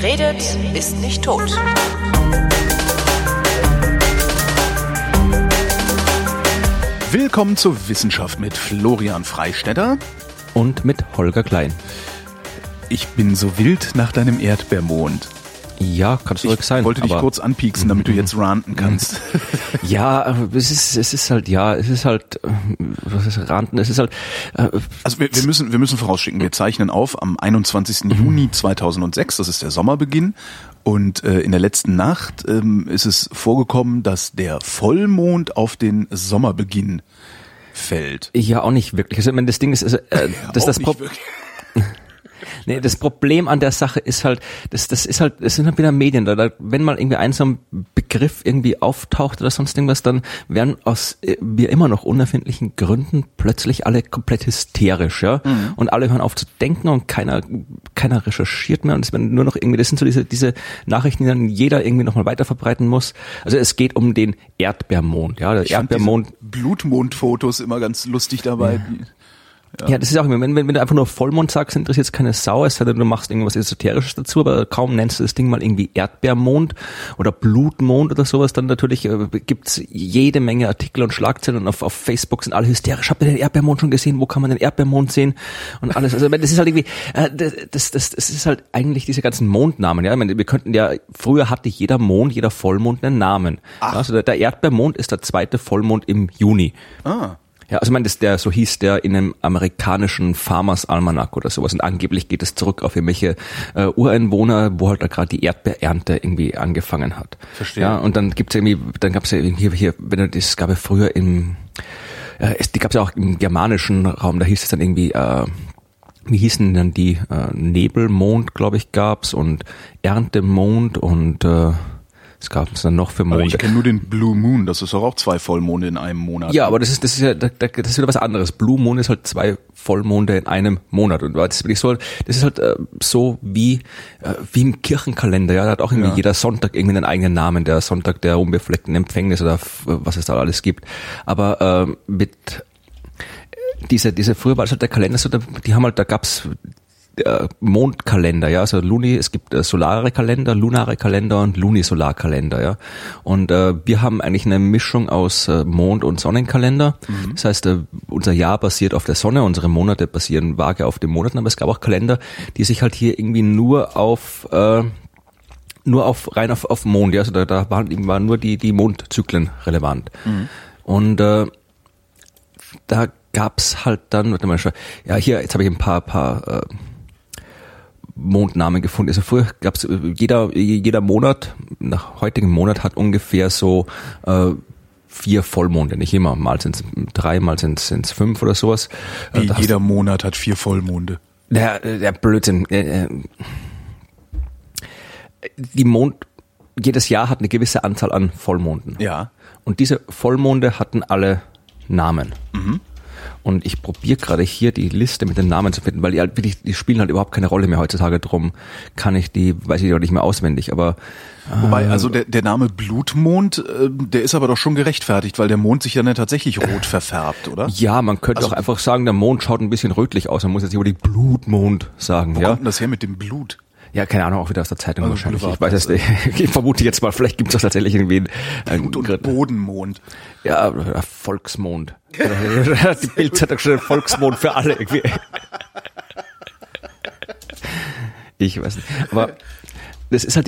Wer redet, ist nicht tot. Willkommen zur Wissenschaft mit Florian Freistetter und mit Holger Klein. Ich bin so wild nach deinem Erdbeermond. Ja, kann es ruhig sein. Ich wollte dich kurz anpieksen, damit du jetzt ranten kannst. Ja, es ist halt, was ist ranten? Es ist halt. Also wir müssen vorausschicken, wir zeichnen auf am 21. Juni 2006, das ist der Sommerbeginn. Und in der letzten Nacht ist es vorgekommen, dass der Vollmond auf den Sommerbeginn fällt. Ja, auch nicht wirklich. Also, ich meine, das Ding ist, Nee, das Problem an der Sache ist halt, das sind halt wieder Medien. Wenn mal irgendwie ein so ein Begriff irgendwie auftaucht oder sonst irgendwas, dann werden aus wie immer noch unerfindlichen Gründen plötzlich alle komplett hysterisch, ja. Mhm. Und alle hören auf zu denken und keiner recherchiert mehr und es werden nur noch irgendwie, das sind so diese Nachrichten, die dann jeder irgendwie nochmal weiterverbreiten muss. Also es geht um den Erdbeermond, ja. Der Erdbeermond. Blutmondfotos immer ganz lustig dabei. Ja, das ist auch immer, wenn du einfach nur Vollmond sagst, interessiert es keine Sau, es sei denn, du machst irgendwas Esoterisches dazu, aber kaum nennst du das Ding mal irgendwie Erdbeermond oder Blutmond oder sowas, dann natürlich gibt's jede Menge Artikel und Schlagzeilen und auf Facebook sind alle hysterisch. Habt ihr den Erdbeermond schon gesehen? Wo kann man den Erdbeermond sehen? Und alles. Also das ist halt irgendwie, das ist halt eigentlich diese ganzen Mondnamen. Ja, ich meine, wir könnten ja, früher hatte jeder Mond, jeder Vollmond einen Namen. Ach. Also der Erdbeermond ist der zweite Vollmond im Juni. Ah. Ja, also ich meine, so hieß der in einem amerikanischen Farmers Almanac oder sowas und angeblich geht es zurück auf irgendwelche Ureinwohner, wo halt da gerade die Erdbeerernte irgendwie angefangen hat. Verstehe. Ja, und dann gab's ja hier, wenn du das gab ja früher die gab's ja auch im germanischen Raum, da hieß es dann irgendwie, wie hießen dann die Nebelmond, glaube ich, gab's und Erntemond und es gab es dann noch für Monde. Aber ich kenne nur den Blue Moon, das ist doch auch 2 Vollmonde in einem Monat. Ja, aber das ist wieder was anderes. Blue Moon ist halt 2 Vollmonde in einem Monat. Und das ist halt so wie im Kirchenkalender. Ja, da hat auch irgendwie jeder Sonntag irgendwie einen eigenen Namen. Der Sonntag der unbefleckten Empfängnis oder was es da alles gibt. Aber mit diese früher war es halt der Kalender so, da gab's Mondkalender, ja, also es gibt solare Kalender, lunare Kalender und Lunisolarkalender, ja. Und wir haben eigentlich eine Mischung aus Mond- und Sonnenkalender. Mhm. Das heißt, unser Jahr basiert auf der Sonne, unsere Monate basieren vage auf den Monaten, aber es gab auch Kalender, die sich halt hier irgendwie nur auf Mond, ja, also da waren nur die Mondzyklen relevant. Mhm. Und da gab's halt dann, warte mal, ja, jetzt habe ich ein paar Mondnamen gefunden. Also früher gab's jeder Monat, nach heutigem Monat hat ungefähr so 4 Vollmonde, nicht immer. Mal sind's 3, mal sind's 5 oder sowas. Jeder Monat hat 4 Vollmonde. Der Blödsinn. Jedes Jahr hat eine gewisse Anzahl an Vollmonden. Ja. Und diese Vollmonde hatten alle Namen. Mhm. Und ich probiere gerade hier die Liste mit den Namen zu finden, weil die spielen halt überhaupt keine Rolle mehr heutzutage. Drum weiß ich auch nicht mehr auswendig. Aber wobei, also der Name Blutmond, der ist aber doch schon gerechtfertigt, weil der Mond sich ja nicht tatsächlich rot verfärbt, oder? Ja, man könnte auch einfach sagen, der Mond schaut ein bisschen rötlich aus. Man muss jetzt nicht über die Blutmond sagen. Wo kommt denn das her mit dem Blut? Ja, keine Ahnung, auch wieder aus der Zeitung wahrscheinlich. Ich weiß es nicht. Ich vermute jetzt mal, vielleicht gibt es tatsächlich irgendwie einen Blut- und Bodenmond. Ja, Volksmond. Die Bildzeitung schon Volksmond für alle irgendwie. Ich weiß nicht. Aber das ist halt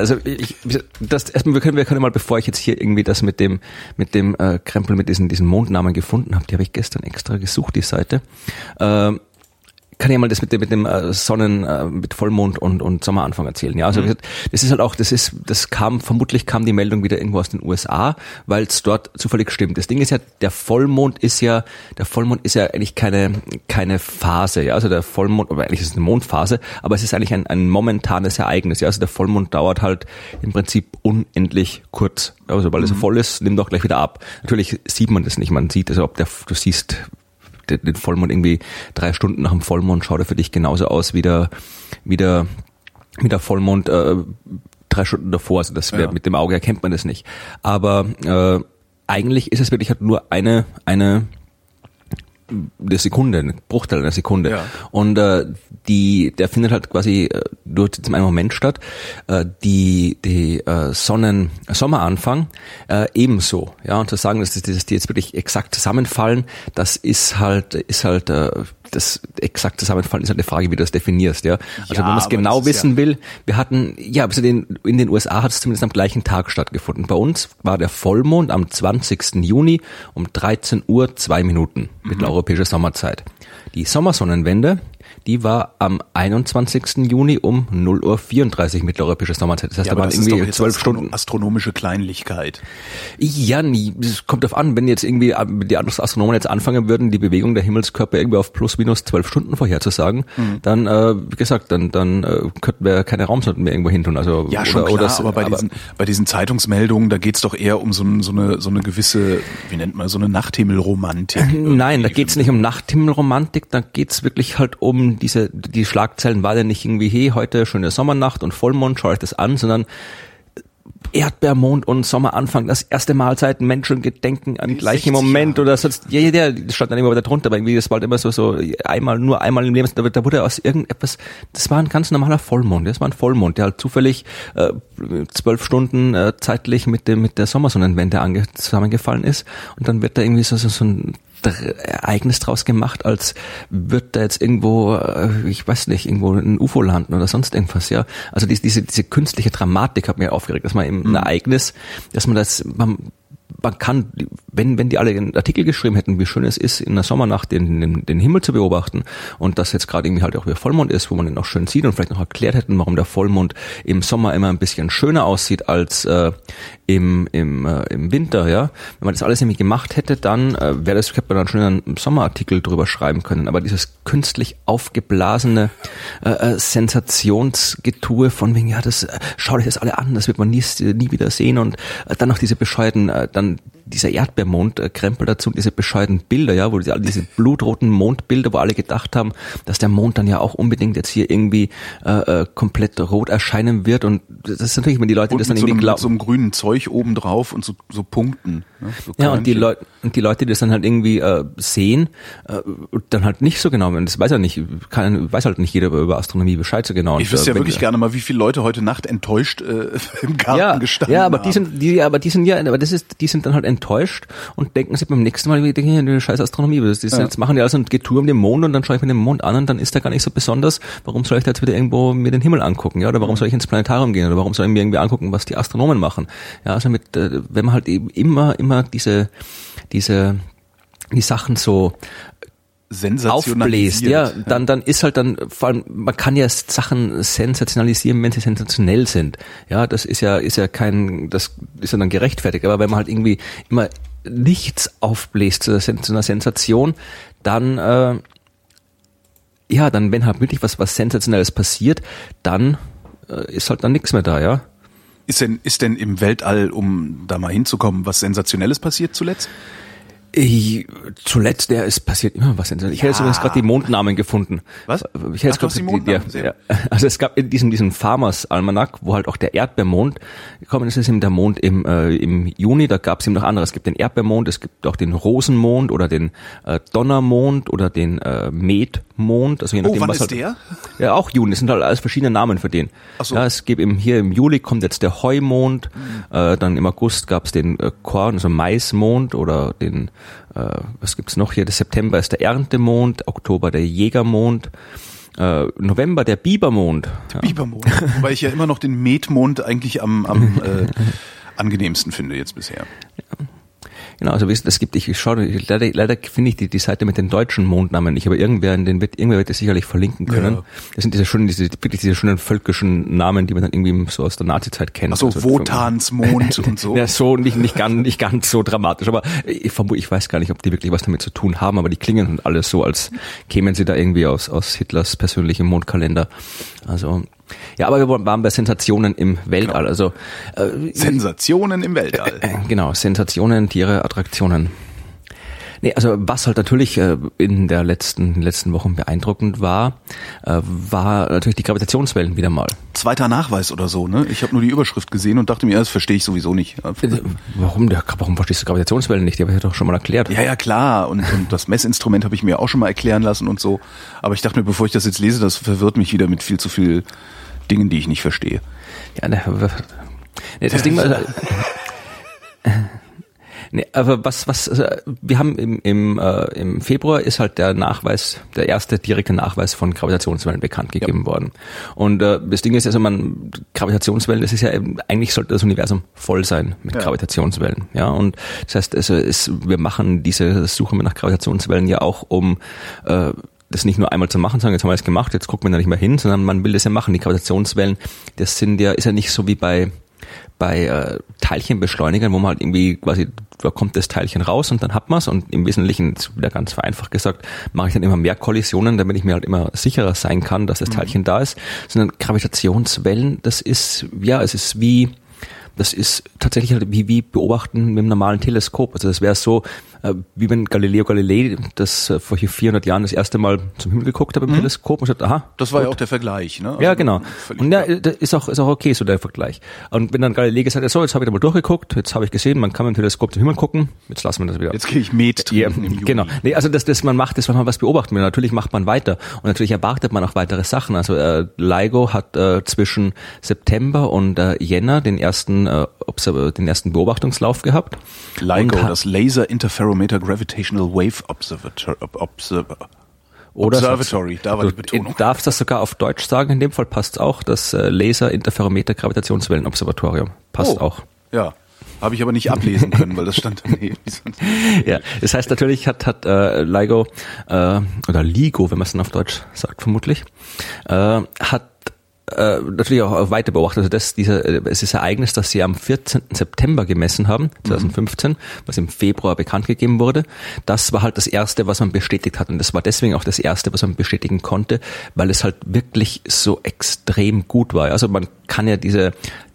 wir können mal, bevor ich jetzt hier irgendwie das mit dem Krempel mit diesen Mondnamen gefunden habe, die habe ich gestern extra gesucht, die Seite. Kann ich mal das mit dem mit Vollmond und Sommeranfang erzählen. Ja, also das ist halt auch, vermutlich kam die Meldung wieder irgendwo aus den USA, weil es dort zufällig stimmt. Das Ding ist ja, der Vollmond ist ja eigentlich keine Phase, ja, also der Vollmond, aber eigentlich ist es eine Mondphase, aber es ist eigentlich ein momentanes Ereignis, ja, also der Vollmond dauert halt im Prinzip unendlich kurz, also weil es so voll ist, nimmt auch gleich wieder ab. Natürlich sieht man das nicht, man sieht, also du siehst den Vollmond irgendwie 3 Stunden nach dem Vollmond schaut er für dich genauso aus wie der Vollmond 3 Stunden davor. Also mit dem Auge erkennt man das nicht. Aber eigentlich ist es wirklich halt nur eine eine Sekunde, ein Bruchteil einer Sekunde. Ja. Und der findet halt quasi durch zum einen Moment statt. Die Sommeranfang ebenso. Ja, und zu sagen, dass die jetzt wirklich exakt zusammenfallen, das ist halt das exakt Zusammenfallen ist halt eine Frage, wie du das definierst, ja. Also wenn man es genau wissen will, wir hatten, in den USA hat es zumindest am gleichen Tag stattgefunden. Bei uns war der Vollmond am 20. Juni um 13 Uhr 2 Minuten mitteleuropäischer Sommerzeit. Die Sommersonnenwende, die war am 21. Juni um 0 Uhr 34 mitteleuropäischer Sommerzeit. Das heißt, ja, da waren irgendwie 12 Stunden. Astronomische Kleinlichkeit. Ja, es kommt darauf an, wenn jetzt irgendwie die Astronomen jetzt anfangen würden, die Bewegung der Himmelskörper irgendwie auf plus minus 12 Stunden vorherzusagen, dann, wie gesagt, dann könnten wir keine Raumsonden mehr irgendwo hin tun. Also, ja, schon klar, aber bei diesen Zeitungsmeldungen, da geht's doch eher um so eine gewisse, wie nennt man, so eine Nachthimmelromantik. Nein, da geht's nicht um Nachthimmelromantik, da geht's wirklich halt um die Schlagzeilen war ja nicht irgendwie, hey, heute schöne Sommernacht und Vollmond, schau euch das an, sondern Erdbeermond und Sommeranfang, das erste Mal seit Menschen gedenken am gleichen Moment oder sonst, der stand dann immer wieder drunter, aber irgendwie, das war halt immer so einmal im Leben, da wurde aus irgendetwas, das war ein ganz normaler Vollmond, das war ein Vollmond, der halt zufällig 12 Stunden zeitlich mit der Sommersonnenwende zusammengefallen ist und dann wird da irgendwie so ein Ereignis draus gemacht, als wird da jetzt irgendwo, ich weiß nicht, irgendwo ein UFO landen oder sonst irgendwas, ja. Also diese künstliche Dramatik hat mir aufgeregt, dass man eben ein Ereignis, dass man kann, wenn die alle einen Artikel geschrieben hätten, wie schön es ist, in der Sommernacht den Himmel zu beobachten und dass jetzt gerade irgendwie halt auch wieder Vollmond ist, wo man den auch schön sieht und vielleicht noch erklärt hätten, warum der Vollmond im Sommer immer ein bisschen schöner aussieht als im Winter, ja. Wenn man das alles irgendwie gemacht hätte, dann hätte man dann schon einen Sommerartikel drüber schreiben können. Aber dieses künstlich aufgeblasene Sensationsgetue von wegen, ja, das schaut euch das alle an, das wird man nie wieder sehen und dann noch diese bescheuerten, dann dieser Erdbeermond-Krempel dazu, diese bescheuerten Bilder, ja, wo diese blutroten Mondbilder, wo alle gedacht haben, dass der Mond dann ja auch unbedingt jetzt hier irgendwie komplett rot erscheinen wird und das ist natürlich, wenn die Leute das dann irgendwie glauben. Mit so einem grünen Zeug oben drauf und so Punkten. Ne? So ja, und die Leute, die das dann halt irgendwie sehen, dann halt nicht so genau, das weiß ja nicht, weiß halt nicht jeder über Astronomie Bescheid so genau. Ich wüsste ja wirklich gerne mal, wie viele Leute heute Nacht enttäuscht im Garten gestanden haben. Die sind dann halt enttäuscht und denken sich beim nächsten Mal, die scheiß Astronomie, jetzt machen die also ein Getue um den Mond und dann schaue ich mir den Mond an und dann ist der gar nicht so besonders, warum soll ich da jetzt wieder irgendwo mir den Himmel angucken, ja, oder warum soll ich ins Planetarium gehen oder warum soll ich mir irgendwie angucken, was die Astronomen machen, ja, also wenn man halt eben immer die Sachen so aufbläst, ja, dann ist halt dann, vor allem, man kann ja Sachen sensationalisieren, wenn sie sensationell sind. Ja, das ist ja dann gerechtfertigt. Aber wenn man halt irgendwie immer nichts aufbläst zu einer Sensation, dann, dann, wenn halt wirklich was Sensationelles passiert, dann ist halt dann nichts mehr da, ja. Ist denn im Weltall, um da mal hinzukommen, was Sensationelles passiert zuletzt? Zuletzt, es passiert immer was. Ich hätte jetzt übrigens gerade die Mondnamen gefunden. Was? Ich hätte gerade die Mondnamen. Ja. Also es gab in diesem Farmers Almanac, wo halt auch der Erdbeermond gekommen ist, eben der Mond im Juni, da gab es eben noch andere. Es gibt den Erdbeermond, es gibt auch den Rosenmond oder den Donnermond oder den Metmond. Also je nachdem, wann was ist halt, der? Ja, auch Juni. Es sind halt alles verschiedene Namen für den. Ach so. Ja, es gibt eben hier im Juli kommt jetzt der Heumond, dann im August gab es den Korn, also Maismond oder den was gibt's noch hier? Der September ist der Erntemond, Oktober der Jägermond, November der Bibermond. Ja. Bibermond, wobei ich ja immer noch den Metmond eigentlich am angenehmsten finde jetzt bisher. Ja. Genau, also es gibt, leider finde ich die Seite mit den deutschen Mondnamen nicht, aber irgendwer wird das sicherlich verlinken können. Ja. Das sind diese schönen völkischen Namen, die man dann irgendwie so aus der Nazizeit kennt. Ach so, also Wotans Mond und so. Ja, so nicht ganz so dramatisch, aber ich weiß gar nicht, ob die wirklich was damit zu tun haben, aber die klingen halt alles so, als kämen sie da irgendwie aus Hitlers persönlichem Mondkalender. Also ja, aber wir waren bei Sensationen im Weltall. Genau. Also Sensationen im Weltall. Genau, Sensationen, Tiere, Attraktionen. Nee, also was halt natürlich in der letzten Wochen beeindruckend war natürlich die Gravitationswellen wieder mal. Zweiter Nachweis oder so, ne? Ich habe nur die Überschrift gesehen und dachte mir, das verstehe ich sowieso nicht. Warum verstehst du Gravitationswellen nicht? Die habe ich ja doch schon mal erklärt. Ja, klar. Und das Messinstrument habe ich mir auch schon mal erklären lassen und so. Aber ich dachte mir, bevor ich das jetzt lese, das verwirrt mich wieder mit viel zu viel Dingen, die ich nicht verstehe. Ja, das Ding war... Nee, aber also wir haben im Februar ist halt der erste direkte Nachweis von Gravitationswellen bekannt gegeben worden. Und das Ding ist also, Gravitationswellen, das ist ja eigentlich sollte das Universum voll sein mit Gravitationswellen. Ja, und das heißt, wir machen diese Suche nach Gravitationswellen ja auch, um das nicht nur einmal zu machen, sagen, jetzt haben wir es gemacht, jetzt gucken wir da nicht mehr hin, sondern man will das ja machen. Die Gravitationswellen, ist ja nicht so wie bei Teilchenbeschleunigern, wo man halt irgendwie quasi, da kommt das Teilchen raus und dann hat man es, und im Wesentlichen, wieder ganz vereinfacht gesagt, mache ich dann immer mehr Kollisionen, damit ich mir halt immer sicherer sein kann, dass das Teilchen da ist, sondern Gravitationswellen, das ist tatsächlich halt wie beobachten mit einem normalen Teleskop. Also das wäre so, wie wenn Galileo Galilei das vor 400 Jahren das erste Mal zum Himmel geguckt hat im Teleskop und sagt, aha. Das war ja auch der Vergleich, ne? Also ja, genau. Und ja, das ist auch okay, so der Vergleich. Und wenn dann Galilei gesagt hat, so, jetzt habe ich da mal durchgeguckt, jetzt habe ich gesehen, man kann mit dem Teleskop zum Himmel gucken, jetzt lassen wir das wieder. Jetzt gehe ich Met trinken im Juni. Genau. Nee, also man macht das, wenn man was beobachten will. Natürlich macht man weiter. Und natürlich erwartet man auch weitere Sachen. Also LIGO hat zwischen September und Jänner den ersten Beobachtungslauf gehabt. LIGO, das Laser Interferometer Gravitational Wave Observatory, da war die Betonung. Du darfst das sogar auf Deutsch sagen, in dem Fall passt auch, das Laser Interferometer Gravitationswellen-Observatorium passt auch. Ja, habe ich aber nicht ablesen können, weil das stand daneben. Ja, das heißt natürlich hat LIGO, oder LIGO, wenn man es dann auf Deutsch sagt vermutlich, hat natürlich auch weiter beobachtet. Also dieses Ereignis, das sie am 14. September gemessen haben, 2015, was im Februar bekannt gegeben wurde, das war halt das erste, was man bestätigt hat. Und das war deswegen auch das erste, was man bestätigen konnte, weil es halt wirklich so extrem gut war. Also man kann ja diese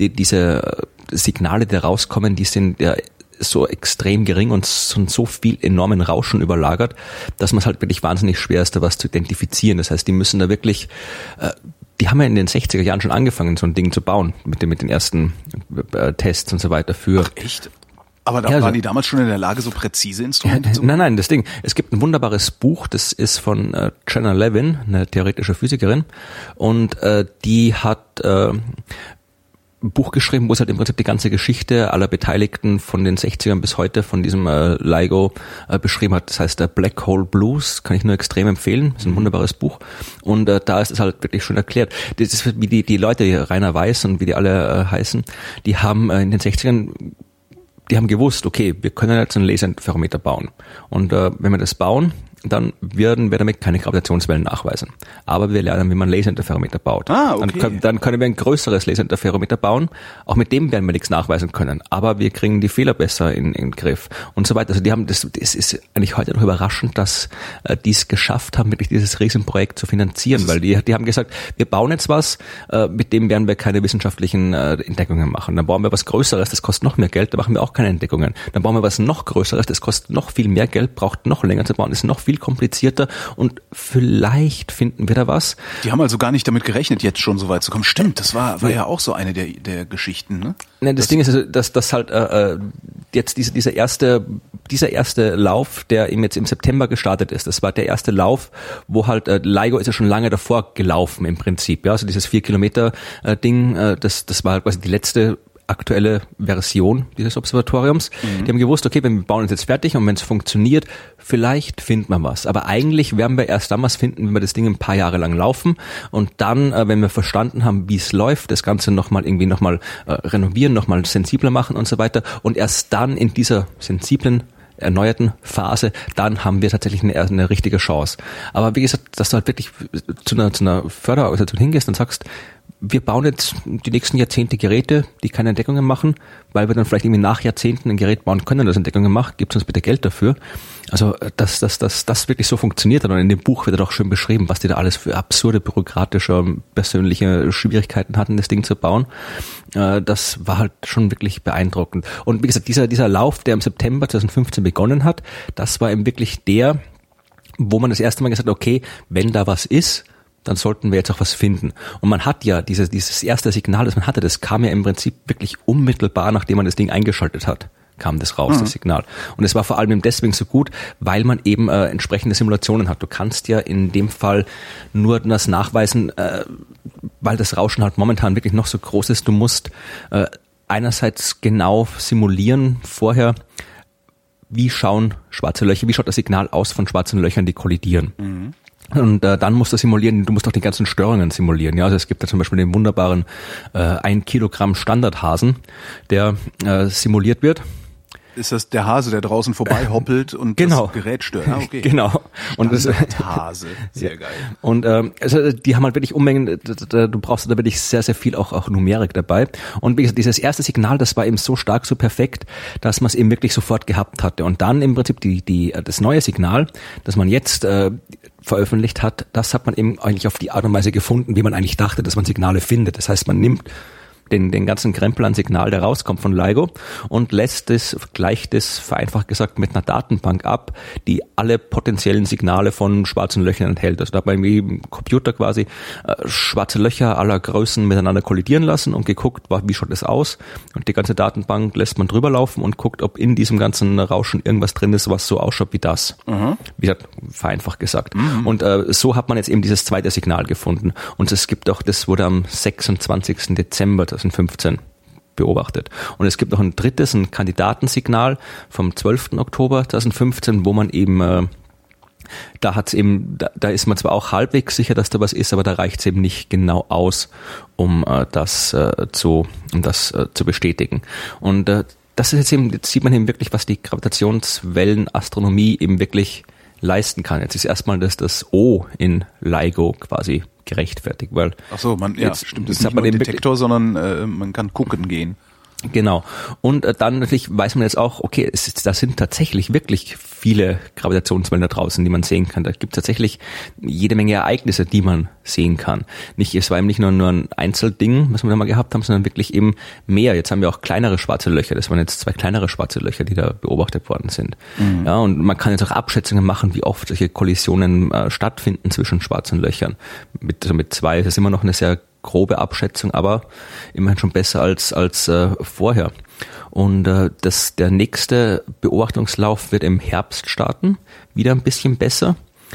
Signale, die rauskommen, die sind ja so extrem gering und so viel enormen Rauschen überlagert, dass man es halt wirklich wahnsinnig schwer ist, da was zu identifizieren. Das heißt, die müssen da wirklich die haben ja in den 60er Jahren schon angefangen, so ein Ding zu bauen, mit den ersten Tests und so weiter für. Ach, echt? Aber waren die damals schon in der Lage, so präzise Instrumente zu machen? Nein, das Ding. Es gibt ein wunderbares Buch, das ist von Jenna Levin, eine theoretische Physikerin, und die hat ein Buch geschrieben, wo es halt im Prinzip die ganze Geschichte aller Beteiligten von den 60ern bis heute von diesem LIGO beschrieben hat. Das heißt, der Black Hole Blues, kann ich nur extrem empfehlen. Das ist ein wunderbares Buch. Und da ist es halt wirklich schon erklärt. Das ist wie die Leute, Rainer Weiss und wie die alle heißen, die haben in den 60ern, die haben gewusst, okay, wir können jetzt einen Laserinterferometer bauen. Und wenn wir das bauen, dann werden wir damit keine Gravitationswellen nachweisen. Aber wir lernen, wie man Laserinterferometer baut. Okay. Dann können wir ein größeres Laserinterferometer bauen. Auch mit dem werden wir nichts nachweisen können. Aber wir kriegen die Fehler besser in den Griff und so weiter. Also die haben das ist eigentlich heute noch überraschend, dass die es geschafft haben, wirklich dieses Riesenprojekt zu finanzieren, weil die haben gesagt, wir bauen jetzt was, mit dem werden wir keine wissenschaftlichen Entdeckungen machen. Dann bauen wir was Größeres, das kostet noch mehr Geld, da machen wir auch keine Entdeckungen. Dann bauen wir was noch Größeres, das kostet noch viel mehr Geld, braucht noch länger zu bauen, ist noch viel komplizierter und vielleicht finden wir da was. Die haben also gar nicht damit gerechnet, jetzt schon so weit zu kommen. Stimmt, das war ja auch so eine der Geschichten, ne? Nein, das Ding ist also, dass halt jetzt dieser erste Lauf, der jetzt im September gestartet ist, das war der erste Lauf, wo halt LIGO ist ja schon lange davor gelaufen im Prinzip, ja, also dieses 4 Kilometer Ding, das war halt quasi die letzte aktuelle Version dieses Observatoriums. Die haben gewusst, okay, wir bauen es jetzt fertig und wenn es funktioniert, vielleicht finden wir was. Aber eigentlich werden wir erst dann was finden, wenn wir das Ding ein paar Jahre lang laufen und dann, wenn wir verstanden haben, wie es läuft, das Ganze nochmal renovieren, nochmal sensibler machen und so weiter. Und erst dann in dieser sensiblen erneuerten Phase, dann haben wir tatsächlich eine richtige Chance. Aber wie gesagt, dass du halt wirklich zu einer Förderorganisation hingehst und sagst, wir bauen jetzt die nächsten Jahrzehnte Geräte, die keine Entdeckungen machen, weil wir dann vielleicht irgendwie nach Jahrzehnten ein Gerät bauen können, das Entdeckungen macht, gibt uns bitte Geld dafür. Also, dass das wirklich so funktioniert hat, und in dem Buch wird auch schön beschrieben, was die da alles für absurde bürokratische, persönliche Schwierigkeiten hatten, das Ding zu bauen. Das war halt schon wirklich beeindruckend. Und wie gesagt, dieser Lauf, der im September 2015 begonnen hat, das war eben wirklich der, wo man das erste Mal gesagt hat, okay, wenn da was ist, dann sollten wir jetzt auch was finden. Und man hat ja dieses erste Signal, das man hatte, das kam ja im Prinzip wirklich unmittelbar, nachdem man das Ding eingeschaltet hat, kam das raus, das Signal. Und es war vor allem deswegen so gut, weil man eben entsprechende Simulationen hat. Du kannst ja in dem Fall nur das nachweisen, weil das Rauschen halt momentan wirklich noch so groß ist. Du musst einerseits genau simulieren vorher, wie schauen schwarze Löcher, wie schaut das Signal aus von schwarzen Löchern, die kollidieren. Mhm. Und dann musst du simulieren, du musst auch die ganzen Störungen simulieren. Ja, also es gibt da zum Beispiel den wunderbaren 1 Kilogramm Standardhasen, der simuliert wird. Ist das der Hase, der draußen vorbei hoppelt und genau. Das Gerät stört? Ah, okay. Genau. Und das Hase, sehr geil. Und also die haben halt wirklich Unmengen, du brauchst da wirklich sehr, sehr viel auch Numerik dabei. Und wie gesagt, dieses erste Signal, das war eben so stark, so perfekt, dass man es eben wirklich sofort gehabt hatte. Und dann im Prinzip das neue Signal, das man jetzt veröffentlicht hat, das hat man eben eigentlich auf die Art und Weise gefunden, wie man eigentlich dachte, dass man Signale findet. Das heißt, man nimmt den ganzen Krempel an Signal, der rauskommt von LIGO, und gleicht es vereinfacht gesagt mit einer Datenbank ab, die alle potenziellen Signale von schwarzen Löchern enthält. Also da hat man irgendwie im Computer quasi schwarze Löcher aller Größen miteinander kollidieren lassen und geguckt, wie schaut es aus, und die ganze Datenbank lässt man drüber laufen und guckt, ob in diesem ganzen Rauschen irgendwas drin ist, was so ausschaut wie das. Mhm. Wie gesagt, vereinfacht gesagt. Mhm. Und so hat man jetzt eben dieses zweite Signal gefunden. Und es gibt auch, das wurde am 26. Dezember 2015 beobachtet. Und es gibt noch ein drittes, ein Kandidatensignal vom 12. Oktober 2015, wo man eben, da ist man zwar auch halbwegs sicher, dass da was ist, aber da reicht es eben nicht genau aus, um das zu bestätigen. Und das ist jetzt sieht man eben wirklich, was die Gravitationswellenastronomie eben wirklich leisten kann. Jetzt ist erstmal das O in LIGO quasi gerechtfertigt, weil ach so, stimmt, das ist nicht nur ein Detektor, sondern man kann gucken gehen. Genau. Und dann natürlich weiß man jetzt auch, okay, da sind tatsächlich wirklich viele Gravitationswellen da draußen, die man sehen kann. Da gibt es tatsächlich jede Menge Ereignisse, die man sehen kann. Es war eben nicht nur ein Einzelding, was wir da mal gehabt haben, sondern wirklich eben mehr. Jetzt haben wir auch kleinere schwarze Löcher. Das waren jetzt 2 kleinere schwarze Löcher, die da beobachtet worden sind. Mhm. Ja, und man kann jetzt auch Abschätzungen machen, wie oft solche Kollisionen stattfinden zwischen schwarzen Löchern. Mit 2 ist das immer noch eine sehr grobe Abschätzung, aber immerhin schon besser als vorher. Und der nächste Beobachtungslauf wird im Herbst starten, wieder ein bisschen besser.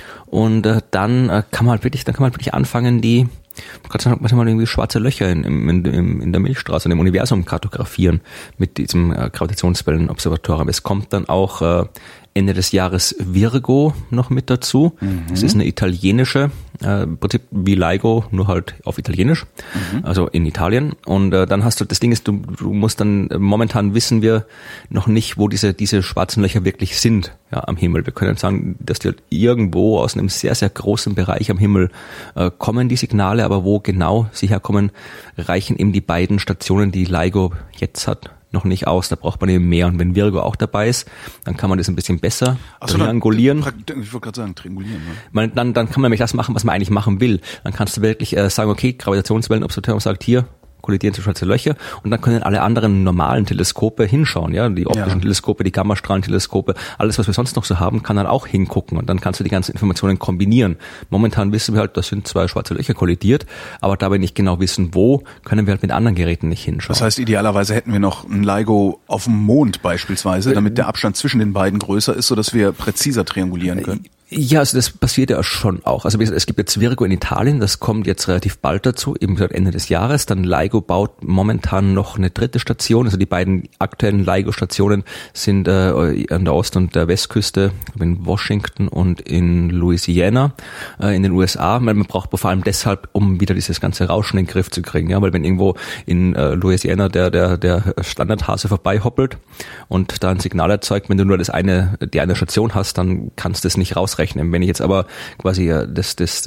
Und dann kann man halt wirklich anfangen, die irgendwie schwarze Löcher in der Milchstraße, in dem Universum kartografieren mit diesem Gravitationswellenobservatorium. Es kommt dann auch Ende des Jahres Virgo noch mit dazu. Das ist eine italienische, im Prinzip wie LIGO, nur halt auf Italienisch, also in Italien. Und dann hast du, das Ding ist, du musst dann, momentan wissen wir noch nicht, wo diese schwarzen Löcher wirklich sind, ja, am Himmel. Wir können sagen, dass die halt irgendwo aus einem sehr, sehr großen Bereich am Himmel kommen, die Signale, aber wo genau sie herkommen, reichen eben die beiden Stationen, die LIGO jetzt hat, noch nicht aus, da braucht man eben mehr. Und wenn Virgo auch dabei ist, dann kann man das ein bisschen besser triangulieren. Ich wollte gerade sagen, triangulieren. Ne? Dann kann man nämlich das machen, was man eigentlich machen will. Dann kannst du wirklich sagen, okay, Gravitationswellenobservatorium sagt hier, kollidieren zu schwarze Löcher, und dann können alle anderen normalen Teleskope hinschauen, ja, die optischen Teleskope, die Gammastrahlenteleskope, alles, was wir sonst noch so haben, kann dann auch hingucken, und dann kannst du die ganzen Informationen kombinieren. Momentan wissen wir halt, da sind 2 schwarze Löcher kollidiert, aber da wir nicht genau wissen, wo, können wir halt mit anderen Geräten nicht hinschauen. Das heißt, idealerweise hätten wir noch ein LIGO auf dem Mond beispielsweise, damit der Abstand zwischen den beiden größer ist, sodass wir präziser triangulieren können. Ja, also das passiert ja schon auch. Also es gibt jetzt Virgo in Italien, das kommt jetzt relativ bald dazu, eben seit Ende des Jahres. Dann LIGO baut momentan noch eine 3. Station. Also die beiden aktuellen LIGO-Stationen sind an der Ost- und der Westküste, in Washington und in Louisiana in den USA. Man braucht vor allem deshalb, um wieder dieses ganze Rauschen in den Griff zu kriegen. Ja, weil wenn irgendwo in Louisiana der Standardhase vorbeihoppelt und da ein Signal erzeugt, wenn du nur die eine Station hast, dann kannst du es nicht rausrechnen. Wenn ich jetzt aber quasi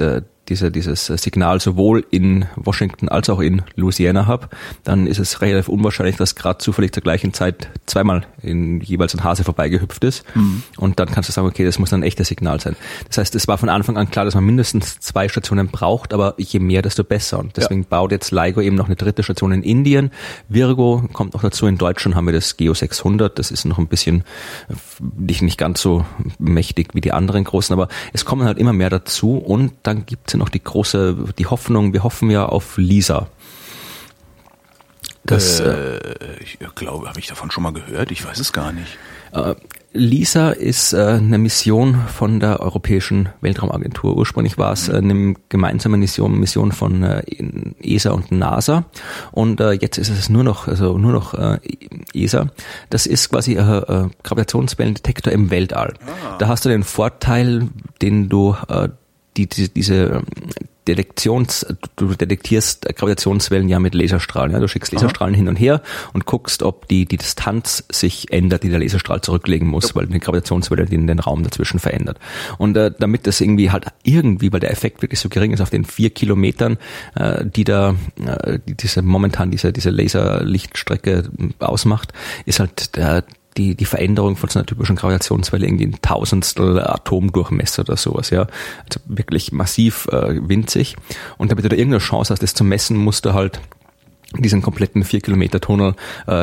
dieses Signal sowohl in Washington als auch in Louisiana habe, dann ist es relativ unwahrscheinlich, dass gerade zufällig zur gleichen Zeit zweimal in jeweils ein Hase vorbeigehüpft ist. Und dann kannst du sagen, okay, das muss dann ein echtes Signal sein. Das heißt, es war von Anfang an klar, dass man mindestens 2 Stationen braucht, aber je mehr, desto besser. Und deswegen baut jetzt LIGO eben noch eine 3. Station in Indien. Virgo kommt noch dazu. In Deutschland haben wir das GEO 600. Das ist noch ein bisschen nicht ganz so mächtig wie die anderen großen, aber es kommen halt immer mehr dazu. Und dann gibt es noch die Hoffnung, wir hoffen ja auf LISA. Ich glaube, habe ich davon schon mal gehört? Ich weiß es gar nicht. LISA ist eine Mission von der Europäischen Weltraumagentur. Ursprünglich war es eine gemeinsame Mission von ESA und NASA und jetzt ist es nur noch ESA. Das ist quasi ein Gravitationswellendetektor im Weltall. Da hast du den Vorteil, den du du detektierst Gravitationswellen ja mit Laserstrahlen. Ja? Du schickst Laserstrahlen hin und her und guckst, ob die Distanz sich ändert, die der Laserstrahl zurücklegen muss, weil eine Gravitationswelle den Raum dazwischen verändert. Und damit das weil der Effekt wirklich so gering ist auf den 4 Kilometern, diese Laserlichtstrecke ausmacht, ist halt die Veränderung von so einer typischen Gravitationswelle irgendwie ein Tausendstel Atomdurchmesser oder sowas, ja. Also wirklich massiv winzig. Und damit du da irgendeine Chance hast, das zu messen, musst du halt diesen kompletten 4 Kilometer Tunnel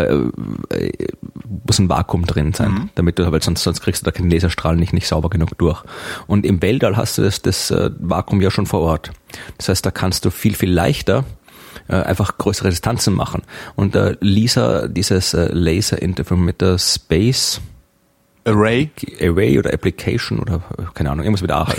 muss ein Vakuum drin sein, damit du, weil sonst kriegst du da keinen Laserstrahl nicht sauber genug durch. Und im Weltall hast du das Vakuum ja schon vor Ort. Das heißt, da kannst du viel, viel leichter einfach größere Distanzen machen. Und LISA, dieses Laser Interferometer Space Array oder Application oder keine Ahnung, irgendwas mit A halt.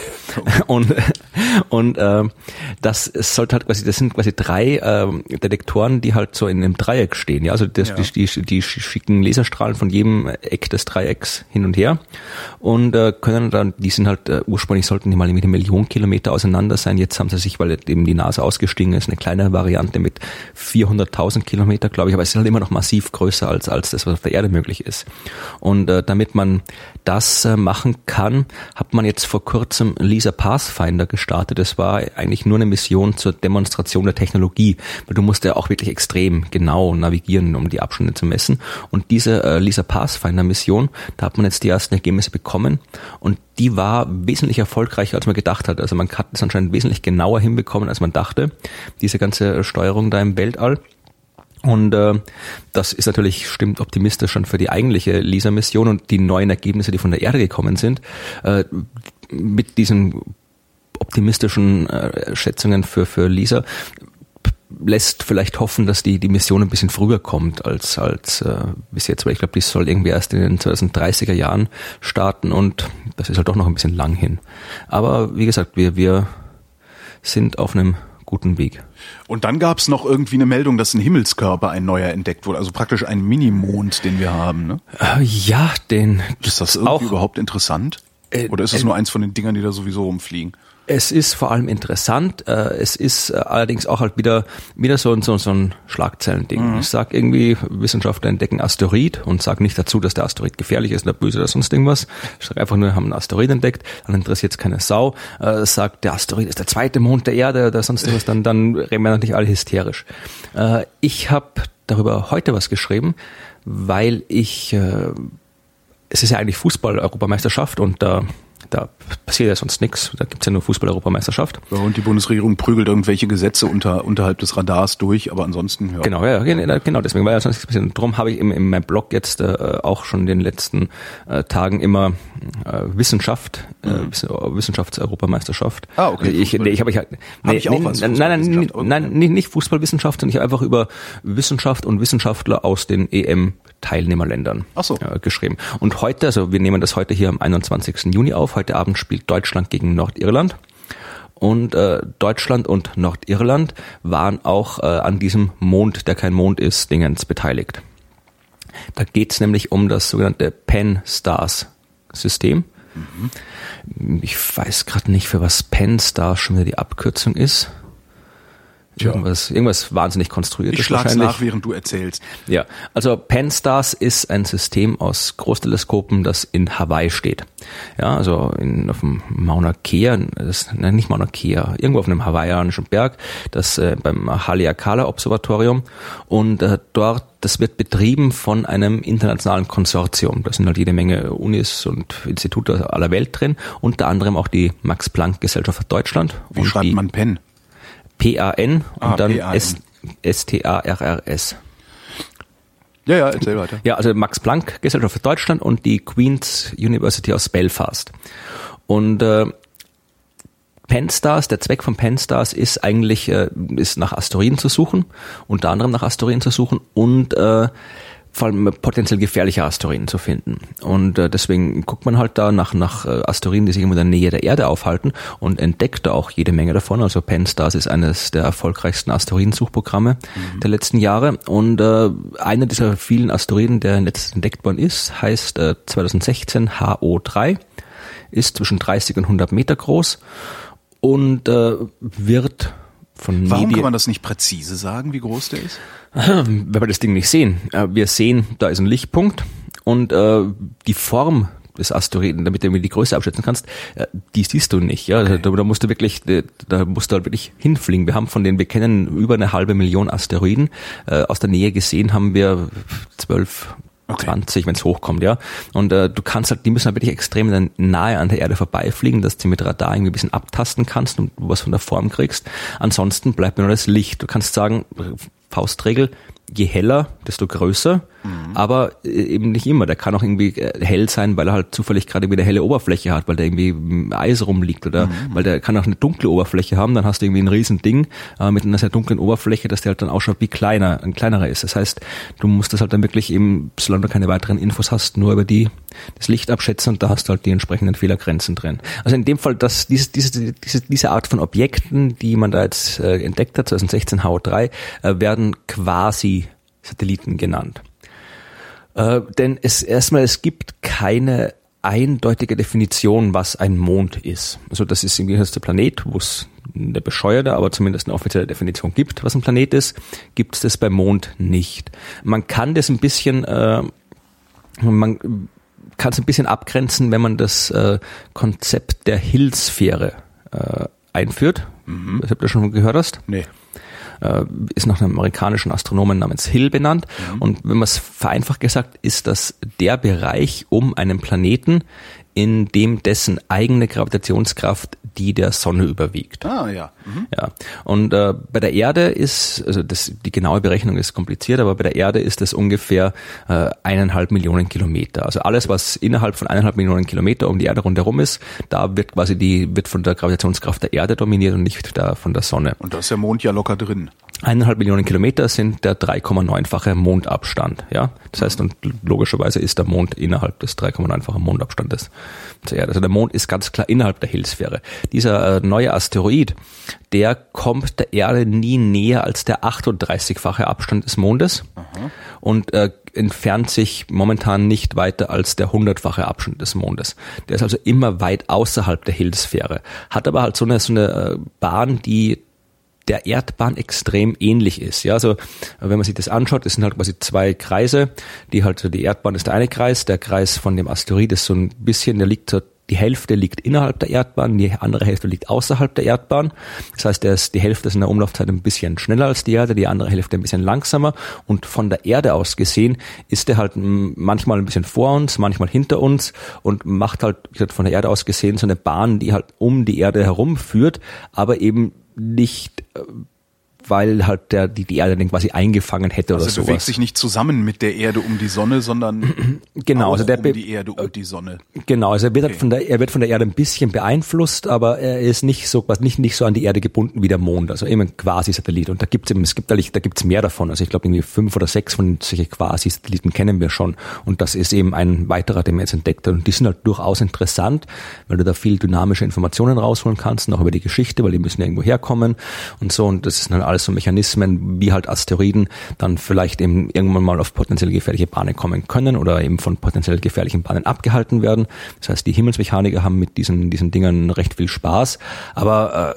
Und das sollte halt quasi, das sind quasi 3 Detektoren, die halt so in einem Dreieck stehen. Ja, also die schicken Laserstrahlen von jedem Eck des Dreiecks hin und her und können dann, die sind halt ursprünglich sollten die mal mit 1 Million Kilometer auseinander sein. Jetzt haben sie sich, weil eben die NASA ausgestiegen ist, eine kleine Variante mit 400.000 Kilometer, glaube ich, aber es ist halt immer noch massiv größer als das, was auf der Erde möglich ist. Und damit man das machen kann, hat man jetzt vor kurzem LISA Pathfinder gestartet. Das war eigentlich nur eine Mission zur Demonstration der Technologie, weil du musst ja auch wirklich extrem genau navigieren, um die Abstände zu messen. Und diese LISA Pathfinder Mission, da hat man jetzt die ersten Ergebnisse bekommen und die war wesentlich erfolgreicher, als man gedacht hat. Also man hat es anscheinend wesentlich genauer hinbekommen, als man dachte, diese ganze Steuerung da im Weltall. Und das ist natürlich, stimmt optimistisch schon für die eigentliche LISA-Mission und die neuen Ergebnisse, die von der Erde gekommen sind. Mit diesen optimistischen Schätzungen für LISA lässt vielleicht hoffen, dass die Mission ein bisschen früher kommt als bis jetzt, weil ich glaube, die soll irgendwie erst in den 2030er Jahren starten und das ist halt doch noch ein bisschen lang hin. Aber wie gesagt, wir sind auf einem guten Weg. Und dann gab es noch irgendwie eine Meldung, dass ein Himmelskörper, ein neuer, entdeckt wurde. Also praktisch ein Minimond, den wir haben, ne? Ja, ist das irgendwie überhaupt interessant? Oder ist es nur eins von den Dingern, die da sowieso rumfliegen? Es ist vor allem interessant. Es ist allerdings auch halt wieder so ein Schlagzeilending. Ich sag irgendwie, Wissenschaftler entdecken Asteroid und sag nicht dazu, dass der Asteroid gefährlich ist oder böse oder sonst irgendwas. Ich sag einfach nur, haben einen Asteroid entdeckt, dann interessiert es keine Sau. Sagt, der Asteroid ist der 2. Mond der Erde oder sonst irgendwas, dann reden wir natürlich alle hysterisch. Ich habe darüber heute was geschrieben, weil es ist ja eigentlich Fußball-Europameisterschaft und da passiert ja sonst nichts. Da gibt's ja nur Fußball-Europameisterschaft. Ja, und die Bundesregierung prügelt irgendwelche Gesetze unterhalb des Radars durch, aber ansonsten, ja. Genau, deswegen war ja sonst nichts passiert. Darum habe ich in meinem Blog jetzt auch schon in den letzten Tagen immer Wissenschafts-Europameisterschaft. Ah, okay. Nein, nicht Fußballwissenschaft, sondern ich habe einfach über Wissenschaft und Wissenschaftler aus den EM-Teilnehmerländern geschrieben. Und heute, also wir nehmen das heute hier am 21. Juni auf, heute Abend spielt Deutschland gegen Nordirland. Und Deutschland und Nordirland waren auch an diesem Mond, der kein Mond ist, Dingens beteiligt. Da geht's nämlich um das sogenannte Pan-STARRS-System. Ich weiß gerade nicht, für was Pan-STARRS schon wieder die Abkürzung ist. Irgendwas wahnsinnig konstruiertes. Ich schlag's nach, während du erzählst. Ja, also Pan-STARRS ist ein System aus Großteleskopen, das in Hawaii steht. Ja, also auf dem Mauna Kea, nicht Mauna Kea, irgendwo auf einem hawaiianischen Berg, das beim Haleakala-Observatorium. Und dort, das wird betrieben von einem internationalen Konsortium. Da sind halt jede Menge Unis und Institute aller Welt drin, unter anderem auch die Max-Planck-Gesellschaft Deutschland. Wie schreibt man PEN? PAN und dann PAN. STARRS. Ja, erzähl weiter. Ja, also Max-Planck-Gesellschaft für Deutschland und die Queen's University aus Belfast. Und Pan-STARRS, der Zweck von Pan-STARRS ist eigentlich, ist nach Asteroiden zu suchen, unter anderem nach Asteroiden zu suchen und vor allem potenziell gefährliche Asteroiden zu finden. Und deswegen guckt man halt da nach Asteroiden, die sich in der Nähe der Erde aufhalten und entdeckt da auch jede Menge davon. Also Pan-STARRS ist eines der erfolgreichsten Asteroidensuchprogramme der letzten Jahre. Und einer dieser vielen Asteroiden, der letztens entdeckt worden ist, heißt 2016 HO3, ist zwischen 30 und 100 Meter groß und wird von Warum kann man das nicht präzise sagen, wie groß der ist? Weil wir das Ding nicht sehen. Wir sehen, da ist ein Lichtpunkt und die Form des Asteroiden, damit du irgendwie die Größe abschätzen kannst, die siehst du nicht. Ja, okay. Da musst du halt wirklich hinfliegen. Wir kennen über 500.000 Asteroiden. Aus der Nähe gesehen haben wir 12, 20, wenn es hochkommt, ja. Und die müssen halt wirklich extrem nahe an der Erde vorbeifliegen, dass du mit Radar irgendwie ein bisschen abtasten kannst und was von der Form kriegst. Ansonsten bleibt nur das Licht. Du kannst sagen, Faustregel, je heller, desto größer, aber eben nicht immer. Der kann auch irgendwie hell sein, weil er halt zufällig gerade irgendwie eine helle Oberfläche hat, weil der irgendwie Eis rumliegt oder weil der kann auch eine dunkle Oberfläche haben, dann hast du irgendwie ein riesen Ding mit einer sehr dunklen Oberfläche, dass der halt dann ausschaut wie ein kleinerer ist. Das heißt, du musst das halt dann wirklich eben, solange du keine weiteren Infos hast, nur über das Licht abschätzen und da hast du halt die entsprechenden Fehlergrenzen drin. Also in dem Fall, diese Art von Objekten, die man da jetzt entdeckt hat, 2016 HO3, werden quasi Satelliten genannt. Denn es gibt keine eindeutige Definition, was ein Mond ist. Also das ist irgendwie der Planet, wo es eine bescheuerte, aber zumindest eine offizielle Definition gibt, was ein Planet ist, gibt es das beim Mond nicht. Man kann das ein bisschen, abgrenzen, wenn man das Konzept der Hill-Sphäre einführt. Ich habe das schon gehört hast? Nee. Ist nach einem amerikanischen Astronomen namens Hill benannt. Und wenn man es vereinfacht gesagt, ist das der Bereich um einen Planeten, in dem dessen eigene Gravitationskraft die der Sonne überwiegt. Ah, ja. Ja. Und bei der Erde ist, die genaue Berechnung ist kompliziert, aber bei der Erde ist es ungefähr 1,5 Millionen Kilometer. Also alles, was innerhalb von 1,5 Millionen Kilometer um die Erde rundherum ist, da wird wird von der Gravitationskraft der Erde dominiert und nicht von der Sonne. Und da ist der Mond ja locker drin. 1,5 Millionen Kilometer sind der 3,9-fache Mondabstand, ja. Das heißt, und logischerweise ist der Mond innerhalb des 3,9-fachen Mondabstandes zur Erde. Also der Mond ist ganz klar innerhalb der Hill-Sphäre. Dieser neue Asteroid, der kommt der Erde nie näher als der 38-fache Abstand des Mondes und entfernt sich momentan nicht weiter als der 100-fache Abstand des Mondes. Der ist also immer weit außerhalb der Hill-Sphäre. Hat aber halt so eine Bahn, die der Erdbahn extrem ähnlich ist. Ja, also wenn man sich das anschaut, das sind halt quasi zwei Kreise, die Erdbahn ist der eine Kreis, der Kreis von dem Asteroid ist so ein bisschen, die Hälfte liegt innerhalb der Erdbahn, die andere Hälfte liegt außerhalb der Erdbahn. Das heißt, die Hälfte ist in der Umlaufzeit ein bisschen schneller als die Erde, die andere Hälfte ein bisschen langsamer. Und von der Erde aus gesehen ist der halt manchmal ein bisschen vor uns, manchmal hinter uns und macht halt, wie gesagt, von der Erde aus gesehen so eine Bahn, die halt um die Erde herum führt, aber eben nicht, weil halt die Erde den quasi eingefangen hätte oder sowas. Also er bewegt sich nicht zusammen mit der Erde um die Sonne, sondern genau, also um die Erde und die Sonne. Genau, also er wird von der Erde ein bisschen beeinflusst, aber er ist nicht so an die Erde gebunden wie der Mond, also eben ein Quasi-Satellit. Und da gibt's mehr davon. Also ich glaube irgendwie 5 oder 6 von solche Quasi-Satelliten kennen wir schon. Und das ist eben ein weiterer, den wir jetzt entdeckt haben. Und die sind halt durchaus interessant, weil du da viel dynamische Informationen rausholen kannst, und auch über die Geschichte, weil die müssen ja irgendwo herkommen und so. Und das ist halt alles so Mechanismen, wie halt Asteroiden dann vielleicht eben irgendwann mal auf potenziell gefährliche Bahnen kommen können oder eben von potenziell gefährlichen Bahnen abgehalten werden. Das heißt, die Himmelsmechaniker haben mit diesen Dingern recht viel Spaß. Aber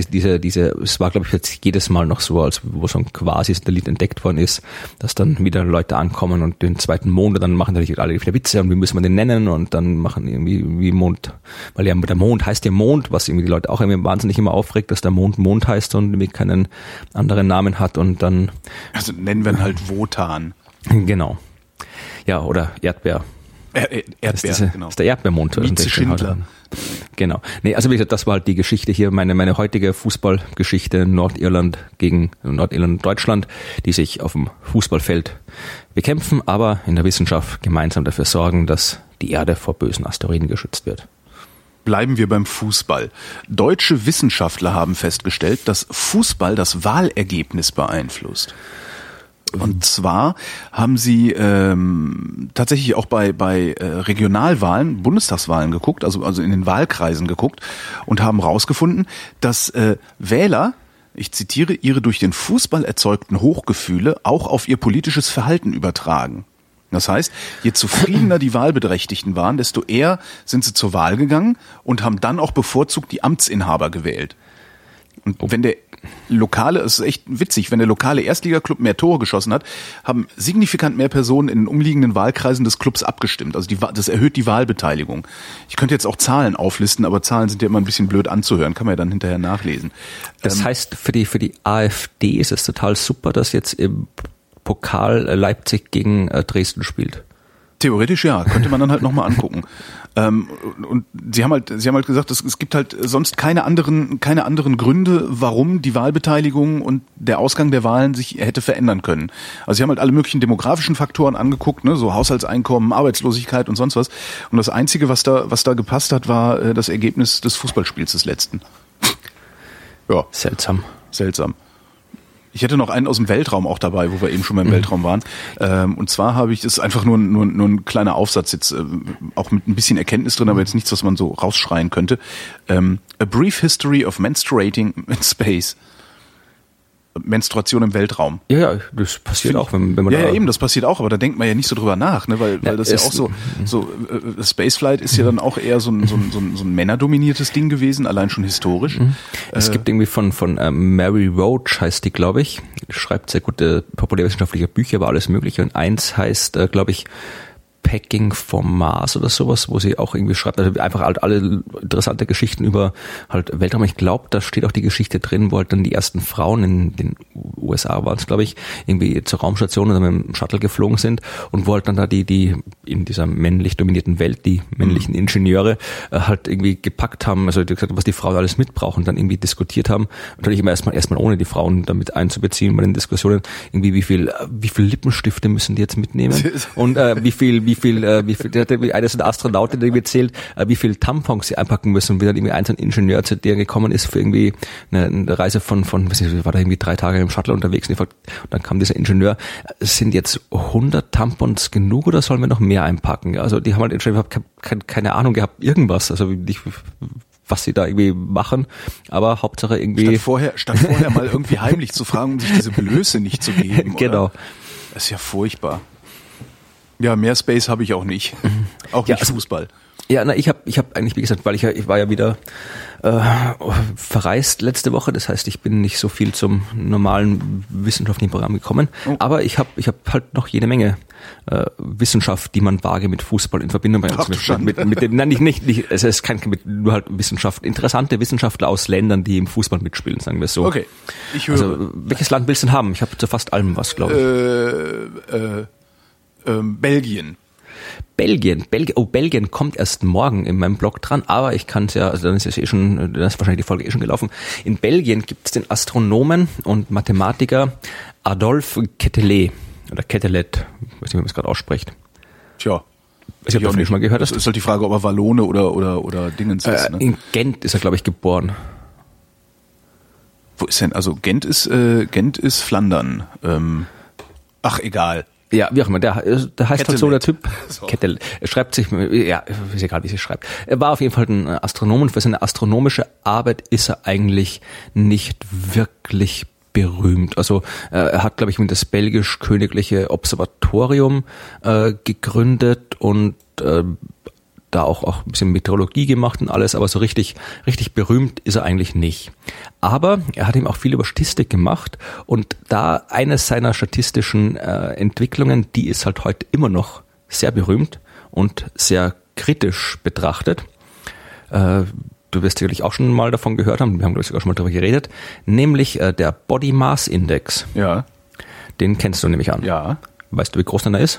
es war, glaube ich, jetzt jedes Mal noch so, als wo so ein Quasi-Satellit entdeckt worden ist, dass dann wieder Leute ankommen und den zweiten Mond, und dann machen natürlich alle wieder Witze und wie müssen wir den nennen, und dann machen irgendwie wie Mond, weil ja der Mond heißt ja Mond, was irgendwie die Leute auch irgendwie wahnsinnig immer aufregt, dass der Mond heißt und irgendwie keinen anderen Namen hat, und dann... Also nennen wir ihn halt Wotan. Genau. Ja, oder Erdbeer. Erdbeer, genau. Das ist der Erdbeermond. Mieze Schindler. Genau. Nee, also wie gesagt, das war halt die Geschichte hier, meine heutige Fußballgeschichte, Nordirland gegen Deutschland, die sich auf dem Fußballfeld bekämpfen, aber in der Wissenschaft gemeinsam dafür sorgen, dass die Erde vor bösen Asteroiden geschützt wird. Bleiben wir beim Fußball. Deutsche Wissenschaftler haben festgestellt, dass Fußball das Wahlergebnis beeinflusst. Und zwar haben sie tatsächlich auch bei Regionalwahlen, Bundestagswahlen geguckt, also in den Wahlkreisen geguckt und haben rausgefunden, dass Wähler, ich zitiere, ihre durch den Fußball erzeugten Hochgefühle auch auf ihr politisches Verhalten übertragen. Das heißt, je zufriedener die Wahlberechtigten waren, desto eher sind sie zur Wahl gegangen und haben dann auch bevorzugt die Amtsinhaber gewählt. Und wenn der lokale, es ist echt witzig, wenn der lokale Erstligaklub mehr Tore geschossen hat, haben signifikant mehr Personen in den umliegenden Wahlkreisen des Clubs abgestimmt. Also das erhöht die Wahlbeteiligung. Ich könnte jetzt auch Zahlen auflisten, aber Zahlen sind ja immer ein bisschen blöd anzuhören, kann man ja dann hinterher nachlesen. Das heißt, für die AfD ist es total super, dass jetzt im Pokal Leipzig gegen Dresden spielt. Theoretisch ja, könnte man dann halt nochmal angucken. Und sie haben halt gesagt, es gibt halt sonst keine anderen Gründe, warum die Wahlbeteiligung und der Ausgang der Wahlen sich hätte verändern können. Also sie haben halt alle möglichen demografischen Faktoren angeguckt, ne, so Haushaltseinkommen, Arbeitslosigkeit und sonst was. Und das Einzige, was da gepasst hat, war das Ergebnis des Fußballspiels des letzten. Ja. Seltsam. Ich hätte noch einen aus dem Weltraum auch dabei, wo wir eben schon mal im Weltraum waren. Und zwar habe ich, das ist einfach nur ein kleiner Aufsatz jetzt, auch mit ein bisschen Erkenntnis drin, aber jetzt nichts, was man so rausschreien könnte. A Brief History of Menstruating in Space. Menstruation im Weltraum. Ja, das passiert auch, wenn man ja, eben, das passiert auch, aber da denkt man ja nicht so drüber nach, ne, weil das ja auch so Spaceflight ist ja dann auch eher so ein männerdominiertes Ding gewesen, allein schon historisch. Es gibt irgendwie von Mary Roach, heißt die, glaube ich, schreibt sehr gute populärwissenschaftliche Bücher über alles Mögliche, und eins heißt, glaube ich, Packing vom Mars oder sowas, wo sie auch irgendwie schreibt, also einfach halt alle interessante Geschichten über halt Weltraum. Ich glaube, da steht auch die Geschichte drin, wo halt dann die ersten Frauen in den USA waren es, glaube ich, irgendwie zur Raumstation oder mit dem Shuttle geflogen sind, und wo halt dann da die in dieser männlich dominierten Welt, die männlichen Ingenieure halt irgendwie gepackt haben, also die gesagt haben, was die Frauen alles mitbrauchen, dann irgendwie diskutiert haben. Natürlich immer erstmal ohne die Frauen damit einzubeziehen bei den Diskussionen, irgendwie wie viel Lippenstifte müssen die jetzt mitnehmen und wie viel, der hat eine so eine Astronautin irgendwie erzählt, wie viel Tampons sie einpacken müssen, wie dann irgendwie ein Ingenieur zu der gekommen ist für irgendwie eine Reise von weiß nicht, war da irgendwie 3 Tage im Shuttle unterwegs, und dann kam dieser Ingenieur, sind jetzt 100 Tampons genug oder sollen wir noch mehr einpacken? Also die haben halt überhaupt keine Ahnung gehabt, irgendwas, also was sie da irgendwie machen, aber Hauptsache irgendwie... Statt vorher mal irgendwie heimlich zu fragen, um sich diese Blöße nicht zu geben. Genau. Oder? Das ist ja furchtbar. Ja, mehr Space habe ich auch nicht. Auch nicht Fußball. Ja, ich hab eigentlich, wie gesagt, weil ich war ja wieder verreist letzte Woche, das heißt, ich bin nicht so viel zum normalen wissenschaftlichen Programm gekommen, aber ich hab halt noch jede Menge Wissenschaft, die man vage mit Fußball in Verbindung bringt. Mit dem, nein, nicht, es ist nur halt Wissenschaft, interessante Wissenschaftler aus Ländern, die im Fußball mitspielen, sagen wir so. Okay, ich höre. Also, welches Land willst du denn haben? Ich habe zu fast allem was, glaube ich. Belgien. Belgien kommt erst morgen in meinem Blog dran, aber ich kann es ja, also dann ist wahrscheinlich die Folge schon gelaufen. In Belgien gibt es den Astronomen und Mathematiker Adolphe Quetelet, oder Quetelet, ich weiß nicht, wie man es gerade ausspricht. Tja. Ich habe davon schon mal gehört. Das ist halt die Frage, ob er Wallone oder Dingens ist. Ne? In Gent ist er, glaube ich, geboren. Wo ist denn? Also Gent ist Flandern. Ach, egal. Ja, wie auch immer, der heißt Quetelet. Halt so, der Typ. So. Quetelet. Er schreibt sich, ja, ist egal, wie sie schreibt. Er war auf jeden Fall ein Astronom, und für seine astronomische Arbeit ist er eigentlich nicht wirklich berühmt. Also er hat, glaube ich, das belgisch-königliche Observatorium gegründet und da auch ein bisschen Meteorologie gemacht und alles, aber so richtig berühmt ist er eigentlich nicht. Aber er hat eben auch viel über Statistik gemacht und da eines seiner statistischen Entwicklungen, die ist halt heute immer noch sehr berühmt und sehr kritisch betrachtet. Du wirst sicherlich auch schon mal davon gehört haben, wir haben, glaube ich, sogar schon mal darüber geredet, nämlich der Body Mass Index. Ja. Den kennst du nämlich an. Ja. Weißt du, wie groß denn er ist?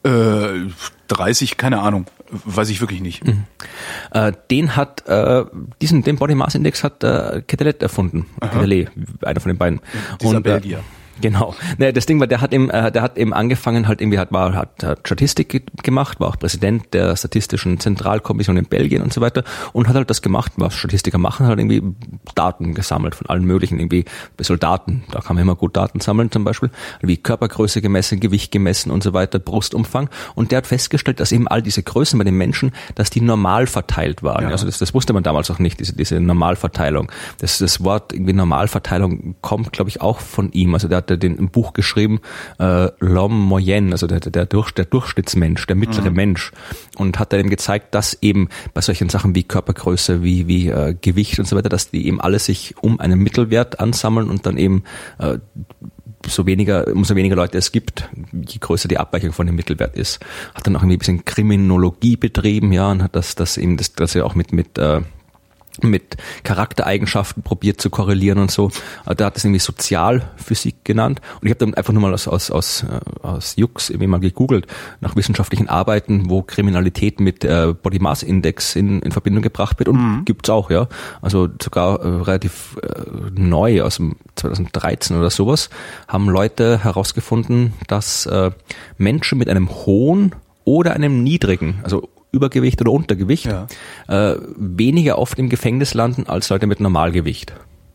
30, keine Ahnung. Weiß ich wirklich nicht. Den Body Mass Index hat Quetelet erfunden. Quetelet, einer von den beiden. Dieser Belgier. Genau. Nee, das Ding war, der hat eben angefangen, hat Statistik gemacht, war auch Präsident der Statistischen Zentralkommission in Belgien und so weiter und hat halt das gemacht, was Statistiker machen, hat irgendwie Daten gesammelt von allen möglichen, irgendwie Soldaten, da kann man immer gut Daten sammeln zum Beispiel, wie Körpergröße gemessen, Gewicht gemessen und so weiter, Brustumfang und der hat festgestellt, dass eben all diese Größen bei den Menschen, dass die normal verteilt waren. Ja. Also das wusste man damals auch nicht, diese Normalverteilung. Das Wort irgendwie Normalverteilung kommt, glaube ich, auch von ihm. Also der hat ein Buch geschrieben, L'homme moyen, also der Durchschnittsmensch, der mittlere Mensch und hat dann eben gezeigt, dass eben bei solchen Sachen wie Körpergröße, wie Gewicht und so weiter, dass die eben alle sich um einen Mittelwert ansammeln und dann eben umso weniger Leute es gibt, je größer die Abweichung von dem Mittelwert ist. Hat dann auch irgendwie ein bisschen Kriminologie betrieben, ja, und hat das ja auch mit Charaktereigenschaften probiert zu korrelieren und so. Da hat es irgendwie Sozialphysik genannt. Und ich habe dann einfach nur mal aus Jux irgendwie mal gegoogelt nach wissenschaftlichen Arbeiten, wo Kriminalität mit Body Mass Index in Verbindung gebracht wird. Und gibt's auch, ja. Also sogar relativ neu, aus dem 2013 oder sowas, haben Leute herausgefunden, dass Menschen mit einem hohen oder einem niedrigen, also Übergewicht oder Untergewicht, weniger oft im Gefängnis landen als Leute mit Normalgewicht.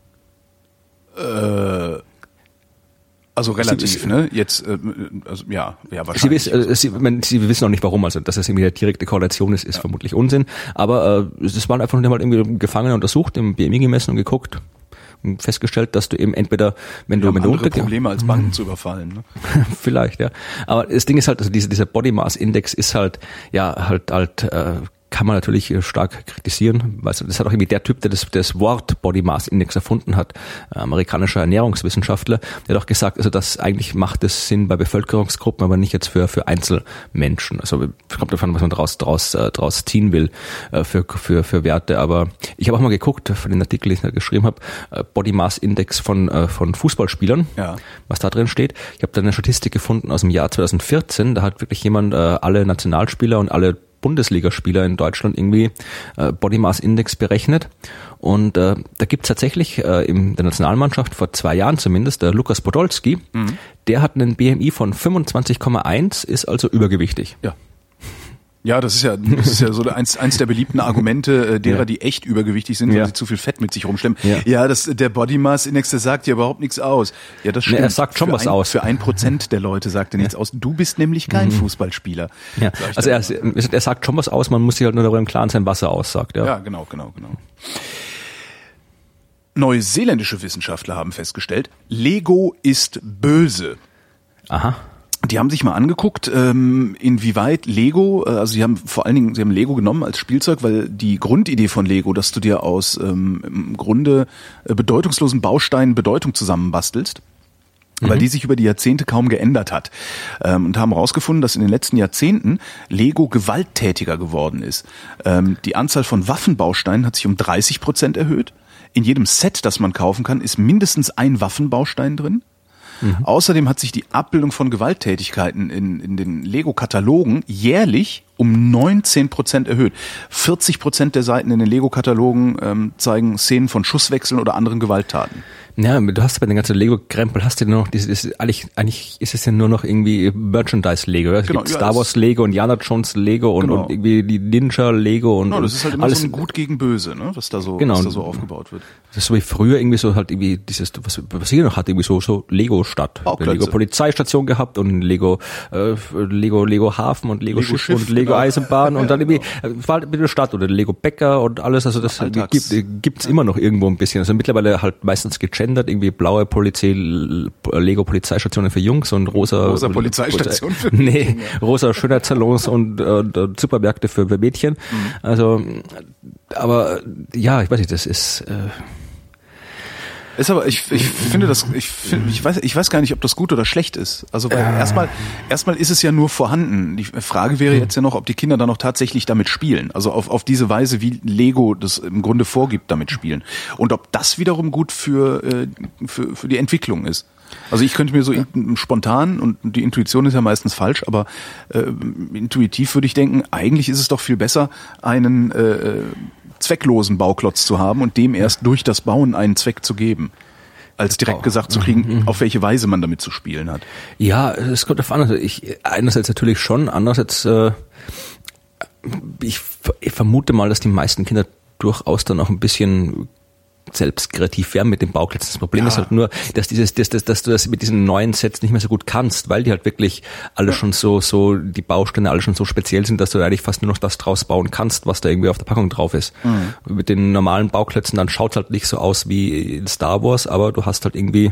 Also relativ, ne? Jetzt, also ja, wahrscheinlich. Sie wissen auch nicht warum, also dass es irgendwie eine direkte Korrelation ist vermutlich Unsinn, aber es waren einfach nur mal irgendwie Gefangene untersucht, im BMI gemessen und geguckt. Festgestellt, dass du eben entweder, wenn du andere Probleme als Banken zu überfallen, ne? Vielleicht, ja. Aber das Ding ist halt, also dieser Body Mass Index ist halt, kann man natürlich stark kritisieren, weil das hat auch irgendwie der Typ, der das Wort Body Mass Index erfunden hat, amerikanischer Ernährungswissenschaftler, der hat auch gesagt, also das eigentlich macht es Sinn bei Bevölkerungsgruppen, aber nicht jetzt für Einzelmenschen. Also kommt davon, was man draus ziehen will für Werte. Aber ich habe auch mal geguckt, von den Artikel, die ich da geschrieben habe, Body Mass Index von Fußballspielern, was da drin steht. Ich habe da eine Statistik gefunden aus dem Jahr 2014, da hat wirklich jemand alle Nationalspieler und alle Bundesligaspieler in Deutschland irgendwie Body Mass Index berechnet. Und da gibt's tatsächlich in der Nationalmannschaft vor 2 Jahren zumindest, der Lukas Podolski, der hat einen BMI von 25,1, ist also übergewichtig. Ja. Ja, das ist ja so eins der beliebten Argumente derer, die echt übergewichtig sind, weil sie zu viel Fett mit sich rumschleppen. Ja, der Body Mass Index, der sagt ja überhaupt nichts aus. Ja, das stimmt. Er sagt schon was aus. Für 1% der Leute sagt er nichts aus. Du bist nämlich kein Fußballspieler. Ja, also er sagt schon was aus, man muss sich halt nur darüber im Klaren sein, was er aussagt. Ja, genau. Neuseeländische Wissenschaftler haben festgestellt, Lego ist böse. Aha. Die haben sich mal angeguckt, inwieweit Lego, also sie haben Lego genommen als Spielzeug, weil die Grundidee von Lego, dass du dir aus im Grunde bedeutungslosen Bausteinen Bedeutung zusammenbastelst, weil die sich über die Jahrzehnte kaum geändert hat, und haben herausgefunden, dass in den letzten Jahrzehnten Lego gewalttätiger geworden ist. Die Anzahl von Waffenbausteinen hat sich um 30% erhöht. In jedem Set, das man kaufen kann, ist mindestens ein Waffenbaustein drin. Außerdem hat sich die Abbildung von Gewalttätigkeiten in den Lego-Katalogen jährlich um 19% erhöht. 40% der Seiten in den Lego-Katalogen zeigen Szenen von Schusswechseln oder anderen Gewalttaten. Ja, du hast bei den ganzen Lego-Krempel hast du nur noch eigentlich ist es ja nur noch irgendwie Merchandise-Lego. Es gibt Star Wars Lego, Indiana Jones Lego und irgendwie die Ninja Lego und das ist halt immer alles so ein Gut gegen Böse, ne, was da so aufgebaut wird. Das ist so wie früher irgendwie so halt irgendwie dieses, was hier noch hat, irgendwie so Lego-Stadt. Lego-Polizeistation gehabt und Lego Hafen und Lego Schiff und Lego Eisenbahn und dann irgendwie war halt eine Stadt oder Lego Bäcker und alles, also das gibt's immer noch irgendwo ein bisschen. Also mittlerweile halt meistens gegendert, gegendert, irgendwie blaue Lego-Polizeistationen für Jungs und rosa Polizeistationen für nee, rosa Schönheitssalons und Supermärkte für Mädchen. Also, aber ja, ich weiß nicht, das ist ist aber, ich weiß gar nicht, ob das gut oder schlecht ist. Also weil erstmal ist es ja nur vorhanden. Die Frage wäre jetzt ja noch, ob die Kinder dann auch tatsächlich damit spielen. Also auf diese Weise, wie Lego das im Grunde vorgibt, damit spielen. Und ob das wiederum gut für die Entwicklung ist. Also ich könnte mir so spontan, und die Intuition ist ja meistens falsch, aber intuitiv würde ich denken, eigentlich ist es doch viel besser, einen zwecklosen Bauklotz zu haben und dem erst durch das Bauen einen Zweck zu geben, als direkt gesagt zu kriegen, auf welche Weise man damit zu spielen hat. Ja, es kommt davon an. Also einerseits natürlich schon, andererseits ich vermute mal, dass die meisten Kinder durchaus dann auch ein bisschen selbst kreativ werden mit dem Bauklötzen. Das Problem ist halt nur, dass du das mit diesen neuen Sets nicht mehr so gut kannst, weil die halt wirklich alle schon so, die Bausteine alle schon so speziell sind, dass du eigentlich fast nur noch das draus bauen kannst, was da irgendwie auf der Packung drauf ist. Mit den normalen Bauklötzen, dann schaut es halt nicht so aus wie in Star Wars, aber du hast halt irgendwie,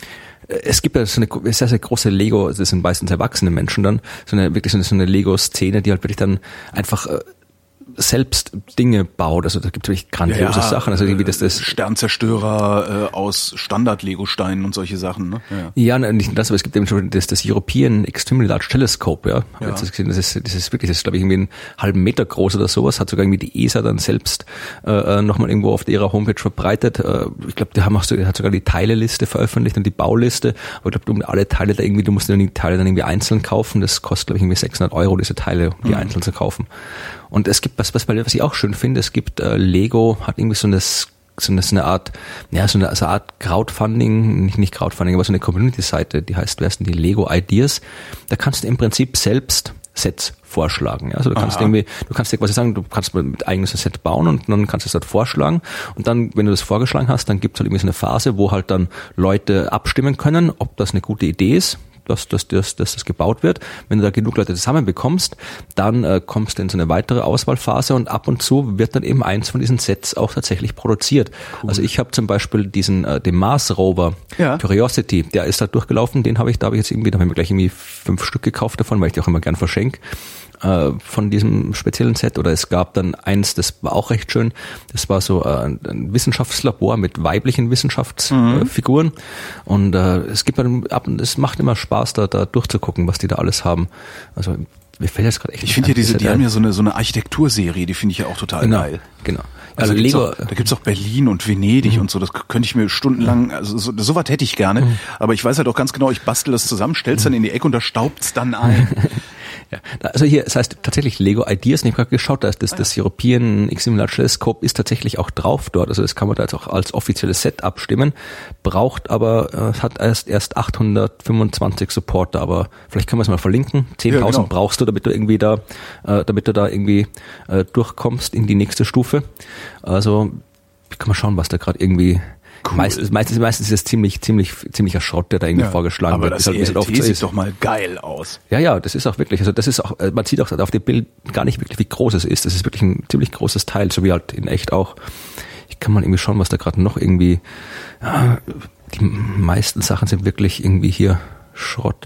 es gibt ja so eine sehr, sehr große Lego, das sind meistens erwachsene Menschen dann, so eine Lego-Szene, die halt wirklich dann einfach selbst Dinge baut, also da gibt es wirklich grandiose Sachen, also irgendwie das Sternzerstörer aus Standard-Lego-Steinen und solche Sachen, ne? Ja, nicht nur das, aber es gibt eben schon das European Extremely Large Telescope, ja. Das ist wirklich, das ist glaube ich irgendwie einen halben Meter groß oder sowas, hat sogar irgendwie die ESA dann selbst nochmal irgendwo auf ihrer Homepage verbreitet. Ich glaube, hat sogar die Teileliste veröffentlicht und die Bauliste, aber ich glaube, um alle Teile da irgendwie, du musst die Teile dann irgendwie einzeln kaufen, das kostet glaube ich irgendwie 600 €, diese Teile, die einzeln zu kaufen. Und es gibt was ich auch schön finde, es gibt Lego hat irgendwie so eine Art Crowdfunding, nicht Crowdfunding, aber so eine Community-Seite, die heißt, wer ist denn die Lego Ideas? Da kannst du im Prinzip selbst Sets vorschlagen. Ja? Also du kannst dir quasi sagen, du kannst mit eigenes Set bauen und dann kannst du es halt vorschlagen und dann, wenn du das vorgeschlagen hast, dann gibt es halt irgendwie so eine Phase, wo halt dann Leute abstimmen können, ob das eine gute Idee ist, dass das gebaut wird. Wenn du da genug Leute zusammenbekommst, dann kommst du in so eine weitere Auswahlphase und ab und zu wird dann eben eins von diesen Sets auch tatsächlich produziert. Cool. Also ich habe zum Beispiel den Mars Rover Curiosity, der ist da durchgelaufen, da habe ich jetzt irgendwie, da habe ich mir gleich irgendwie 5 Stück gekauft davon, weil ich die auch immer gern verschenke. Von diesem speziellen Set, oder es gab dann eins, das war auch recht schön, das war so ein Wissenschaftslabor mit weiblichen Wissenschaftsfiguren und es macht immer Spaß, da durchzugucken, was die da alles haben. Also mir fällt jetzt gerade echt. Ich finde ja die haben ja so eine Architekturserie, die finde ich ja auch total geil. Genau. Also Lego, da gibt's auch Berlin und Venedig und so, das könnte ich mir stundenlang, also sowas hätte ich gerne, aber ich weiß halt auch ganz genau, ich bastel das zusammen, stell's dann in die Ecke und da staubt's dann ein. Ja, also hier, das heißt tatsächlich Lego Ideas, ich habe gerade geschaut, das European Extremely Large Telescope ist tatsächlich auch drauf dort, also das kann man da jetzt auch als offizielles Set abstimmen, braucht aber, hat erst 825 Supporter, aber vielleicht können wir es mal verlinken, 10.000 brauchst du, damit du da irgendwie durchkommst in die nächste Stufe, also kann man schauen, was da gerade irgendwie. Cool. Meistens ist es ziemlicher Schrott, der da irgendwie vorgeschlagen wird. Aber das ELT sieht doch mal geil aus. Ja, das ist auch wirklich, also das ist auch, man sieht auch auf dem Bild gar nicht wirklich, wie groß es ist. Das ist wirklich ein ziemlich großes Teil, so wie halt in echt auch. Ich kann mal irgendwie schauen, was da gerade noch irgendwie, die meisten Sachen sind wirklich irgendwie hier Schrott.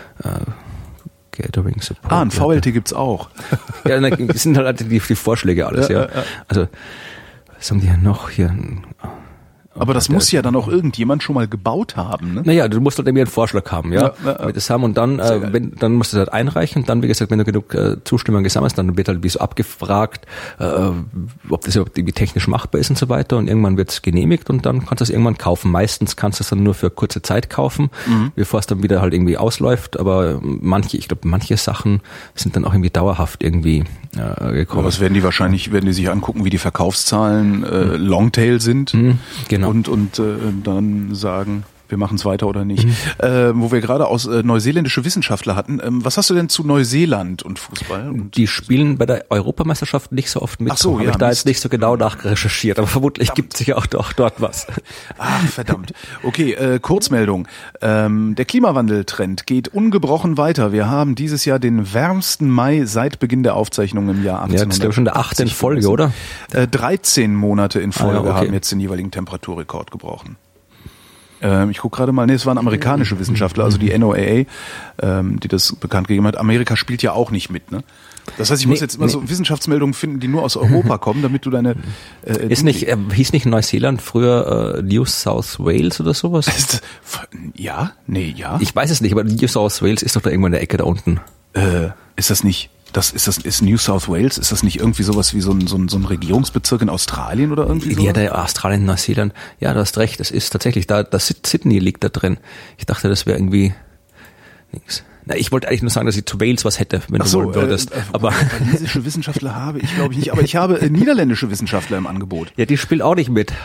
Gathering Support. Ein VLT gibt's auch. Ja, das sind halt die Vorschläge alles, ja. Also, was haben die hier noch hier? Aber das muss ja dann auch irgendjemand schon mal gebaut haben, ne? Naja, du musst halt irgendwie einen Vorschlag haben, damit das haben und dann, dann musst du das halt einreichen und dann, wie gesagt, wenn du genug Zustimmung gesammelt hast, dann wird halt wie so abgefragt, ob das überhaupt irgendwie technisch machbar ist und so weiter und irgendwann wird es genehmigt und dann kannst du es irgendwann kaufen. Meistens kannst du es dann nur für kurze Zeit kaufen, bevor es dann wieder halt irgendwie ausläuft, aber manche Sachen sind dann auch irgendwie dauerhaft irgendwie gekommen. Aber das werden die sich angucken, wie die Verkaufszahlen Longtail sind. Genau. Und dann sagen, wir machen es weiter oder nicht. Wo wir gerade neuseeländische Wissenschaftler hatten, was hast du denn zu Neuseeland und Fußball? Die spielen bei der Europameisterschaft nicht so oft mit. Ach so, habe ich da jetzt nicht so genau nachrecherchiert, aber vermutlich gibt es ja auch dort was. Ach, verdammt. Okay, Kurzmeldung. Der Klimawandeltrend geht ungebrochen weiter. Wir haben dieses Jahr den wärmsten Mai seit Beginn der Aufzeichnung im Jahr 1800. Ja, das ist ja schon der 8. in Folge, oder? 13 Monate in Folge haben jetzt den jeweiligen Temperaturrekord gebrochen. Ich gucke gerade mal, es waren amerikanische Wissenschaftler, also die NOAA, die das bekannt gegeben hat. Amerika spielt ja auch nicht mit, ne? Das heißt, ich muss jetzt immer so Wissenschaftsmeldungen finden, die nur aus Europa kommen, damit du deine... hieß nicht Neuseeland früher New South Wales oder sowas? Ja? Ich weiß es nicht, aber New South Wales ist doch da irgendwo in der Ecke da unten. Ist das nicht... Ist New South Wales, ist das nicht irgendwie sowas wie so ein Regierungsbezirk in Australien oder irgendwie so? Ja, der Australien, Neuseeland. Ja, du hast recht, das ist tatsächlich, Sydney liegt da drin. Ich dachte, das wäre irgendwie nichts. Na, ich wollte eigentlich nur sagen, dass ich zu Wales was hätte, wenn du wollen würdest. Aber walisische Wissenschaftler habe ich, glaube ich, nicht. Aber ich habe niederländische Wissenschaftler im Angebot. Ja, die spielen auch nicht mit.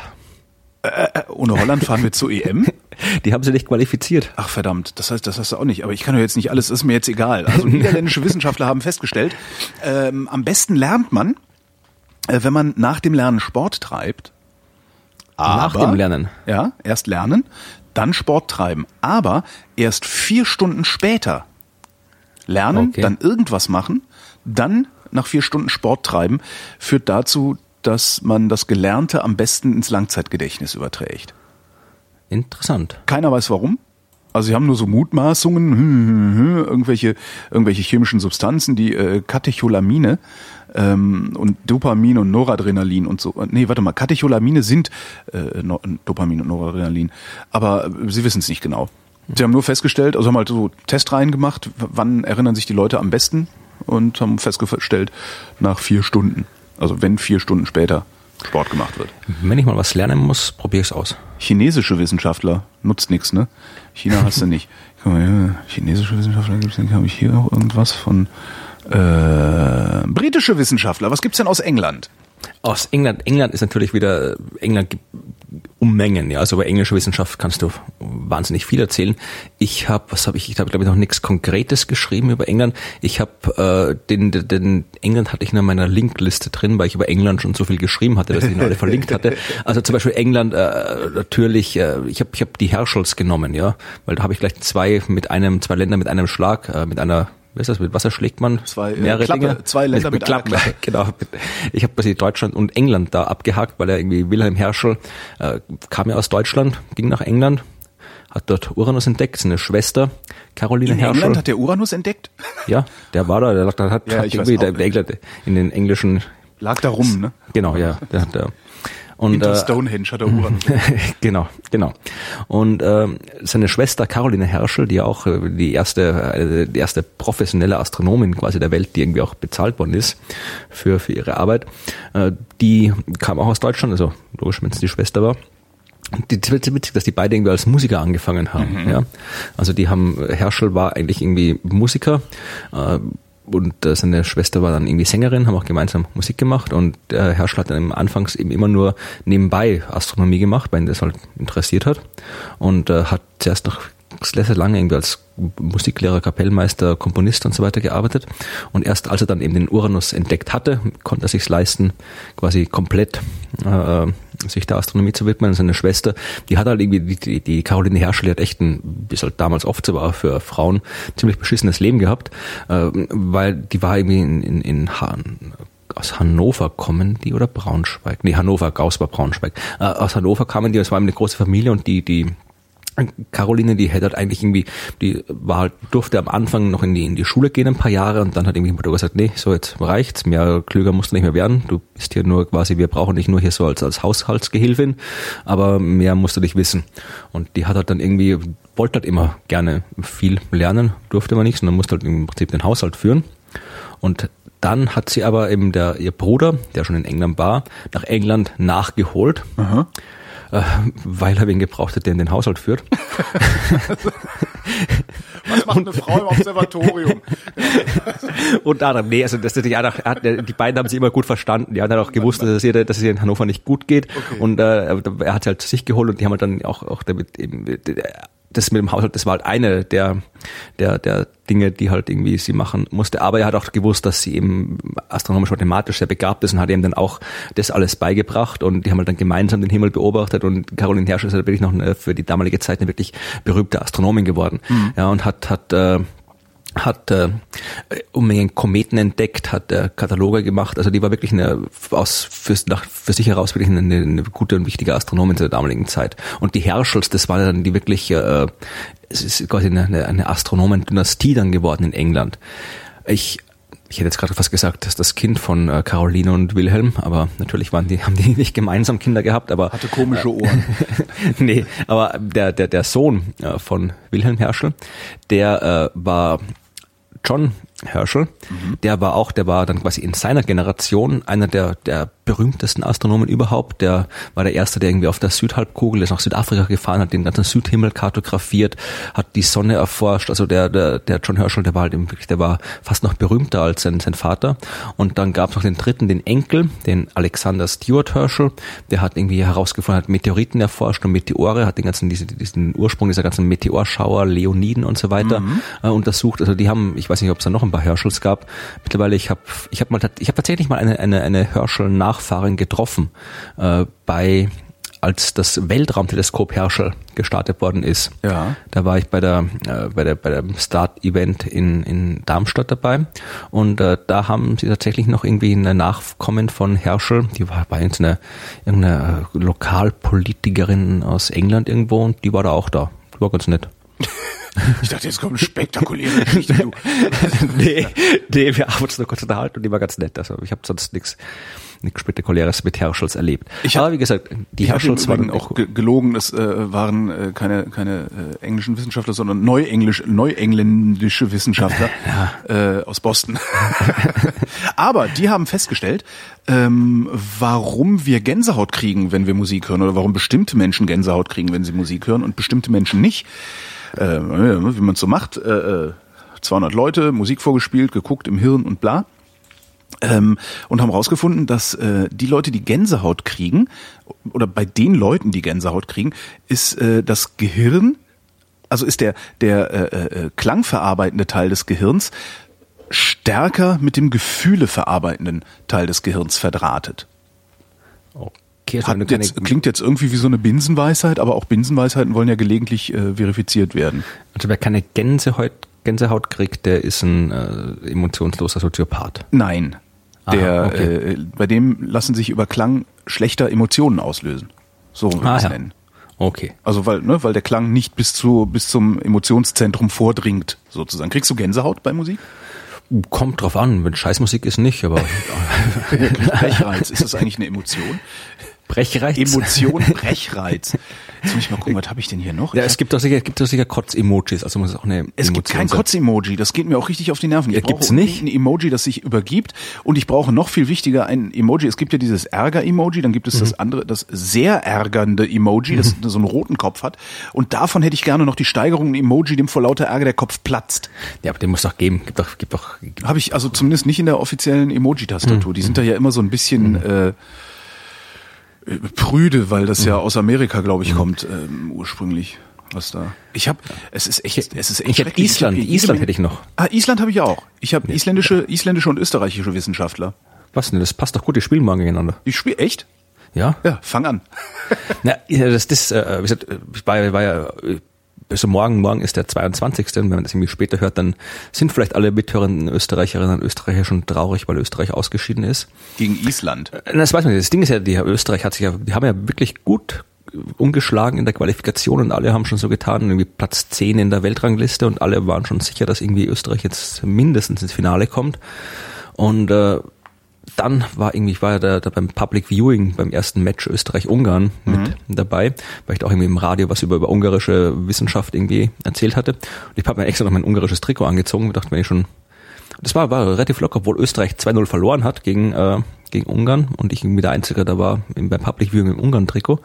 Ohne Holland fahren wir zur EM? Die haben sie nicht qualifiziert. Ach verdammt, das hast du auch nicht. Aber ich kann ja jetzt nicht alles, ist mir jetzt egal. Also niederländische Wissenschaftler haben festgestellt, am besten lernt man, wenn man nach dem Lernen Sport treibt. Nach dem Lernen? Ja, erst lernen, dann Sport treiben. Aber erst 4 Stunden später lernen, dann irgendwas machen, dann nach 4 Stunden Sport treiben, führt dazu, dass man das Gelernte am besten ins Langzeitgedächtnis überträgt. Interessant. Keiner weiß warum. Also sie haben nur so Mutmaßungen, irgendwelche chemischen Substanzen, die Katecholamine und Dopamin und Noradrenalin und so. Nee, warte mal, Katecholamine sind Dopamin und Noradrenalin, aber sie wissen es nicht genau. Sie haben nur festgestellt, also haben halt so Testreihen gemacht, wann erinnern sich die Leute am besten und haben festgestellt, nach 4 Stunden. Also wenn 4 Stunden später Sport gemacht wird. Wenn ich mal was lernen muss, probiere ich es aus. Chinesische Wissenschaftler, nutzt nichts, ne? China hast du nicht. Guck mal, ja, chinesische Wissenschaftler gibt's denn, habe ich hier auch irgendwas von britische Wissenschaftler. Was gibt's denn aus England? Aus England. England ist natürlich wieder, England gibt Unmengen, ja. Also über englische Wissenschaft kannst du wahnsinnig viel erzählen. Ich habe glaube ich noch nichts Konkretes geschrieben über England. Ich habe den England hatte ich in meiner Linkliste drin, weil ich über England schon so viel geschrieben hatte, dass ich ihn alle verlinkt hatte. Also zum Beispiel England natürlich. Ich habe die Herschels genommen, ja, weil da habe ich gleich zwei Länder mit einem Schlag, mit einer wie ist das, mit Wasser schlägt man? Zwei Länder mit einer Klappe. Genau. Ich habe quasi Deutschland und England da abgehakt, weil er irgendwie Wilhelm Herschel kam ja aus Deutschland, ging nach England, hat dort Uranus entdeckt, seine Schwester Caroline Herschel. In England hat der Uranus entdeckt? Ja, der war da, der hat irgendwie England in den englischen... Lag da rum, ne? Genau, ja. Der hat und hinter Stonehenge hat er Uranus. Genau. Und seine Schwester Caroline Herschel, die auch die erste professionelle Astronomin quasi der Welt, die irgendwie auch bezahlt worden ist für ihre Arbeit, die kam auch aus Deutschland, also logisch, wenn es die Schwester war. Die ist witzig, dass die beide irgendwie als Musiker angefangen haben. Ja? Also Herschel war eigentlich irgendwie Musiker, und seine Schwester war dann irgendwie Sängerin, haben auch gemeinsam Musik gemacht und Herschel hat dann anfangs eben immer nur nebenbei Astronomie gemacht, weil ihn das halt interessiert hat und hat zuerst noch sehr lange irgendwie als Musiklehrer, Kapellmeister, Komponist und so weiter gearbeitet und erst als er dann eben den Uranus entdeckt hatte, konnte er sich's leisten, quasi komplett sich der Astronomie zu widmen. Und seine Schwester, die hat halt irgendwie, die Caroline Herschel, die hat echt wie es halt damals oft so war für Frauen, ziemlich beschissenes Leben gehabt, weil die war irgendwie aus Hannover kommen die oder Braunschweig? Nee, Hannover, Gauss war Braunschweig. Aus Hannover kamen die, es war eine große Familie und die Caroline, die hätte halt eigentlich irgendwie, durfte am Anfang noch in die Schule gehen ein paar Jahre und dann hat irgendwie die Mutter gesagt, nee, so jetzt reicht's, mehr klüger musst du nicht mehr werden, du bist hier nur quasi, wir brauchen dich nur hier so als Haushaltsgehilfin, aber mehr musst du nicht wissen. Und die hat halt dann irgendwie, wollte halt immer gerne viel lernen, durfte aber nichts und dann musste halt im Prinzip den Haushalt führen. Und dann hat sie aber eben ihr Bruder, der schon in England war, nach England nachgeholt. Aha. Weil er wen gebraucht hat, der in den Haushalt führt. Was macht eine Frau im Observatorium? Und Adam, nee, also die beiden haben sich immer gut verstanden. Die haben dann auch gewusst, dass es ihr in Hannover nicht gut geht. Okay. Und er hat sie halt zu sich geholt und die haben halt dann auch damit eben das mit dem Haushalt, das war halt eine der Dinge, die halt irgendwie sie machen musste. Aber er hat auch gewusst, dass sie eben astronomisch-mathematisch sehr begabt ist und hat ihm dann auch das alles beigebracht und die haben halt dann gemeinsam den Himmel beobachtet und Caroline Herschel ist halt wirklich noch für die damalige Zeit eine wirklich berühmte Astronomin geworden. Mhm. Ja, und hat hat Unmengen Kometen entdeckt, hat Kataloge gemacht, also die war wirklich für sich heraus wirklich eine gute und wichtige Astronomin zu der damaligen Zeit. Und die Herschels, das war dann die wirklich, es ist quasi eine Astronomendynastie dann geworden in England. Ich hätte jetzt gerade fast gesagt, dass das Kind von Caroline und Wilhelm, aber natürlich haben die nicht gemeinsam Kinder gehabt, aber hatte komische Ohren. Nee, aber der Sohn von Wilhelm Herschel, der war John Herschel, der war dann quasi in seiner Generation einer der berühmtesten Astronomen überhaupt. Der war der Erste, der irgendwie auf der Südhalbkugel, der ist nach Südafrika gefahren, hat den ganzen Südhimmel kartografiert, hat die Sonne erforscht. Also der John Herschel, der war fast noch berühmter als sein Vater. Und dann gab es noch den dritten, den Enkel, den Alexander Stewart Herschel. Der hat irgendwie herausgefunden, hat Meteoriten erforscht und Meteore, hat diesen Ursprung dieser ganzen Meteorschauer, Leoniden und so weiter untersucht. Also die haben, ich weiß nicht, ob es da noch ein paar Herschels gab. Mittlerweile, ich habe tatsächlich mal eine Herschel-Nachfahrin getroffen, als das Weltraumteleskop Herschel gestartet worden ist. Ja. Da war ich bei dem Start-Event in Darmstadt dabei und da haben sie tatsächlich noch irgendwie eine Nachkommen von Herschel, die war bei uns irgendeine Lokalpolitikerin aus England irgendwo und die war da auch da. Die war ganz nett. Ich dachte, jetzt kommt eine spektakuläre Geschichte. Nee, wir haben uns nur kurz unterhalten und die war ganz nett. Also ich habe sonst nichts Spektakuläres mit Herschels erlebt. Aber wie gesagt, die Herschels waren auch gelogen. Es waren keine englischen Wissenschaftler, sondern neuengländische Wissenschaftler aus Boston. Aber die haben festgestellt, warum wir Gänsehaut kriegen, wenn wir Musik hören, oder warum bestimmte Menschen Gänsehaut kriegen, wenn sie Musik hören und bestimmte Menschen nicht. Wie man es so macht, 200 Leute, Musik vorgespielt, geguckt im Hirn und bla. Und haben rausgefunden, dass die Leute, die Gänsehaut kriegen, oder bei den Leuten, die Gänsehaut kriegen, ist das Gehirn, also ist der klangverarbeitende Teil des Gehirns stärker mit dem gefühleverarbeitenden Teil des Gehirns verdrahtet. Klingt jetzt irgendwie wie so eine Binsenweisheit, aber auch Binsenweisheiten wollen ja gelegentlich verifiziert werden. Also wer keine Gänsehaut kriegt, der ist ein emotionsloser Soziopath. Nein, bei dem lassen sich über Klang schlechter Emotionen auslösen. So würde ich es nennen. Okay. Also weil der Klang nicht bis zum Emotionszentrum vordringt, sozusagen. Kriegst du Gänsehaut bei Musik? Kommt drauf an, wenn Scheißmusik ist nicht, aber Brechreiz, ist das eigentlich eine Emotion? Brechreiz? Emotion, Brechreiz. Jetzt muss ich mal gucken, was habe ich denn hier noch? Ja, es gibt doch sicher Kotz-Emojis, also muss es auch eine Emotion sein. Es gibt kein Kotz-Emoji, das geht mir auch richtig auf die Nerven. Ich brauche nicht ein Emoji, das sich übergibt, und ich brauche noch viel wichtiger ein Emoji. Es gibt ja dieses Ärger-Emoji, dann gibt es das andere, das sehr ärgernde Emoji, das so einen roten Kopf hat, und davon hätte ich gerne noch die Steigerung, ein Emoji, dem vor lauter Ärger der Kopf platzt. Ja, aber den muss doch geben. Gibt doch. Habe ich also zumindest nicht in der offiziellen Emoji-Tastatur. Die sind da ja immer so ein bisschen prüde, weil das ja aus Amerika, glaube ich, kommt ursprünglich. Was da? Es ist echt schrecklich. Island hätte ich noch. Island habe ich auch. Ich habe isländische und österreichische Wissenschaftler. Was denn? Das passt doch gut, die spielen morgen gegeneinander. Die spielen echt? Ja. Ja, fang an. Na, wie gesagt, ich war ja also morgen ist der 22. Und wenn man das irgendwie später hört, dann sind vielleicht alle mithörenden Österreicherinnen und Österreicher schon traurig, weil Österreich ausgeschieden ist. Gegen Island. Das weiß man nicht. Das Ding ist ja, Österreich die haben ja wirklich gut ungeschlagen in der Qualifikation und alle haben schon so getan, irgendwie Platz 10 in der Weltrangliste und alle waren schon sicher, dass irgendwie Österreich jetzt mindestens ins Finale kommt. Und dann ich war ja da beim Public Viewing beim ersten Match Österreich-Ungarn mit dabei, weil ich da auch irgendwie im Radio was über ungarische Wissenschaft irgendwie erzählt hatte. Und ich habe mir extra noch mein ungarisches Trikot angezogen und dachte, das war relativ locker, obwohl Österreich 2-0 verloren hat gegen Ungarn und ich irgendwie der Einzige da war beim Public Viewing im Ungarn-Trikot.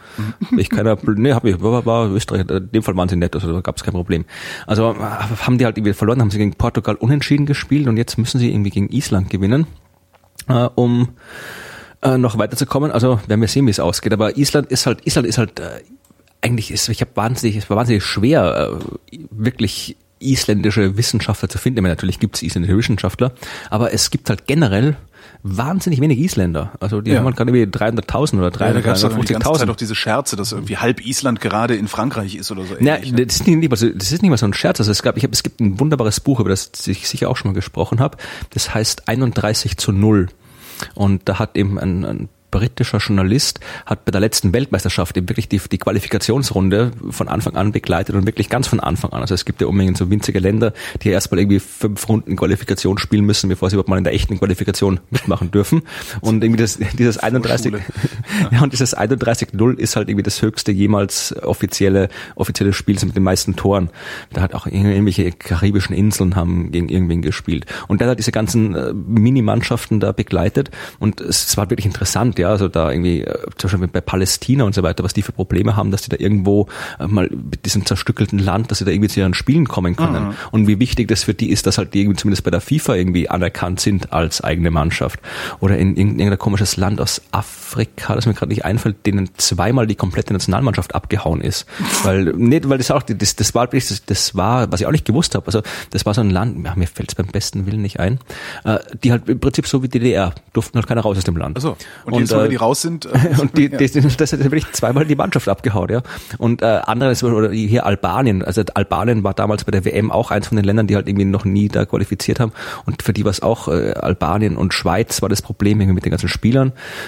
War Österreich, in dem Fall waren sie nett, also da gab es kein Problem. Also haben die halt irgendwie verloren, haben sie gegen Portugal unentschieden gespielt und jetzt müssen sie irgendwie gegen Island gewinnen, um noch weiterzukommen. Also werden wir sehen, wie es ausgeht. Aber Island ist halt eigentlich es war wahnsinnig schwer, wirklich isländische Wissenschaftler zu finden. Ich meine, natürlich gibt es isländische Wissenschaftler, aber es gibt halt generell wahnsinnig wenig Isländer. Also die haben halt gerade irgendwie 300.000 oder 350.000. Da gab es die ganze Zeit auch diese Scherze, dass irgendwie halb Island gerade in Frankreich ist oder so. Ja, das ist nicht mal so ein Scherz. Also es gibt ein wunderbares Buch, über das ich sicher auch schon mal gesprochen habe. Das heißt 31:0. Und da hat eben ein britischer Journalist hat bei der letzten Weltmeisterschaft eben wirklich die Qualifikationsrunde von Anfang an begleitet und wirklich ganz von Anfang an. Also es gibt ja Unmengen so winzige Länder, die erstmal irgendwie 5 Runden Qualifikation spielen müssen, bevor sie überhaupt mal in der echten Qualifikation mitmachen dürfen. Und irgendwie dieses 31, ja, und dieses 31:0 ist halt irgendwie das höchste jemals offizielle Spiel mit den meisten Toren. Da hat auch irgendwelche karibischen Inseln haben gegen irgendwen gespielt. Und der hat diese ganzen Mini-Mannschaften da begleitet und es war wirklich interessant, ja, also da irgendwie, zum Beispiel bei Palästina und so weiter, was die für Probleme haben, dass die da irgendwo mal mit diesem zerstückelten Land, dass sie da irgendwie zu ihren Spielen kommen können. Mhm. Und wie wichtig das für die ist, dass halt die irgendwie zumindest bei der FIFA irgendwie anerkannt sind als eigene Mannschaft. Oder in irgendein komisches Land aus Afrika, das mir gerade nicht einfällt, denen zweimal die komplette Nationalmannschaft abgehauen ist. Weil das war, was ich auch nicht gewusst habe, also das war so ein Land, ja, mir fällt es beim besten Willen nicht ein, die halt im Prinzip so wie DDR, durften halt keiner raus aus dem Land. Ach so. Und wenn die raus sind. Und das hat wirklich zweimal die Mannschaft abgehauen, ja. Und anderes, oder hier Albanien. Also Albanien war damals bei der WM auch eins von den Ländern, die halt irgendwie noch nie da qualifiziert haben. Und für die war es auch Albanien und Schweiz war das Problem irgendwie mit den ganzen Spielern.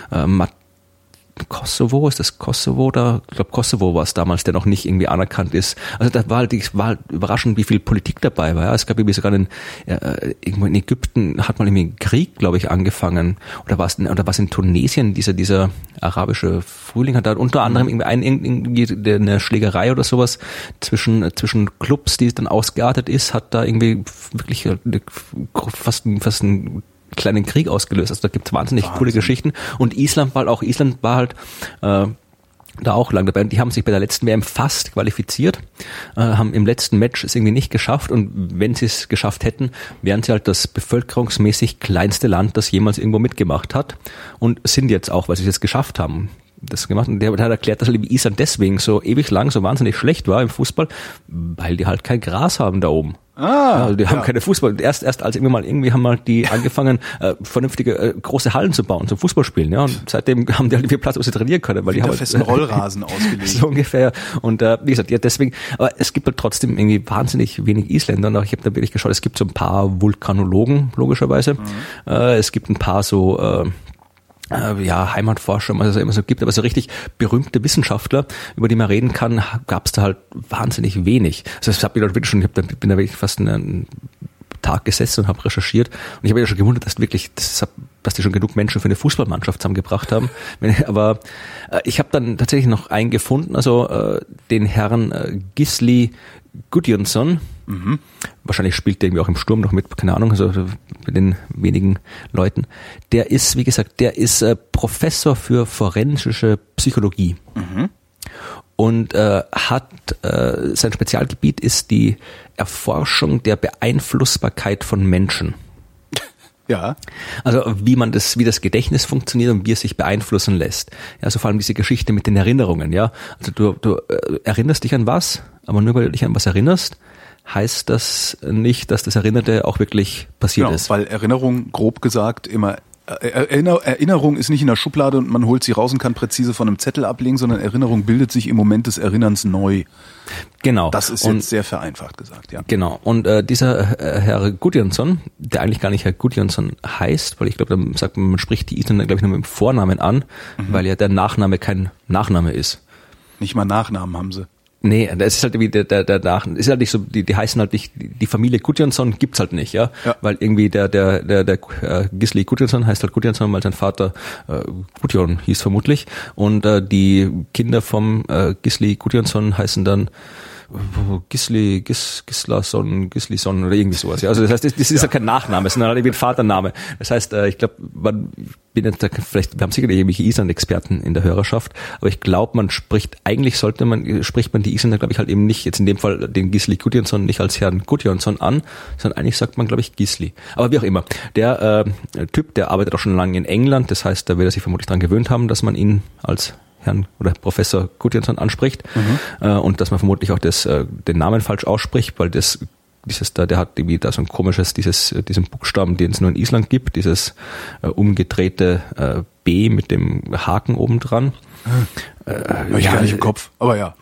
Kosovo, ist das Kosovo da? Ich glaube Kosovo war es damals, der noch nicht irgendwie anerkannt ist. Also da war halt überraschend, wie viel Politik dabei war. Ja. Es gab irgendwie sogar irgendwo in Ägypten hat mal irgendwie ein Krieg, glaube ich, angefangen. Oder war es in Tunesien, dieser arabische Frühling hat da unter anderem irgendwie eine Schlägerei oder sowas zwischen Clubs, die dann ausgeartet ist, hat da irgendwie wirklich fast ein kleinen Krieg ausgelöst. Also da gibt's wahnsinnig coole Geschichten. Und Island war halt da auch lang dabei. Und die haben sich bei der letzten WM fast qualifiziert, haben im letzten Match es irgendwie nicht geschafft. Und wenn sie es geschafft hätten, wären sie halt das bevölkerungsmäßig kleinste Land, das jemals irgendwo mitgemacht hat. Und sind jetzt auch, weil sie es jetzt geschafft haben. Das gemacht. Und der hat erklärt, dass Island deswegen so ewig lang so wahnsinnig schlecht war im Fußball, weil die halt kein Gras haben da oben. Also die haben keine Fußball. Erst als irgendwie haben halt die angefangen, vernünftige große Hallen zu bauen zum Fußballspielen. Ja, und seitdem haben die halt viel Platz, wo sie trainieren können, weil die haben festen Rollrasen ausgelegt. So ungefähr. Und wie gesagt, ja deswegen. Aber es gibt halt trotzdem irgendwie wahnsinnig wenig Isländer. Und ich habe da wirklich geschaut. Es gibt so ein paar Vulkanologen logischerweise. Mhm. Es gibt ein paar so Heimatforscher, was es immer so gibt, aber so richtig berühmte Wissenschaftler, über die man reden kann, gab es da halt wahnsinnig wenig. Also das hat mich wirklich schon, bin da wirklich fast einen Tag gesessen und habe recherchiert und ich habe ja schon gewundert, dass die schon genug Menschen für eine Fußballmannschaft zusammengebracht haben. Aber ich habe dann tatsächlich noch einen gefunden, also den Herrn Gisli Gudjonsson. Mhm. Wahrscheinlich spielt der irgendwie auch im Sturm noch mit, keine Ahnung, also bei den wenigen Leuten. Der ist, wie gesagt, Professor für forensische Psychologie. Mhm. Und sein Spezialgebiet ist die Erforschung der Beeinflussbarkeit von Menschen. Ja. Also wie das Gedächtnis funktioniert und wie es sich beeinflussen lässt. Ja, also vor allem diese Geschichte mit den Erinnerungen, ja. Also du erinnerst dich an was, aber nur weil du dich an was erinnerst, heißt das nicht, dass das Erinnerte auch wirklich passiert ist. Weil Erinnerung, grob gesagt, immer Erinnerung ist nicht in der Schublade und man holt sie raus und kann präzise von einem Zettel ablegen, sondern Erinnerung bildet sich im Moment des Erinnerns neu. Genau. Das ist jetzt sehr vereinfacht gesagt, ja. Genau. Und dieser Herr Gudjonsson, der eigentlich gar nicht Herr Gudjonsson heißt, weil ich glaube, man spricht die Isländer, glaube ich, nur mit dem Vornamen an, weil ja der Nachname kein Nachname ist. Nicht mal Nachnamen haben sie. Nee, das ist halt wie der ist halt nicht so, die heißen halt nicht, die Familie Gudjonsson gibt's halt nicht, ja. Weil irgendwie der Gisli Gudjonsson heißt halt Gudjonsson, weil sein Vater Gudjon hieß vermutlich und die Kinder vom Gisli Gudjonsson heißen dann Gislason oder irgendwie sowas. Ja, also das heißt, das ist ja kein Nachname, sondern halt irgendwie ein Vatername. Das heißt, ich glaube, wir haben sicher irgendwelche Island-Experten in der Hörerschaft, aber ich glaube, spricht man die Isländer, glaube ich, halt eben nicht, jetzt in dem Fall den Gisli Gudjonsson nicht als Herrn Gudjonsson an, sondern eigentlich sagt man, glaube ich, Gisli. Aber wie auch immer. Der Typ, der arbeitet auch schon lange in England, das heißt, da wird er sich vermutlich dran gewöhnt haben, dass man ihn als Herrn oder Professor Gudjonsson anspricht und dass man vermutlich auch den Namen falsch ausspricht, weil das der hat irgendwie da so ein komisches, diesen Buchstaben, den es nur in Island gibt, dieses umgedrehte B mit dem Haken oben dran. Hab ich gar nicht im Kopf, aber ja.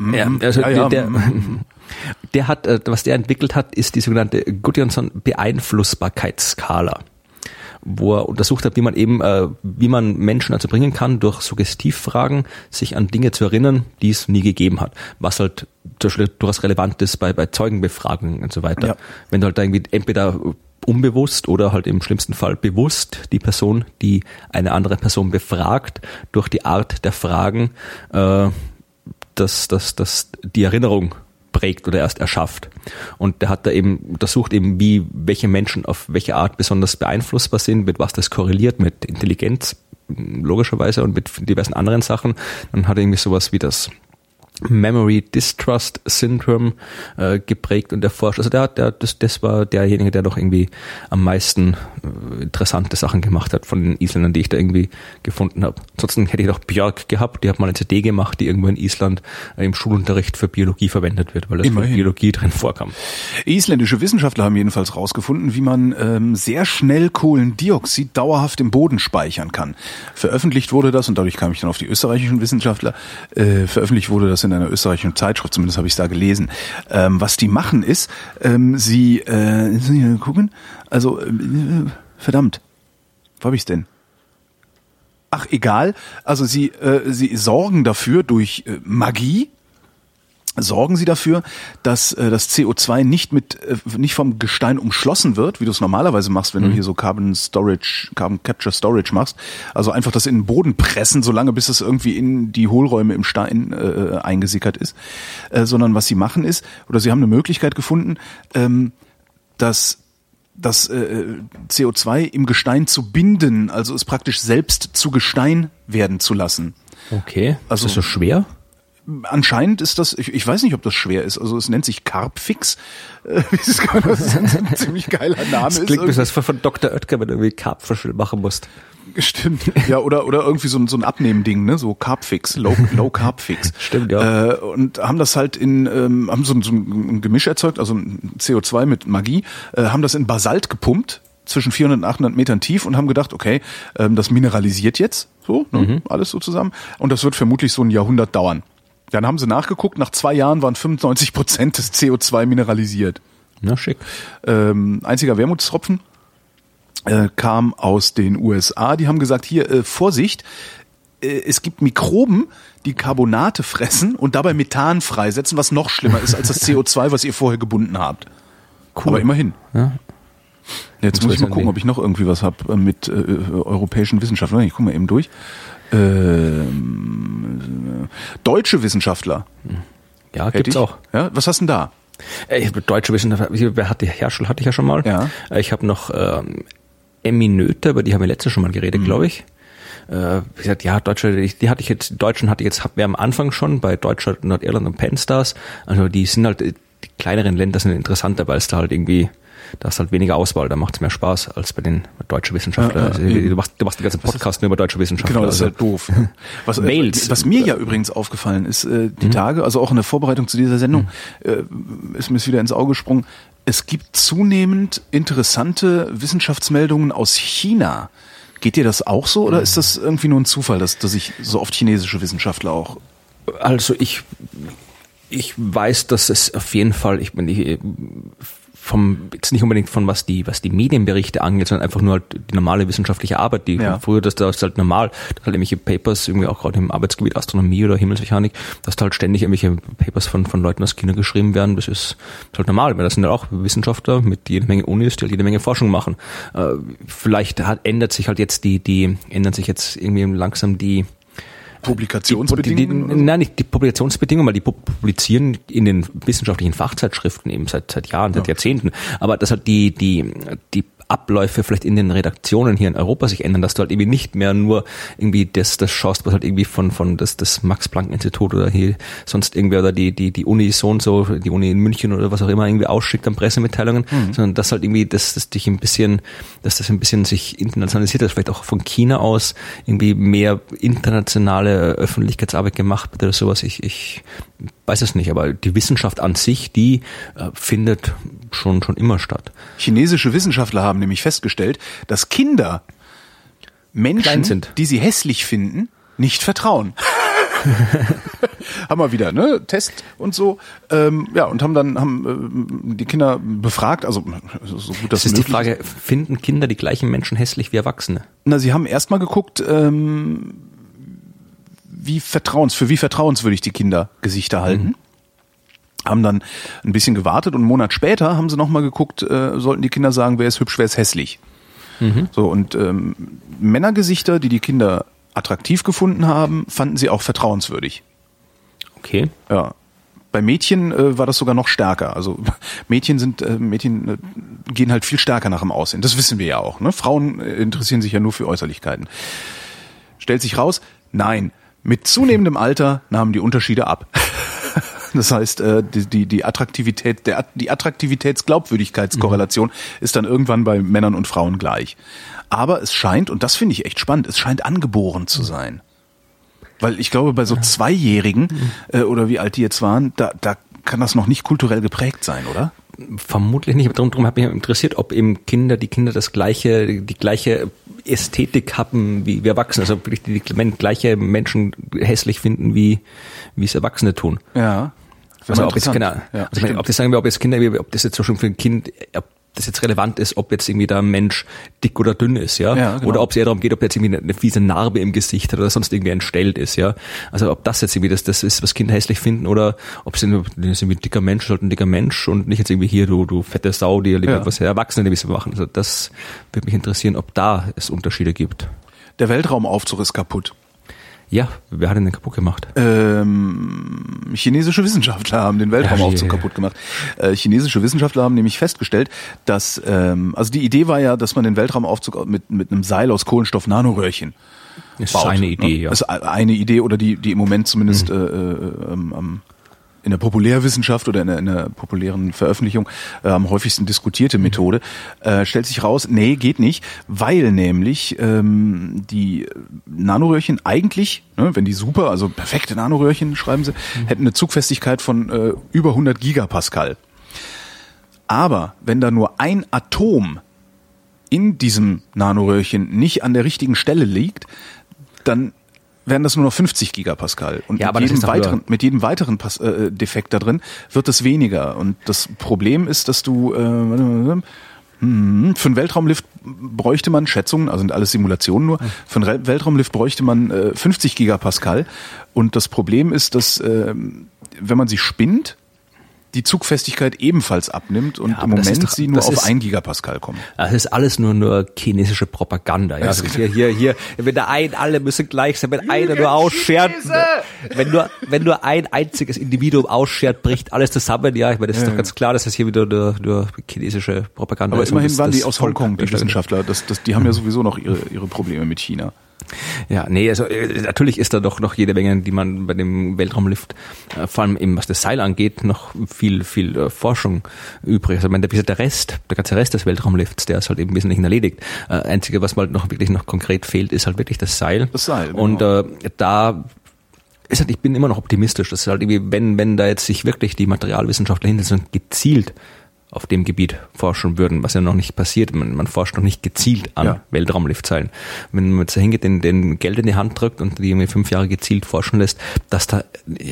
Der hat, was der entwickelt hat, ist die sogenannte Gudjonsson-Beeinflussbarkeitsskala, wo er untersucht hat, wie man Menschen dazu bringen kann, durch Suggestivfragen sich an Dinge zu erinnern, die es nie gegeben hat. Was halt durchaus relevant ist bei Zeugenbefragungen und so weiter. Ja. Wenn du halt da irgendwie entweder unbewusst oder halt im schlimmsten Fall bewusst die Person, die eine andere Person befragt, durch die Art der Fragen, dass die Erinnerung prägt oder erst erschafft. Und der hat da eben untersucht, welche Menschen auf welche Art besonders beeinflussbar sind, mit was das korreliert, mit Intelligenz logischerweise und mit diversen anderen Sachen. Dann hat er irgendwie sowas wie das Memory Distrust Syndrome geprägt und erforscht. Also das war derjenige, der doch irgendwie am meisten interessante Sachen gemacht hat von den Isländern, die ich da irgendwie gefunden habe. Ansonsten hätte ich noch Björk gehabt, die hat mal eine CD gemacht, die irgendwo in Island im Schulunterricht für Biologie verwendet wird, weil das für Biologie drin vorkam. Isländische Wissenschaftler haben jedenfalls rausgefunden, wie man sehr schnell Kohlendioxid dauerhaft im Boden speichern kann. Veröffentlicht wurde das, und dadurch kam ich dann auf die österreichischen Wissenschaftler, veröffentlicht wurde das in einer österreichischen Zeitschrift, zumindest habe ich es da gelesen. Was die machen ist, sie gucken, also verdammt, wo habe ich es denn? Ach, egal. Also sie sorgen dafür durch Magie, sorgen sie dafür, dass das CO2 nicht vom Gestein umschlossen wird, wie du es normalerweise machst, wenn du hier so Carbon Capture Storage machst. Also einfach das in den Boden pressen, solange bis es irgendwie in die Hohlräume im Stein eingesickert ist. Sondern was sie machen ist, oder sie haben eine Möglichkeit gefunden, das CO2 im Gestein zu binden, also es praktisch selbst zu Gestein werden zu lassen. Okay. Also, ist das so schwer? Anscheinend ist das, ich weiß nicht, ob das schwer ist, also es nennt sich Carbfix. Das ist ein ziemlich geiler Name. Das klingt wie das von Dr. Oetker, wenn du irgendwie Carbfisch machen musst. Stimmt, ja, oder irgendwie so ein Abnehmding, ne, so Carbfix, Low Carbfix. Stimmt, ja. Und haben das halt haben so ein Gemisch erzeugt, also ein CO2 mit Magie, haben das in Basalt gepumpt, zwischen 400 und 800 Metern tief, und haben gedacht, okay, das mineralisiert jetzt, so, ne, alles so zusammen, und das wird vermutlich so ein Jahrhundert dauern. Dann haben sie nachgeguckt, nach 2 Jahren waren 95% des CO2 mineralisiert. Na, schick. Einziger Wermutstropfen kam aus den USA. Die haben gesagt, hier, Vorsicht, es gibt Mikroben, die Carbonate fressen und dabei Methan freisetzen, was noch schlimmer ist als das CO2, was ihr vorher gebunden habt. Cool. Aber immerhin. Ja. Jetzt muss ich mal gucken, ob ich noch irgendwie was habe mit europäischen Wissenschaftlern. Ich gucke mal eben durch. Deutsche Wissenschaftler. Ja, gibt's auch. Ja, was hast du denn da? Deutsche Wissenschaftler, Herschel hatte ich ja schon mal. Ja. Ich habe noch Emmy Noether, über die haben wir letztes schon mal geredet, glaube ich. Wie gesagt, ja, Deutschen hatte ich jetzt, wir am Anfang schon bei Deutschland, Nordirland und Penstars. Also die sind halt, die kleineren Länder sind interessanter, weil es da halt irgendwie, da ist halt weniger Auswahl, da macht es mehr Spaß als bei den deutschen Wissenschaftlern. Also, du machst den ganzen Podcast nur über deutsche Wissenschaftler. Genau, das ist halt doof. Was mir ja übrigens aufgefallen ist, die Tage, also auch in der Vorbereitung zu dieser Sendung, ist mir wieder ins Auge gesprungen, es gibt zunehmend interessante Wissenschaftsmeldungen aus China. Geht dir das auch so, oder ist das irgendwie nur ein Zufall, dass ich so oft chinesische Wissenschaftler auch... Also ich weiß, dass es auf jeden Fall, jetzt nicht unbedingt von was die Medienberichte angeht, sondern einfach nur halt die normale wissenschaftliche Arbeit, die früher, da ist halt normal, dass halt irgendwelche Papers, irgendwie auch gerade im Arbeitsgebiet Astronomie oder Himmelsmechanik, dass da halt ständig irgendwelche Papers von Leuten aus China geschrieben werden, das ist halt normal, weil das sind ja auch Wissenschaftler mit jede Menge Unis, die halt jede Menge Forschung machen. Vielleicht ändert sich jetzt irgendwie langsam die Publikationsbedingungen? Nein, nicht die Publikationsbedingungen, weil die publizieren in den wissenschaftlichen Fachzeitschriften eben seit Jahren, seit Jahrzehnten. Aber dass halt die Abläufe vielleicht in den Redaktionen hier in Europa sich ändern, dass du halt irgendwie nicht mehr nur irgendwie das schaust, was halt irgendwie von das Max-Planck-Institut oder hier sonst irgendwer oder die Uni so und so, die Uni in München oder was auch immer irgendwie ausschickt an Pressemitteilungen, sondern dass halt irgendwie, dass das ein bisschen sich internationalisiert, dass vielleicht auch von China aus irgendwie mehr internationale Öffentlichkeitsarbeit gemacht wird oder sowas. Ich weiß es nicht, aber die Wissenschaft an sich, die findet schon immer statt. Chinesische Wissenschaftler haben nämlich festgestellt, dass Kinder Menschen, die sie hässlich finden, nicht vertrauen. Haben wir wieder, ne? Test und so. Und haben die Kinder befragt, also so gut das ist die Frage, finden Kinder die gleichen Menschen hässlich wie Erwachsene? Na, sie haben erstmal geguckt, wie vertrauenswürdig die Kinder Gesichter halten. Haben dann ein bisschen gewartet und einen Monat später haben sie nochmal geguckt, sollten die Kinder sagen, wer ist hübsch, wer ist hässlich. So, und Männergesichter, die Kinder attraktiv gefunden haben, fanden sie auch vertrauenswürdig. Okay. Ja. Bei Mädchen war das sogar noch stärker. Also Mädchen gehen halt viel stärker nach dem Aussehen. Das wissen wir ja auch. Ne? Frauen interessieren sich ja nur für Äußerlichkeiten. Stellt sich raus, nein, mit zunehmendem Alter nahmen die Unterschiede ab. Das heißt, die Attraktivitäts-Glaubwürdigkeitskorrelation ist dann irgendwann bei Männern und Frauen gleich. Aber es scheint, und das finde ich echt spannend, es scheint angeboren zu sein. Weil ich glaube, bei so Zweijährigen, oder wie alt die jetzt waren, da kann das noch nicht kulturell geprägt sein, oder? Vermutlich nicht. Darum hat mich interessiert, ob eben die Kinder die gleiche Ästhetik haben wie Erwachsene. Also wirklich die gleiche Menschen hässlich finden, wie es Erwachsene tun. Ja. Also ob jetzt Kinder, ob das jetzt so schon für ein Kind, ob das jetzt relevant ist, ob jetzt irgendwie da ein Mensch dick oder dünn ist, ja, genau. Oder ob es eher darum geht, ob jetzt irgendwie eine fiese Narbe im Gesicht hat oder sonst irgendwie entstellt ist, ja. Also ob das jetzt irgendwie das ist, was Kinder hässlich finden, oder ob es irgendwie ein dicker Mensch ist, halt ein dicker Mensch und nicht jetzt irgendwie hier du fette Sau, die lieber was Erwachsene nämlich so machen. Also das würde mich interessieren, ob da es Unterschiede gibt. Der Weltraumaufzug ist kaputt. Ja, wer hat denn kaputt gemacht? Chinesische Wissenschaftler haben den Weltraumaufzug kaputt gemacht. Chinesische Wissenschaftler haben nämlich festgestellt, dass, also die Idee war ja, dass man den Weltraumaufzug mit einem Seil aus Kohlenstoff-Nanoröhrchen baut. Das ist eine Idee, ja. Das ist eine Idee, oder die im Moment zumindest in der Populärwissenschaft oder in der populären Veröffentlichung am häufigsten diskutierte Methode, stellt sich raus, nee, geht nicht, weil nämlich die Nanoröhrchen eigentlich, ne, wenn die super, also perfekte Nanoröhrchen, schreiben sie, hätten eine Zugfestigkeit von über 100 Gigapascal. Aber wenn da nur ein Atom in diesem Nanoröhrchen nicht an der richtigen Stelle liegt, dann werden das nur noch 50 Gigapascal. Und ja, mit jedem weiteren Defekt da drin wird es weniger. Und das Problem ist, dass du für einen Weltraumlift bräuchte man Schätzungen, also sind alles Simulationen nur, für einen Weltraumlift bräuchte man 50 Gigapascal. Und das Problem ist, dass wenn man sie spinnt, die Zugfestigkeit ebenfalls abnimmt und im Moment sie nur auf 1 Gigapascal kommen. Das ist alles nur chinesische Propaganda. Ja? Also hier, wenn alle müssen gleich sein, wenn einer nur ausschert, wenn nur ein einziges Individuum ausschert, bricht alles zusammen. Ja, ich meine, das ist doch ganz klar, dass das hier wieder nur chinesische Propaganda ist. Aber immerhin waren die aus Hongkong, die Wissenschaftler. Die haben ja sowieso noch ihre Probleme mit China. Ja, nee, also natürlich ist da doch noch jede Menge, die man bei dem Weltraumlift, vor allem eben was das Seil angeht, noch viel Forschung übrig. Also ich meine, der ganze Rest des Weltraumlifts, der ist halt eben im Wesentlichen erledigt. Einzige, was mal wirklich noch konkret fehlt, ist halt wirklich das Seil. Das Seil, genau. Und da ist halt, ich bin immer noch optimistisch, dass halt irgendwie, wenn da jetzt sich wirklich die Materialwissenschaftler hinsetzen und gezielt auf dem Gebiet forschen würden, was ja noch nicht passiert. Man forscht noch nicht gezielt an Weltraumliftseilen. Wenn man jetzt hingeht, den Geld in die Hand drückt und die irgendwie 5 Jahre gezielt forschen lässt, dass da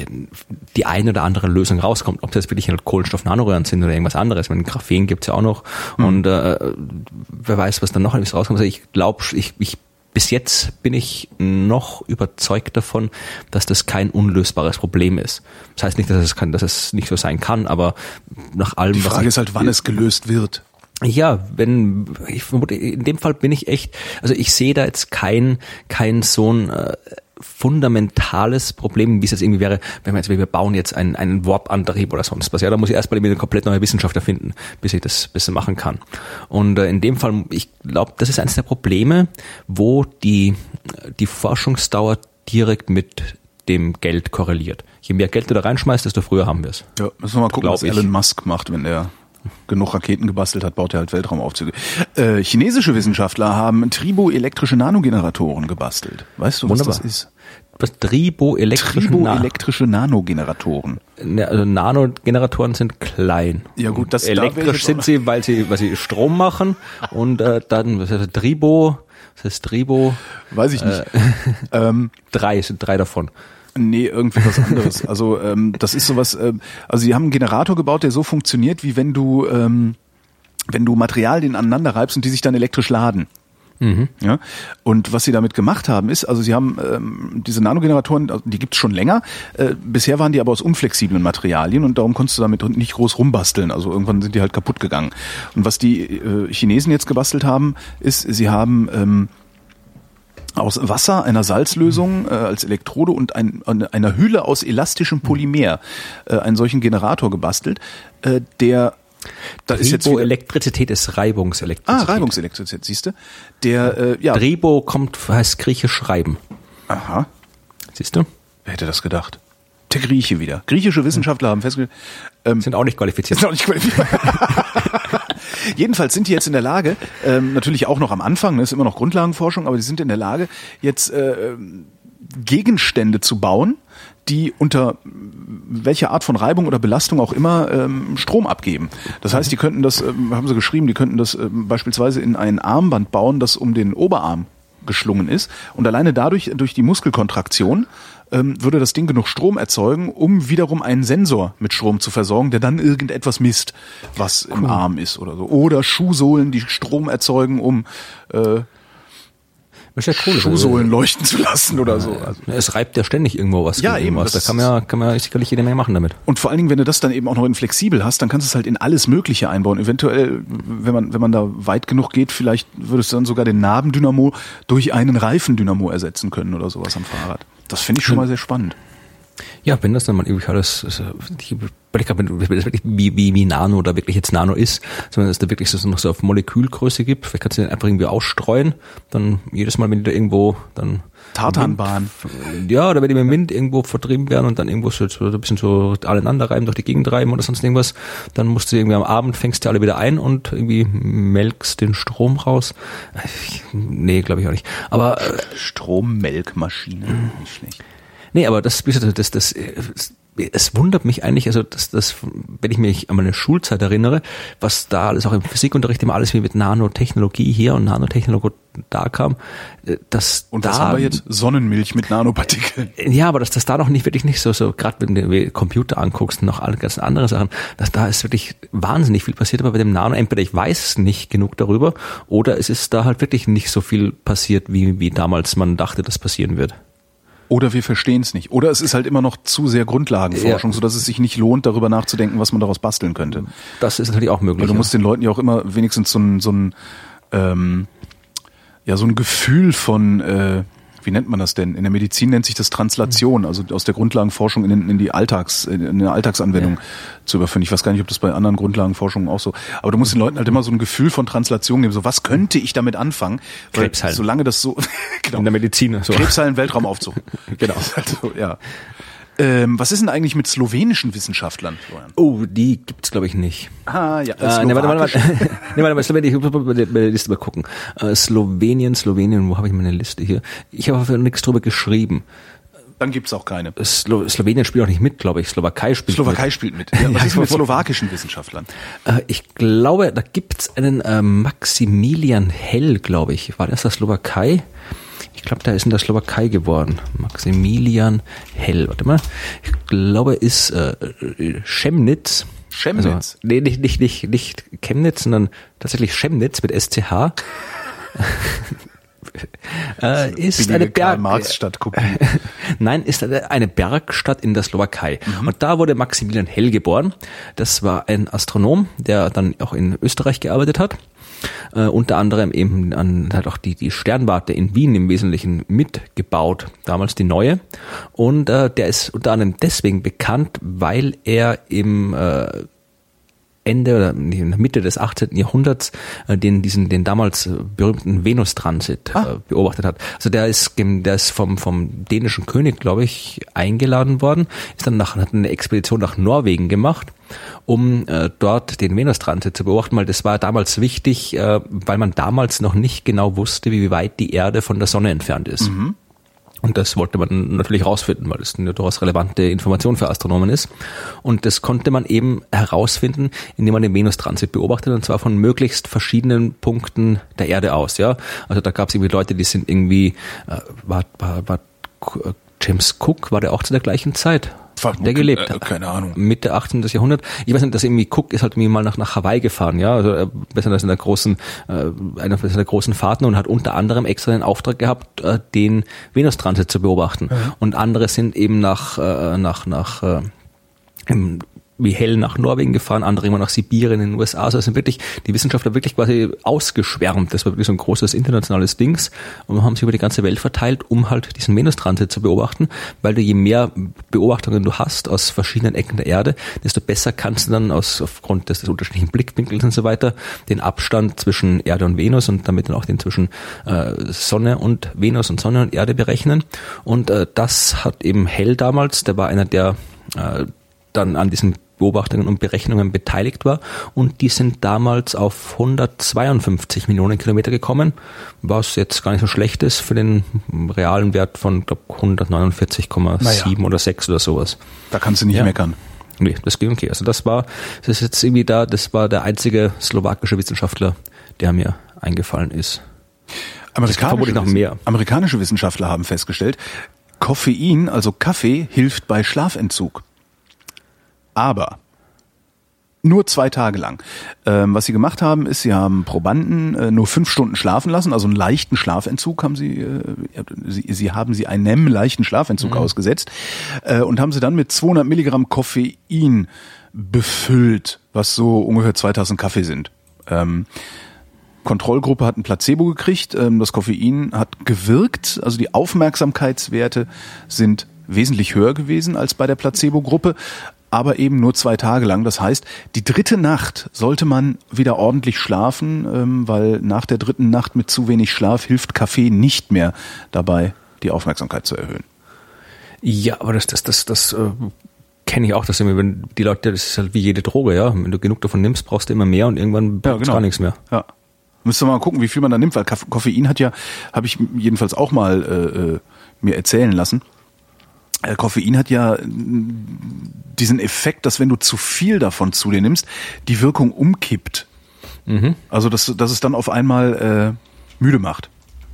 die eine oder andere Lösung rauskommt. Ob das wirklich halt Kohlenstoff-Nanoröhren sind oder irgendwas anderes. Wenn Graphen gibt's ja auch noch. Und wer weiß, was dann noch alles rauskommt. Also ich glaube, bis jetzt bin ich noch überzeugt davon, dass das kein unlösbares Problem ist. Das heißt nicht, dass es nicht so sein kann, aber nach allem, die Frage ist halt, wann es gelöst wird. Ja, ich vermute, in dem Fall bin ich echt, also ich sehe da jetzt kein so ein fundamentales Problem, wie es jetzt irgendwie wäre, wenn wir bauen jetzt einen Warp-Antrieb oder sonst was. Ja, da muss ich erstmal eine komplett neue Wissenschaft erfinden, bis ich das besser machen kann. Und in dem Fall, ich glaube, das ist eines der Probleme, wo die Forschungsdauer direkt mit dem Geld korreliert. Je mehr Geld du da reinschmeißt, desto früher haben wir es. Ja, müssen wir mal gucken, was Elon Musk macht, wenn der genug Raketen gebastelt hat, baut er halt Weltraumaufzüge. Chinesische Wissenschaftler haben triboelektrische Nanogeneratoren gebastelt. Weißt du, was das ist? Triboelektrische Nanogeneratoren. Also Nanogeneratoren sind klein. Ja gut, das elektrisch sind sie, weil sie Strom machen und dann was heißt Tribo? Was heißt Tribo? Weiß ich nicht. Sind drei davon. Nee, irgendwie was anderes. Also das ist sowas, also sie haben einen Generator gebaut, der so funktioniert, wie wenn du Materialien aneinander reibst und die sich dann elektrisch laden. Mhm. Ja, und was sie damit gemacht haben ist, also sie haben diese Nanogeneratoren, die gibt's schon länger, bisher waren die aber aus unflexiblen Materialien und darum konntest du damit nicht groß rumbasteln, also irgendwann sind die halt kaputt gegangen. Und was die Chinesen jetzt gebastelt haben, ist, sie haben aus Wasser, einer Salzlösung als Elektrode und einer Hülle aus elastischem Polymer einen solchen Generator gebastelt, der da ist jetzt Elektrizität ist Reibungselektrizität. Reibungselektrizität, siehst du? Tribo heißt griechisch reiben. Aha. Siehst du? Wer hätte das gedacht? Der Grieche wieder. Griechische Wissenschaftler haben festgestellt. Sind auch nicht qualifiziert. Jedenfalls sind die jetzt in der Lage, natürlich auch noch am Anfang, das ist immer noch Grundlagenforschung, aber die sind in der Lage, jetzt Gegenstände zu bauen, die unter welcher Art von Reibung oder Belastung auch immer Strom abgeben. Das heißt, die könnten das, haben sie geschrieben, die könnten das beispielsweise in ein Armband bauen, das um den Oberarm geschlungen ist. Und alleine dadurch, durch die Muskelkontraktion, würde das Ding genug Strom erzeugen, um wiederum einen Sensor mit Strom zu versorgen, der dann irgendetwas misst, was im Arm ist oder so. Oder Schuhsohlen, die Strom erzeugen, um Schuhsohlen leuchten zu lassen oder so. Also, es reibt ja ständig irgendwo was. Ja, eben. Da kann man sicherlich jede Menge machen damit. Und vor allen Dingen, wenn du das dann eben auch noch in flexibel hast, dann kannst du es halt in alles Mögliche einbauen. Eventuell, wenn man da weit genug geht, vielleicht würdest du dann sogar den Nabendynamo durch einen Reifendynamo ersetzen können oder sowas am Fahrrad. Das finde ich schon mal sehr spannend. Ja, wenn das dann mal irgendwie alles, ich glaube, wie Nano da wirklich jetzt Nano ist, sondern dass da wirklich so noch so auf Molekülgröße gibt, vielleicht kannst du den einfach irgendwie ausstreuen, dann jedes Mal, wenn die da irgendwo dann Tartanbahn. Ja, oder wenn die mit dem Wind irgendwo vertrieben werden und dann irgendwo so ein bisschen so aneinander reiben, durch die Gegend reiben oder sonst irgendwas, dann musst du irgendwie am Abend, fängst du alle wieder ein und irgendwie melkst den Strom raus. Nee, glaube ich auch nicht. Aber Strommelkmaschine, nicht schlecht. Nee, aber es wundert mich eigentlich, also das, wenn ich mich an meine Schulzeit erinnere, was da alles auch im Physikunterricht immer alles wie mit Nanotechnologie hier und Nanotechnologie da kam, dass und was haben wir jetzt? Sonnenmilch mit Nanopartikeln. Ja, aber dass das da noch nicht so gerade wenn du den Computer anguckst und noch alle ganzen andere Sachen, dass da ist wirklich wahnsinnig viel passiert, aber bei dem Nano, entweder ich weiß nicht genug darüber oder es ist da halt wirklich nicht so viel passiert, wie damals man dachte, das passieren wird. Oder wir verstehen es nicht. Oder es ist halt immer noch zu sehr Grundlagenforschung, sodass es sich nicht lohnt, darüber nachzudenken, was man daraus basteln könnte. Das ist natürlich auch möglich. Weil du musst den Leuten ja auch immer wenigstens so ein Gefühl von, wie nennt man das denn? In der Medizin nennt sich das Translation, also aus der Grundlagenforschung in eine Alltagsanwendung zu überführen. Ich weiß gar nicht, ob das bei anderen Grundlagenforschungen auch so. Aber du musst den Leuten halt immer so ein Gefühl von Translation geben. So, was könnte ich damit anfangen? Weil Krebshallen. Solange das so, genau. In der Medizin. So. Krebshallen, Weltraumaufzug. Genau. Also, ja. Was ist denn eigentlich mit slowenischen Wissenschaftlern, Florian? Oh, die gibt's glaube ich nicht. Ah, ja. Warte, Slowenien, ich muss meine Liste mal gucken. Slowenien, wo habe ich meine Liste hier? Ich habe einfach nichts drüber geschrieben. Dann gibt's auch keine. Slowenien spielt auch nicht mit, glaube ich. Slowakei spielt mit. Ja, was ist mit slowakischen Wissenschaftlern? Ich glaube, da gibt's einen Maximilian Hell, glaube ich. War das der Slowakei? Ich glaube, der ist in der Slowakei geworden. Maximilian Hell. Warte mal. Ich glaube, ist Chemnitz. Chemnitz? Also, nee, nicht Chemnitz, sondern tatsächlich Chemnitz mit SCH. Ist eine Karl-Marx-Stadt-Kopie. Nein, ist eine Bergstadt in der Slowakei. Mhm. Und da wurde Maximilian Hell geboren. Das war ein Astronom, der dann auch in Österreich gearbeitet hat. Unter anderem eben hat auch die Sternwarte in Wien im Wesentlichen mitgebaut, damals die neue. Und der ist unter anderem deswegen bekannt, weil er im Ende oder in der Mitte des 18. Jahrhunderts den damals berühmten Venustransit beobachtet hat. Also der ist vom dänischen König, glaube ich, eingeladen worden, hat eine Expedition nach Norwegen gemacht, um dort den Venustransit zu beobachten, weil das war damals wichtig, weil man damals noch nicht genau wusste, wie weit die Erde von der Sonne entfernt ist. Mhm. Und das wollte man natürlich herausfinden, weil es eine durchaus relevante Information für Astronomen ist. Und das konnte man eben herausfinden, indem man den Venustransit beobachtet, und zwar von möglichst verschiedenen Punkten der Erde aus. Ja, also da gab es irgendwie Leute, die sind irgendwie, war James Cook, war der auch zu der gleichen Zeit? Der gelebt hat. Keine Ahnung. Mitte 18. Jahrhundert. Ich weiß nicht, dass irgendwie Cook ist halt irgendwie mal nach Hawaii gefahren, ja, also besonders in der großen, einer der großen Fahrten, und hat unter anderem extra den Auftrag gehabt, den Venustransit zu beobachten. Ja. Und andere sind eben wie hell nach Norwegen gefahren, andere immer nach Sibirien in den USA. Also es sind wirklich die Wissenschaftler wirklich quasi ausgeschwärmt. Das war wirklich so ein großes internationales Dings, und haben sich über die ganze Welt verteilt, um halt diesen Venustransit zu beobachten, weil du je mehr Beobachtungen du hast aus verschiedenen Ecken der Erde, desto besser kannst du dann aufgrund des unterschiedlichen Blickwinkels und so weiter den Abstand zwischen Erde und Venus und damit dann auch den zwischen Sonne und Venus und Sonne und Erde berechnen. Und das hat eben Hell damals, der war einer, der dann an diesen Beobachtungen und Berechnungen beteiligt war, und die sind damals auf 152 Millionen Kilometer gekommen, was jetzt gar nicht so schlecht ist für den realen Wert von, glaube 149,7 oder 6 oder sowas. Da kannst du nicht meckern. Nee, das ging okay. Also das war der einzige slowakische Wissenschaftler, der mir eingefallen ist. Amerikanische Wissenschaftler haben festgestellt, Koffein, also Kaffee, hilft bei Schlafentzug. Aber nur 2 Tage lang. Was sie gemacht haben, ist, sie haben Probanden nur 5 Stunden schlafen lassen, also einen leichten Schlafentzug haben sie einem leichten Schlafentzug ausgesetzt, und haben sie dann mit 200 Milligramm Koffein befüllt, was so ungefähr 2000 Kaffee sind. Kontrollgruppe hat ein Placebo gekriegt, das Koffein hat gewirkt, also die Aufmerksamkeitswerte sind wesentlich höher gewesen als bei der Placebo-Gruppe, aber eben nur 2 Tage lang. Das heißt, die 3. Nacht sollte man wieder ordentlich schlafen, weil nach der 3. Nacht mit zu wenig Schlaf hilft Kaffee nicht mehr dabei, die Aufmerksamkeit zu erhöhen. Ja, aber das kenne ich auch, dass wenn die Leute, das ist halt wie jede Droge, ja. Wenn du genug davon nimmst, brauchst du immer mehr, und irgendwann brauchst du gar nichts mehr. Ja. Müsste mal gucken, wie viel man da nimmt, weil Koffein hat ja, habe ich jedenfalls auch mal mir erzählen lassen, Koffein hat ja diesen Effekt, dass wenn du zu viel davon zu dir nimmst, die Wirkung umkippt. Mhm. Also dass es dann auf einmal müde macht.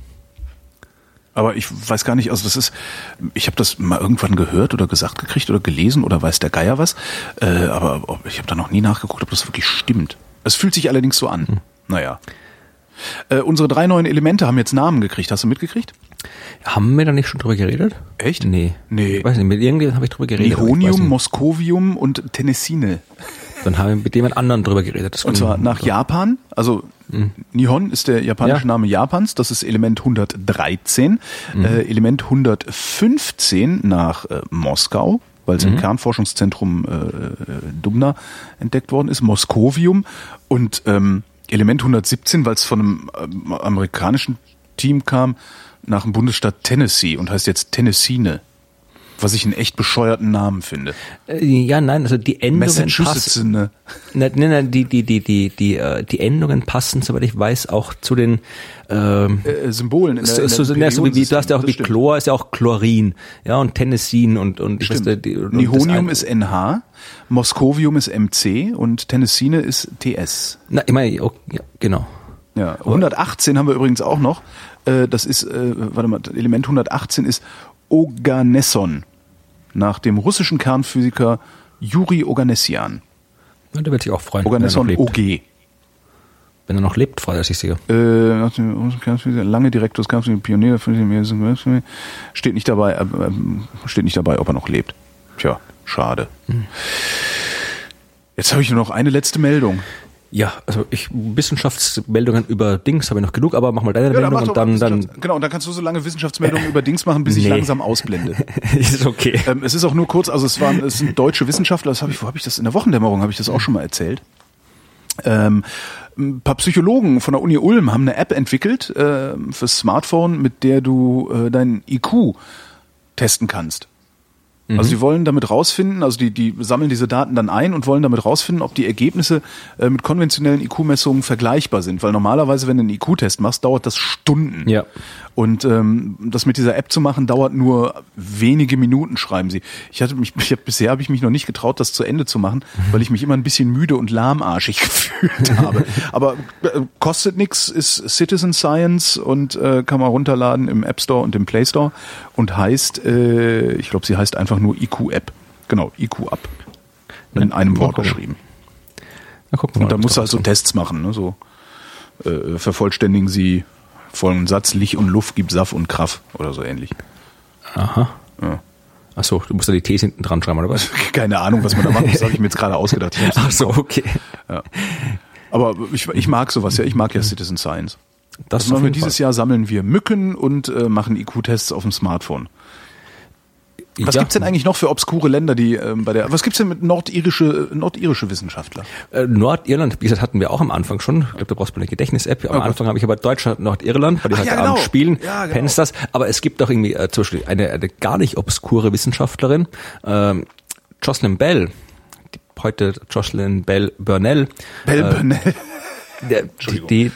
Aber ich weiß gar nicht, also ich habe das mal irgendwann gehört oder gesagt gekriegt oder gelesen oder weiß der Geier was, aber ich habe da noch nie nachgeguckt, ob das wirklich stimmt. Es fühlt sich allerdings so an. Naja. Unsere 3 neuen Elemente haben jetzt Namen gekriegt. Hast du mitgekriegt? Haben wir da nicht schon drüber geredet? Echt? Nee. Ich weiß nicht, mit irgendjemandem habe ich drüber geredet. Nihonium, Moskovium und Tennessine. Dann haben wir mit jemand anderen drüber geredet. Und zwar nach Japan, also Nihon ist der japanische Name Japans, das ist Element 113. Element 115 nach Moskau, weil es im Kernforschungszentrum Dubna entdeckt worden ist, Moskovium, und Element 117, weil es von einem amerikanischen Team kam, nach dem Bundesstaat Tennessee und heißt jetzt Tennessine, was ich einen echt bescheuerten Namen finde. Ja, nein, also die Endungen passen. Nein, die Endungen passen, soweit ich weiß, auch zu den Symbolen in der du hast ja auch wie Chlor, ist ja auch Chlorin, ja, und Tennessin und Nihonium ist NH, Moskovium ist MC und Tennessine ist TS. Na, ich meine, ja, genau. Ja, 118 haben wir übrigens auch noch. Das ist, Element 118 ist Oganesson, nach dem russischen Kernphysiker Juri Oganessian. Ja, der wird sich auch freuen. Oganesson OG. Wenn er noch lebt, freut er sich sicher. Lange Direktor des Kernphysikers, Pionier, steht nicht dabei, ob er noch lebt. Tja, schade. Jetzt habe ich nur noch eine letzte Meldung. Ja, also Wissenschaftsmeldungen über Dings habe ich noch genug, aber mach mal deine Meldung und dann... Genau, und dann kannst du so lange Wissenschaftsmeldungen über Dings machen, bis ich langsam ausblende. Ist okay. Es ist auch nur kurz, also es sind deutsche Wissenschaftler, wo habe ich das? In der Wochendämmerung habe ich das auch schon mal erzählt. Ein paar Psychologen von der Uni Ulm haben eine App entwickelt fürs Smartphone, mit der du deinen IQ testen kannst. Also die wollen damit rausfinden, also die sammeln diese Daten dann ein und wollen damit rausfinden, ob die Ergebnisse mit konventionellen IQ-Messungen vergleichbar sind. Weil normalerweise, wenn du einen IQ-Test machst, dauert das Stunden. Ja. Und das mit dieser App zu machen, dauert nur wenige Minuten, schreiben sie. Bisher habe ich mich noch nicht getraut, das zu Ende zu machen, weil ich mich immer ein bisschen müde und lahmarschig gefühlt habe. Aber kostet nichts, ist Citizen Science und kann man runterladen im App Store und im Play Store und heißt, ich glaube, sie heißt einfach nur IQ-App. Genau, IQ-App. In einem Wort geschrieben. Na, gucken wir mal, und da musst du halt so Tests machen, ne? So vervollständigen sie folgenden Satz: Licht und Luft gibt Saft und Kraft oder so ähnlich. Aha. Ja. Achso, du musst da die Ts hinten dran schreiben, oder was? Keine Ahnung, was man da macht. Das habe ich mir jetzt gerade ausgedacht. Ach so, okay. Ja. Aber ich mag sowas, ja. Ich mag ja Citizen Science. Das machen wir dieses Jahr, sammeln wir Mücken und machen IQ-Tests auf dem Smartphone. Was gibt's denn eigentlich noch für obskure Länder, die was gibt's denn mit nordirische Wissenschaftler? Nordirland, wie gesagt, hatten wir auch am Anfang schon. Ich glaube, da brauchst du eine Gedächtnis-App. Am Anfang habe ich aber Deutschland, Nordirland, weil die halt abends spielen. Ja, genau. Kennst das? Aber es gibt auch irgendwie zum Beispiel eine gar nicht obskure Wissenschaftlerin, Jocelyn Bell, heute Jocelyn Bell Burnell. Burnell. Die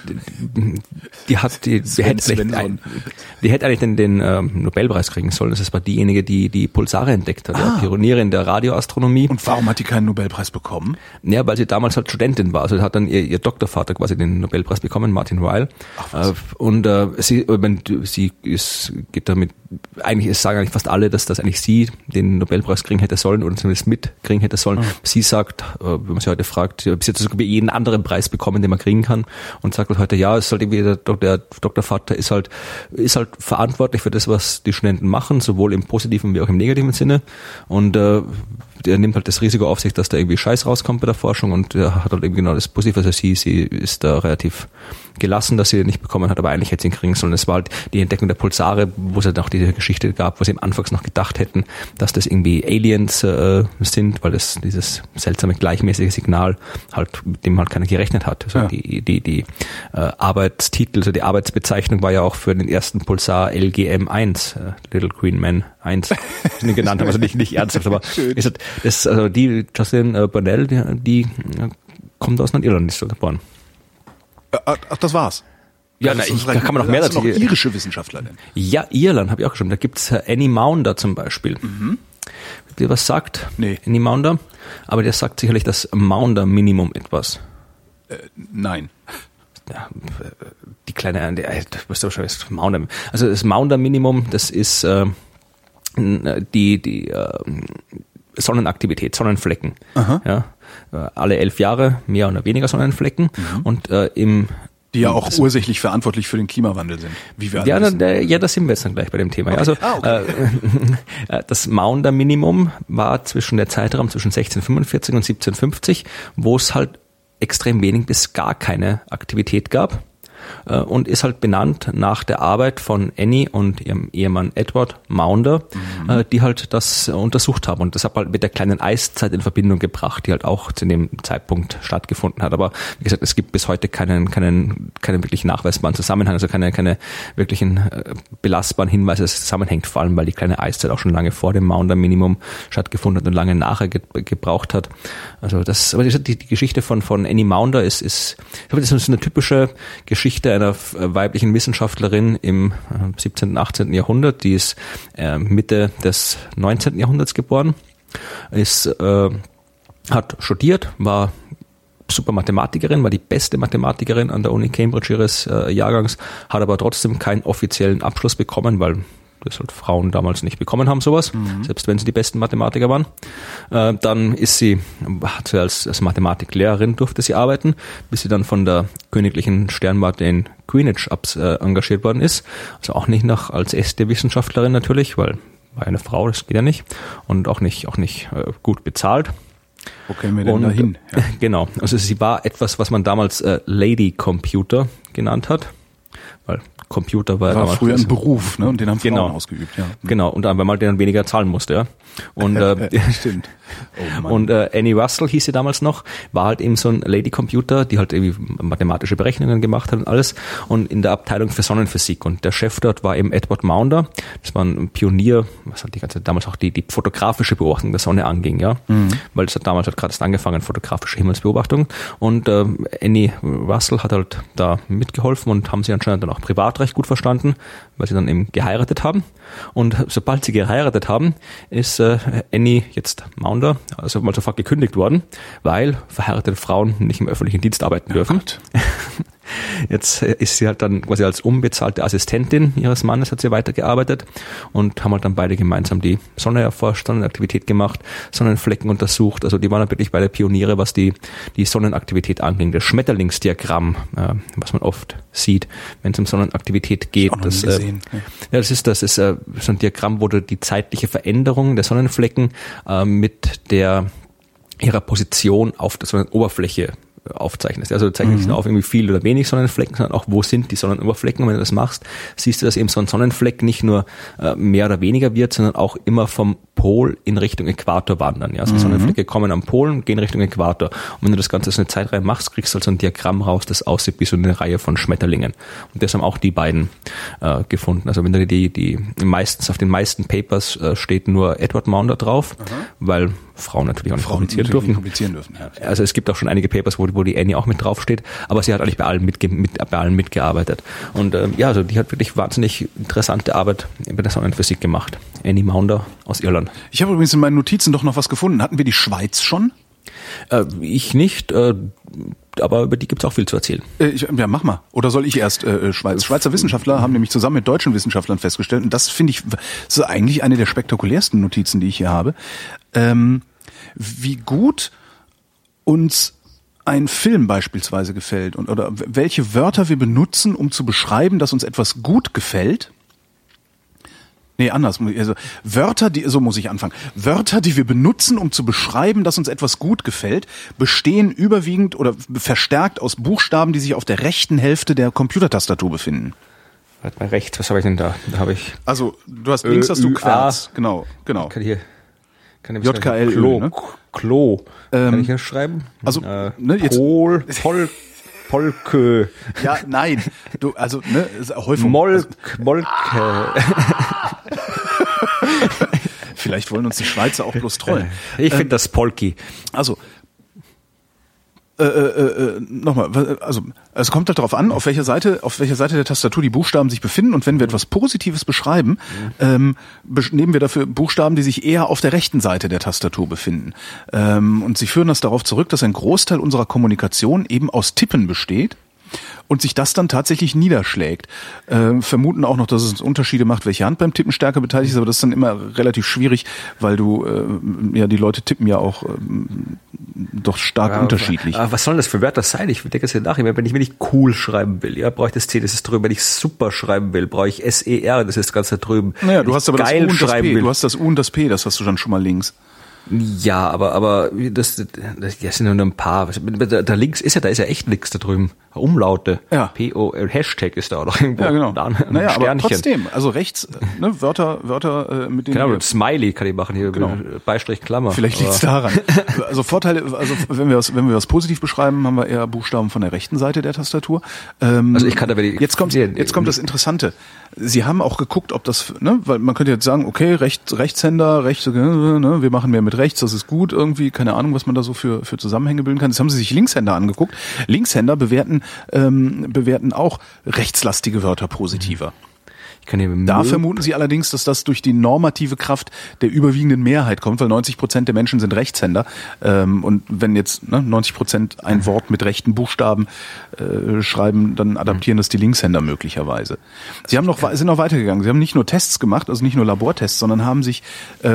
hätte eigentlich den Nobelpreis kriegen sollen. Das war diejenige, die Pulsare entdeckt hat, Pionierin der Radioastronomie. Und warum hat die keinen Nobelpreis bekommen? Ja, weil sie damals halt Studentin war. Also hat dann ihr Doktorvater quasi den Nobelpreis bekommen, Martin Ryle. Und sie geht damit, eigentlich sagen eigentlich fast alle, dass das eigentlich sie den Nobelpreis kriegen hätte sollen oder zumindest mitkriegen hätte sollen. Sie sagt, wenn man sie heute fragt, bis jetzt sogar jeden anderen Preis bekommen, den man kriegen kann, und sagt halt heute, ja, es ist halt irgendwie der Doktorvater ist halt verantwortlich für das, was die Studenten machen, sowohl im positiven wie auch im negativen Sinne, und der nimmt halt das Risiko auf sich, dass da irgendwie Scheiß rauskommt bei der Forschung, und der hat halt eben genau das Positive. Also sie ist da relativ gelassen, dass sie den nicht bekommen hat, aber eigentlich hätte sie ihn kriegen sollen. Es war halt die Entdeckung der Pulsare, wo es halt auch diese Geschichte gab, wo sie am Anfang noch gedacht hätten, dass das irgendwie Aliens sind, weil das dieses seltsame gleichmäßige Signal halt, mit dem halt keiner gerechnet hat. Also die Arbeitstitel, also die Arbeitsbezeichnung war ja auch für den ersten Pulsar LGM1, Little Green Man 1, wie sie genannt haben, also nicht ernsthaft, aber also die Jocelyn Burnell, die kommt aus Nordirland, ist so geboren. Ach, das war's. Ja, da kann man noch mehr dazu. Noch irische Wissenschaftler denn? Ja, Irland habe ich auch geschrieben. Da gibt's Annie Maunder zum Beispiel. Habt ihr was sagt? Nee. Annie Maunder? Aber der sagt sicherlich das Maunder-Minimum etwas. Nein. Ja, die kleine, was du schon weißt, Maunder. Also das Maunder-Minimum, das ist die Sonnenaktivität, Sonnenflecken. Ja, alle 11 Jahre mehr oder weniger Sonnenflecken. Und die ja auch ursächlich verantwortlich für den Klimawandel sind, wie wir alle wissen. Ja, da sind wir jetzt dann gleich bei dem Thema. Okay. Also das Maunder-Minimum war der Zeitraum zwischen 1645 und 1750, wo es halt extrem wenig bis gar keine Aktivität gab. Und ist halt benannt nach der Arbeit von Annie und ihrem Ehemann Edward Maunder, die halt das untersucht haben, und das hat halt mit der kleinen Eiszeit in Verbindung gebracht, die halt auch zu dem Zeitpunkt stattgefunden hat. Aber wie gesagt, es gibt bis heute keinen wirklich nachweisbaren Zusammenhang, also keine wirklichen belastbaren Hinweise, dass es zusammenhängt, vor allem weil die kleine Eiszeit auch schon lange vor dem Maunder-Minimum stattgefunden hat und lange nachher gebraucht hat. Also aber die Geschichte von Annie Maunder ist ich glaube, das ist eine typische Geschichte einer weiblichen Wissenschaftlerin im 17. und 18. Jahrhundert, die ist Mitte des 19. Jahrhunderts geboren, hat studiert, war super Mathematikerin, war die beste Mathematikerin an der Uni Cambridge ihres Jahrgangs, hat aber trotzdem keinen offiziellen Abschluss bekommen, weil das halt Frauen damals nicht bekommen haben, sowas, selbst wenn sie die besten Mathematiker waren. Dann hat sie als Mathematiklehrerin durfte sie arbeiten, bis sie dann von der Königlichen Sternwarte in Greenwich engagiert worden ist. Also auch nicht als erste Wissenschaftlerin natürlich, weil war eine Frau, das geht ja nicht, und auch nicht gut bezahlt. Wo kämen wir denn da hin? Ja. Genau, also sie war etwas, was man damals Lady Computer genannt hat, weil Computer war früher ein Beruf, ne? Und den haben Frauen ausgeübt. Ja. Genau, und dann, weil man den dann weniger zahlen musste. Ja. Und stimmt. Oh Mann. Und Annie Russell hieß sie damals noch, war halt eben so ein Lady-Computer, die halt irgendwie mathematische Berechnungen gemacht hat und alles, und in der Abteilung für Sonnenphysik. Und der Chef dort war eben Edward Maunder. Das war ein Pionier, was halt die ganze damals auch die fotografische Beobachtung der Sonne anging, ja, weil das hat damals halt gerade erst angefangen, fotografische Himmelsbeobachtung. Und Annie Russell hat halt da mitgeholfen und haben sie anscheinend dann auch privat recht gut verstanden, weil sie dann eben geheiratet haben. Und sobald sie geheiratet haben, ist Annie jetzt Maunder, also mal sofort gekündigt worden, weil verheiratete Frauen nicht im öffentlichen Dienst arbeiten dürfen. Jetzt ist sie halt dann quasi als unbezahlte Assistentin ihres Mannes, hat sie weitergearbeitet und haben halt dann beide gemeinsam die Sonne erforscht, Sonnenaktivität gemacht, Sonnenflecken untersucht. Also die waren halt wirklich beide Pioniere, was die Sonnenaktivität anging. Das Schmetterlingsdiagramm, was man oft sieht, wenn es um Sonnenaktivität geht. Das ist so ein Diagramm, wo du die zeitliche Veränderung der Sonnenflecken mit ihrer Position auf der Sonnenoberfläche aufzeichnest. Also du zeichnest nicht nur auf irgendwie viel oder wenig Sonnenflecken, sondern auch, wo sind die Sonnenoberflecken. Und wenn du das machst, siehst du, dass eben so ein Sonnenfleck nicht nur mehr oder weniger wird, sondern auch immer vom Pol in Richtung Äquator wandern. Ja, also Sonnenflecke kommen am Pol und gehen Richtung Äquator. Und wenn du das Ganze so eine Zeitreihe machst, kriegst du halt so ein Diagramm raus, das aussieht wie so eine Reihe von Schmetterlingen. Und das haben auch die beiden gefunden. Also wenn du meistens auf den meisten Papers steht nur Edward Maunder drauf, weil Frauen natürlich auch nicht publizieren dürfen. Ja. Also es gibt auch schon einige Papers, wo die Annie auch mit draufsteht, aber sie hat eigentlich bei allen mitgearbeitet. Und also die hat wirklich wahnsinnig interessante Arbeit bei der Sonnenphysik gemacht. Annie Maunder aus Irland. Ich habe übrigens in meinen Notizen doch noch was gefunden. Hatten wir die Schweiz schon? Ich nicht, aber über die gibt's auch viel zu erzählen. Ja, mach mal. Oder soll ich erst Schweiz? Schweizer Wissenschaftler haben nämlich zusammen mit deutschen Wissenschaftlern festgestellt, und das finde ich, das ist eigentlich eine der spektakulärsten Notizen, die ich hier habe, wie gut uns ein Film beispielsweise gefällt oder welche Wörter wir benutzen, um zu beschreiben, dass uns etwas gut gefällt. Nee, anders. Also Wörter, so muss ich anfangen. Wörter, die wir benutzen, um zu beschreiben, dass uns etwas gut gefällt, bestehen überwiegend oder verstärkt aus Buchstaben, die sich auf der rechten Hälfte der Computertastatur befinden. Warte mal, rechts, was habe ich denn da? Da habe ich. Also, du hast links hast du Querz. Genau. Kann ich JKL. Klo. Kann ich hier schreiben? Also, jetzt. Polke. Ja, nein. Häufung. Molke. Vielleicht wollen uns die Schweizer auch bloß trollen. Ich finde das Polki. Also, nochmal, also es kommt halt darauf an, auf welcher Seite der Tastatur die Buchstaben sich befinden, und wenn wir etwas Positives beschreiben, nehmen wir dafür Buchstaben, die sich eher auf der rechten Seite der Tastatur befinden. Und sie führen das darauf zurück, dass ein Großteil unserer Kommunikation eben aus Tippen besteht und sich das dann tatsächlich niederschlägt. Vermuten auch noch, dass es Unterschiede macht, welche Hand beim Tippen stärker beteiligt ist, aber das ist dann immer relativ schwierig, weil die Leute tippen ja auch doch stark unterschiedlich. Aber was sollen das für Wörter sein? Ich denke es ja nach. Wenn ich cool schreiben will, ja, brauche ich das C, das ist drüben. Wenn ich super schreiben will, brauche ich SER, das ist ganz da drüben. Naja, du hast aber das U und das P. Du hast das U und das P, das hast du dann schon mal links. Ja, aber das sind nur ein paar. Da links ist da ist ja echt nichts da drüben. Umlaute. Ja. PO, Hashtag ist da auch noch irgendwo. Ja, genau. Naja, aber trotzdem, also rechts, Wörter mit denen. Genau, Smiley kann ich machen hier, genau. Beistrich Klammer. Vielleicht liegt's daran. Also Vorteile, also wenn wir was positiv beschreiben, haben wir eher Buchstaben von der rechten Seite der Tastatur. Also ich kann da jetzt kommt das Interessante. Sie haben auch geguckt, ob das, weil man könnte jetzt sagen, okay, Rechtshänder, wir machen mehr mit rechts, das ist gut irgendwie, keine Ahnung, was man da so für Zusammenhänge bilden kann. Jetzt haben sie sich Linkshänder angeguckt. Linkshänder bewerten auch rechtslastige Wörter positiver. Da vermuten sie allerdings, dass das durch die normative Kraft der überwiegenden Mehrheit kommt, weil 90% der Menschen sind Rechtshänder. Und wenn jetzt 90% ein Wort mit rechten Buchstaben schreiben, dann adaptieren das die Linkshänder möglicherweise. Sie sind noch weitergegangen. Sie haben nicht nur Tests gemacht, also nicht nur Labortests, sondern haben sich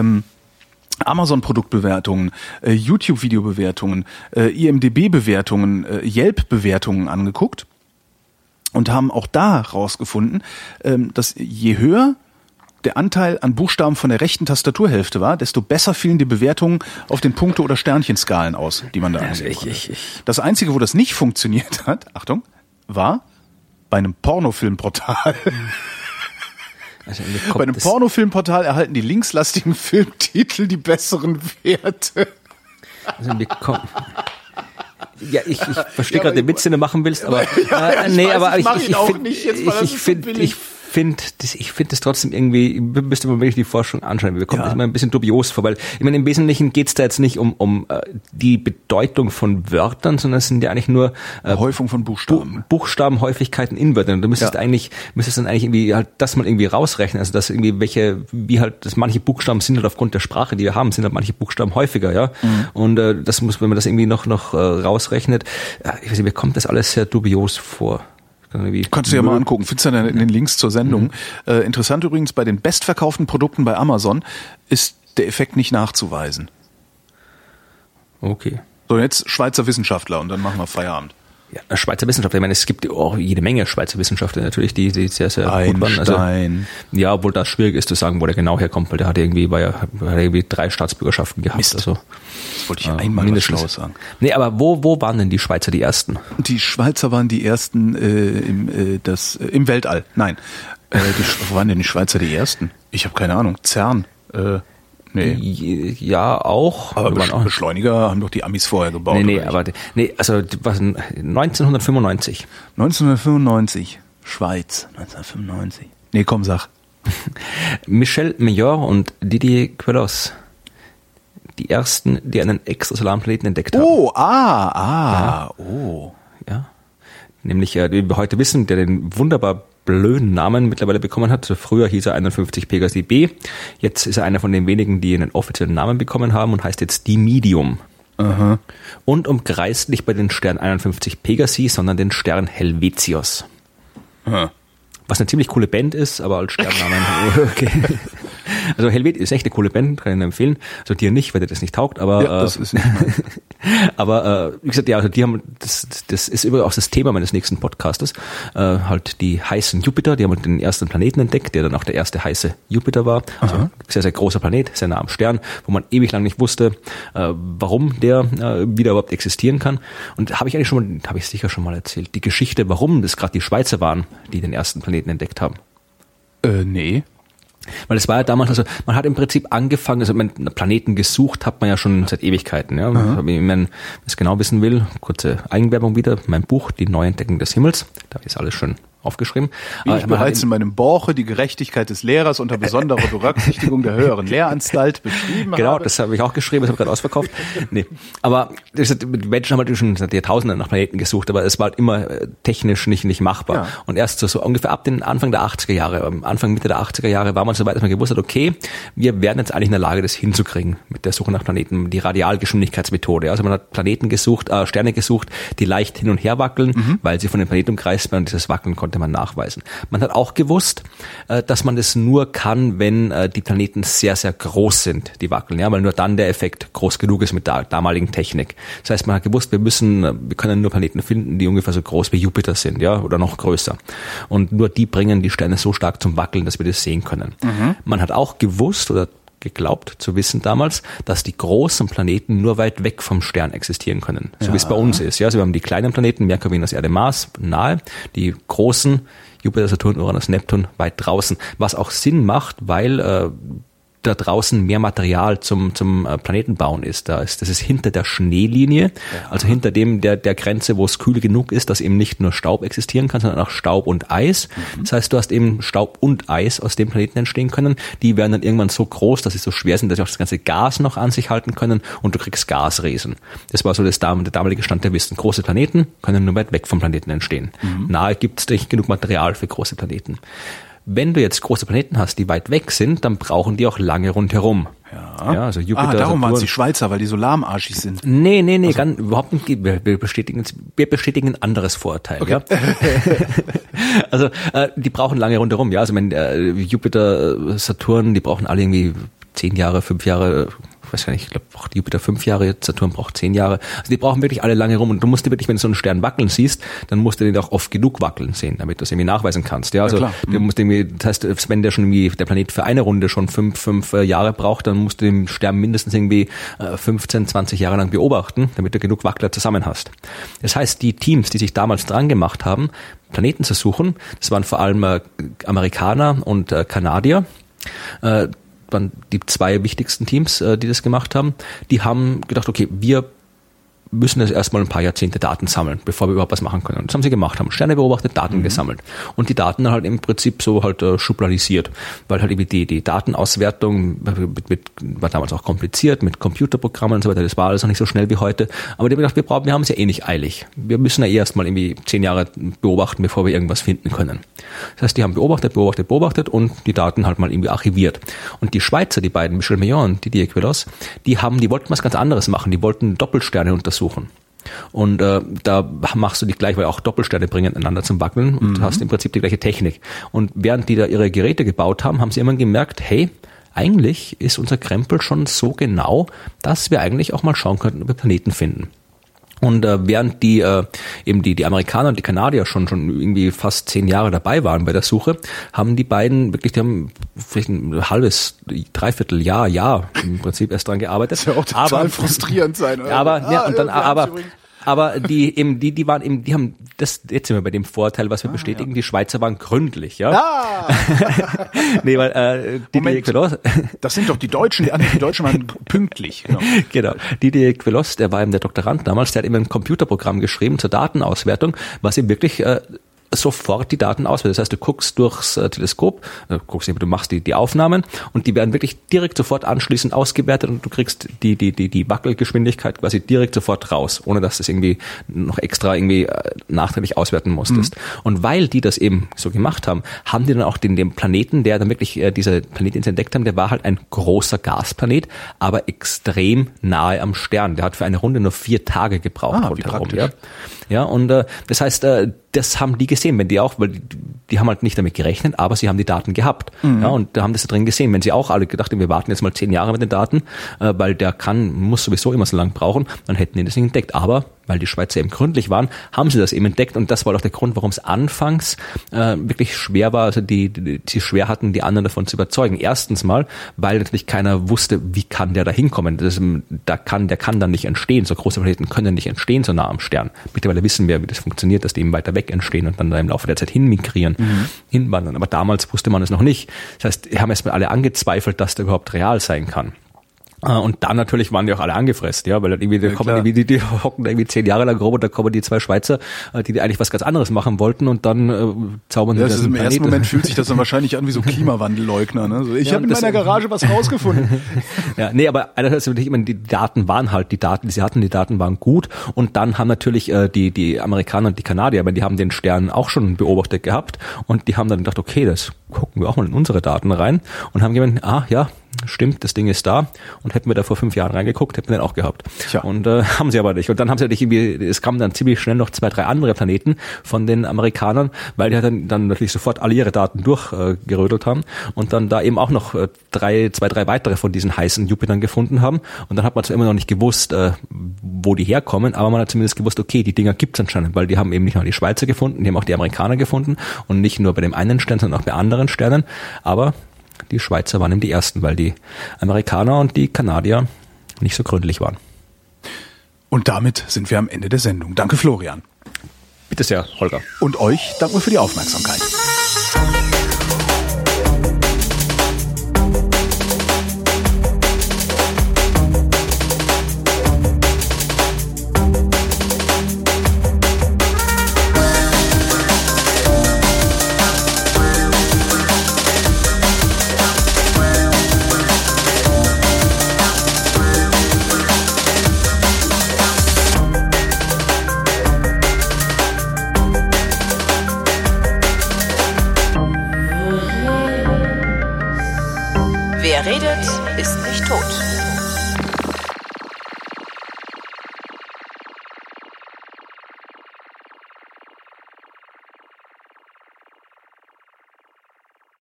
Amazon-Produktbewertungen, YouTube-Videobewertungen, IMDb-Bewertungen, Yelp-Bewertungen angeguckt und haben auch da rausgefunden, dass je höher der Anteil an Buchstaben von der rechten Tastaturhälfte war, desto besser fielen die Bewertungen auf den Punkte- oder Sternchenskalen aus, die man da ansehen konnte. Das Einzige, wo das nicht funktioniert hat, Achtung, war bei einem Pornofilmportal. Also bei einem Pornofilmportal erhalten die linkslastigen Filmtitel die besseren Werte. Also mir kommt... Ja, ich verstehe gerade den Witz, den du machen willst, aber ich finde das trotzdem irgendwie, müsste man wirklich die Forschung anschauen. Mir kommt das immer ein bisschen dubios vor, weil ich meine, im Wesentlichen geht's da jetzt nicht um die Bedeutung von Wörtern, sondern es sind ja eigentlich nur Häufung von Buchstaben. Buchstabenhäufigkeiten in Wörtern. Du müsstest dann eigentlich irgendwie halt das mal irgendwie rausrechnen, also dass irgendwie dass manche Buchstaben sind halt aufgrund der Sprache, die wir haben, sind halt manche Buchstaben häufiger, ja. Und das muss, wenn man das irgendwie noch rausrechnet, ich weiß nicht, mir kommt das alles sehr dubios vor. Kannst du ja mal angucken, findest du dann in den Links zur Sendung. Interessant übrigens, bei den bestverkauften Produkten bei Amazon ist der Effekt nicht nachzuweisen. Okay. So, jetzt Schweizer Wissenschaftler und dann machen wir Feierabend. Ja, Schweizer Wissenschaftler, ich meine, es gibt auch jede Menge Schweizer Wissenschaftler natürlich, die sehr, sehr gut waren. Also, ja, obwohl das schwierig ist zu sagen, wo der genau herkommt, weil der hat irgendwie 3 Staatsbürgerschaften gehabt. Mist. Also, das wollte ich einmal was Schlaues sagen. Nee, aber wo waren denn die Schweizer die Ersten? Die Schweizer waren die Ersten im Weltall. Nein. Wo waren denn die Schweizer die Ersten? Ich habe keine Ahnung. CERN. Nee. Ja, auch. Aber Beschleuniger haben doch die Amis vorher gebaut. Also was 1995. 1995. Schweiz. 1995. Nee, komm, sag. Michel Mayor und Didier Queloz. Die ersten, die einen extrasolaren Planeten entdeckt haben. Ja. Nämlich, wie wir heute wissen, der den wunderbar blöden Namen mittlerweile bekommen hat. Früher hieß er 51 Pegasi b. Jetzt ist er einer von den wenigen, die einen offiziellen Namen bekommen haben und heißt jetzt Dimidium. Aha. Und umkreist nicht bei den Stern 51 Pegasi, sondern den Stern Helvetios. Aha. Was eine ziemlich coole Band ist, aber als Sternnamen. Okay. Also Helvetios ist echt eine coole Band, kann ich Ihnen empfehlen. Also dir nicht, weil dir das nicht taugt, aber das ist nicht mein. Aber wie gesagt, ja, also die haben das ist übrigens auch das Thema meines nächsten Podcastes, halt die heißen Jupiter, die haben halt den ersten Planeten entdeckt, der dann auch der erste heiße Jupiter war. Also sehr, sehr großer Planet, sehr nah am Stern, wo man ewig lang nicht wusste, warum der wieder überhaupt existieren kann. Und habe ich sicher schon mal erzählt, die Geschichte, warum das gerade die Schweizer waren, die den ersten Planeten entdeckt haben. Nee. Weil es war ja damals, also man hat im Prinzip angefangen, also Planeten gesucht hat man ja schon seit Ewigkeiten. Ja. Wenn man es genau wissen will, kurze Eigenwerbung wieder, mein Buch, Die Neuentdeckung des Himmels, da ist alles schön aufgeschrieben. Wie ich bereits in meinem Borche die Gerechtigkeit des Lehrers unter besonderer Berücksichtigung der höheren Lehranstalt beschrieben habe. Genau, das habe ich auch geschrieben, das habe ich gerade ausverkauft. Nee, aber die Menschen haben halt schon seit Jahrtausenden nach Planeten gesucht, aber es war halt immer technisch nicht machbar. Ja. Und erst so ungefähr ab den Anfang der 80er Jahre, Mitte der 80er Jahre war man so weit, dass man gewusst hat, okay, wir werden jetzt eigentlich in der Lage, das hinzukriegen mit der Suche nach Planeten, die Radialgeschwindigkeitsmethode. Also man hat Planeten gesucht, Sterne gesucht, die leicht hin und her wackeln, weil sie von dem Planeten umkreist werden und dieses Wackeln konnte man nachweisen. Man hat auch gewusst, dass man das nur kann, wenn die Planeten sehr, sehr groß sind, die wackeln, ja, weil nur dann der Effekt groß genug ist mit der damaligen Technik. Das heißt, man hat gewusst, wir können nur Planeten finden, die ungefähr so groß wie Jupiter sind, ja, oder noch größer. Und nur die bringen die Sterne so stark zum Wackeln, dass wir das sehen können. Man hat auch gewusst oder geglaubt zu wissen damals, dass die großen Planeten nur weit weg vom Stern existieren können. So wie es bei uns ist. Ja, also wir haben die kleinen Planeten, Merkur, Venus, Erde, Mars, nahe. Die großen, Jupiter, Saturn, Uranus, Neptun, weit draußen. Was auch Sinn macht, weil da draußen mehr Material zum Planetenbauen ist. Das ist hinter der Schneelinie, also hinter dem der Grenze, wo es kühl genug ist, dass eben nicht nur Staub existieren kann, sondern auch Staub und Eis. Das heißt, du hast eben Staub und Eis aus dem Planeten entstehen können. Die werden dann irgendwann so groß, dass sie so schwer sind, dass sie auch das ganze Gas noch an sich halten können und du kriegst Gasriesen. Das war so der damalige Stand der Wissen. Große Planeten können nur weit weg vom Planeten entstehen. Nahe gibt es nicht genug Material für große Planeten. Wenn du jetzt große Planeten hast, die weit weg sind, dann brauchen die auch lange rundherum. Ja, also Jupiter, darum waren Saturn. es die Schweizer, weil die so lahmarschig sind. Nee, also. Überhaupt nicht. Wir bestätigen ein anderes Vorurteil. Okay. Ja? Also die brauchen lange rundherum. Ja, also Jupiter, Saturn, die brauchen alle irgendwie 10 Jahre, 5 Jahre weiß gar nicht, ich glaube, braucht Jupiter 5 Jahre, Saturn braucht 10 Jahre. Also die brauchen wirklich alle lange rum und du musst dir wirklich, wenn du so einen Stern wackeln siehst, dann musst du den auch oft genug wackeln sehen, damit du es irgendwie nachweisen kannst. Ja, also du musst irgendwie, das heißt, wenn der schon irgendwie, der Planet für eine Runde schon 5 Jahre braucht, dann musst du den Stern mindestens irgendwie 15, 20 Jahre lang beobachten, damit du genug Wackler zusammen hast. Das heißt, die Teams, die sich damals dran gemacht haben, Planeten zu suchen, das waren vor allem Amerikaner und Kanadier, waren die 2 wichtigsten Teams, die das gemacht haben, die haben gedacht, okay, wir müssen jetzt erstmal ein paar Jahrzehnte Daten sammeln, bevor wir überhaupt was machen können. Und das haben sie gemacht, haben Sterne beobachtet, Daten gesammelt. Und die Daten dann halt im Prinzip so halt schubladisiert, weil halt irgendwie die Datenauswertung war damals auch kompliziert, mit Computerprogrammen und so weiter, das war alles noch nicht so schnell wie heute. Aber die haben gedacht, wir haben es ja eh nicht eilig. Wir müssen ja erstmal irgendwie 10 Jahre beobachten, bevor wir irgendwas finden können. Das heißt, die haben beobachtet und die Daten halt mal irgendwie archiviert. Und die Schweizer, die beiden, Michel Mayor und Didier Queloz, die wollten was ganz anderes machen. Die wollten Doppelsterne untersuchen. Und da machst du dich gleich, weil auch Doppelsterne bringen einander zum Wackeln und hast im Prinzip die gleiche Technik. Und während die da ihre Geräte gebaut haben, haben sie immer gemerkt, hey, eigentlich ist unser Krempel schon so genau, dass wir eigentlich auch mal schauen könnten, ob wir Planeten finden. Und während die Amerikaner und die Kanadier schon irgendwie fast 10 Jahre dabei waren bei der Suche, haben die beiden wirklich, die haben vielleicht ein halbes, dreiviertel Jahr im Prinzip erst dran gearbeitet. Das ja auch total frustrierend sein, oder? Aber die haben das, jetzt sind wir bei dem Vorteil, was wir bestätigen, die Schweizer waren gründlich, ja. Nee, weil Didier Queloz, das sind doch die Deutschen, die Deutschen waren pünktlich. Genau. Didier Queloz, der war eben der Doktorand damals, der hat eben ein Computerprogramm geschrieben zur Datenauswertung, was ihm wirklich sofort die Daten auswertet. Das heißt, du guckst durchs Teleskop, du machst die Aufnahmen und die werden wirklich direkt sofort anschließend ausgewertet und du kriegst die Wackelgeschwindigkeit quasi direkt sofort raus, ohne dass du es irgendwie noch extra irgendwie nachträglich auswerten musstest. Und weil die das eben so gemacht haben, haben die dann auch den Planeten, der dann wirklich dieser Planet, den sie entdeckt haben, der war halt ein großer Gasplanet, aber extrem nahe am Stern. Der hat für eine Runde nur 4 Tage gebraucht. Wie praktisch. Ja, und das heißt, das haben die gesehen, wenn die auch, weil die haben halt nicht damit gerechnet, aber sie haben die Daten gehabt. Ja, und da haben das da drin gesehen. Wenn sie auch alle gedacht haben, wir warten jetzt mal 10 Jahre mit den Daten, weil muss sowieso immer so lang brauchen, dann hätten die das nicht entdeckt. Aber weil die Schweizer eben gründlich waren, haben sie das eben entdeckt und das war auch der Grund, warum es anfangs wirklich schwer war, also sie schwer hatten, die anderen davon zu überzeugen. Erstens mal, weil natürlich keiner wusste, wie kann der da hinkommen. Der kann dann nicht entstehen. So große Planeten können nicht entstehen so nah am Stern. Mittlerweile wissen wir, wie das funktioniert, dass die eben weiter weg entstehen und dann da im Laufe der Zeit hinwandern. Aber damals wusste man es noch nicht. Das heißt, wir haben erstmal alle angezweifelt, dass der überhaupt real sein kann. Und dann natürlich waren die auch alle angefressen, ja, weil dann irgendwie, die hocken da irgendwie 10 Jahre lang rum und da kommen die 2 Schweizer, die eigentlich was ganz anderes machen wollten und dann zaubern die das. Im ersten Moment fühlt sich das dann wahrscheinlich an wie so Klimawandelleugner, ne? So, ich habe in meiner Garage was rausgefunden. Ja, nee, aber einerseits natürlich immer, die Daten waren halt, die Daten waren gut und dann haben natürlich die Amerikaner und die Kanadier, aber die haben den Stern auch schon beobachtet gehabt und die haben dann gedacht, okay, das gucken wir auch mal in unsere Daten rein und haben gemeint, ja, stimmt, das Ding ist da und hätten wir da vor 5 Jahren reingeguckt, hätten wir den auch gehabt. Tja. Und haben sie aber nicht. Und dann haben sie natürlich es kamen dann ziemlich schnell noch 2, 3 andere Planeten von den Amerikanern, weil die dann natürlich sofort alle ihre Daten durchgerödelt haben und dann da eben auch noch 2, 3 weitere von diesen heißen Jupitern gefunden haben. Und dann hat man zwar immer noch nicht gewusst, wo die herkommen, aber man hat zumindest gewusst, okay, die Dinger gibt's anscheinend, weil die haben eben nicht nur die Schweizer gefunden, die haben auch die Amerikaner gefunden und nicht nur bei dem einen Stern, sondern auch bei anderen Sternen. Aber die Schweizer waren eben die ersten, weil die Amerikaner und die Kanadier nicht so gründlich waren. Und damit sind wir am Ende der Sendung. Danke, Florian. Bitte sehr, Holger. Und euch danken wir für die Aufmerksamkeit.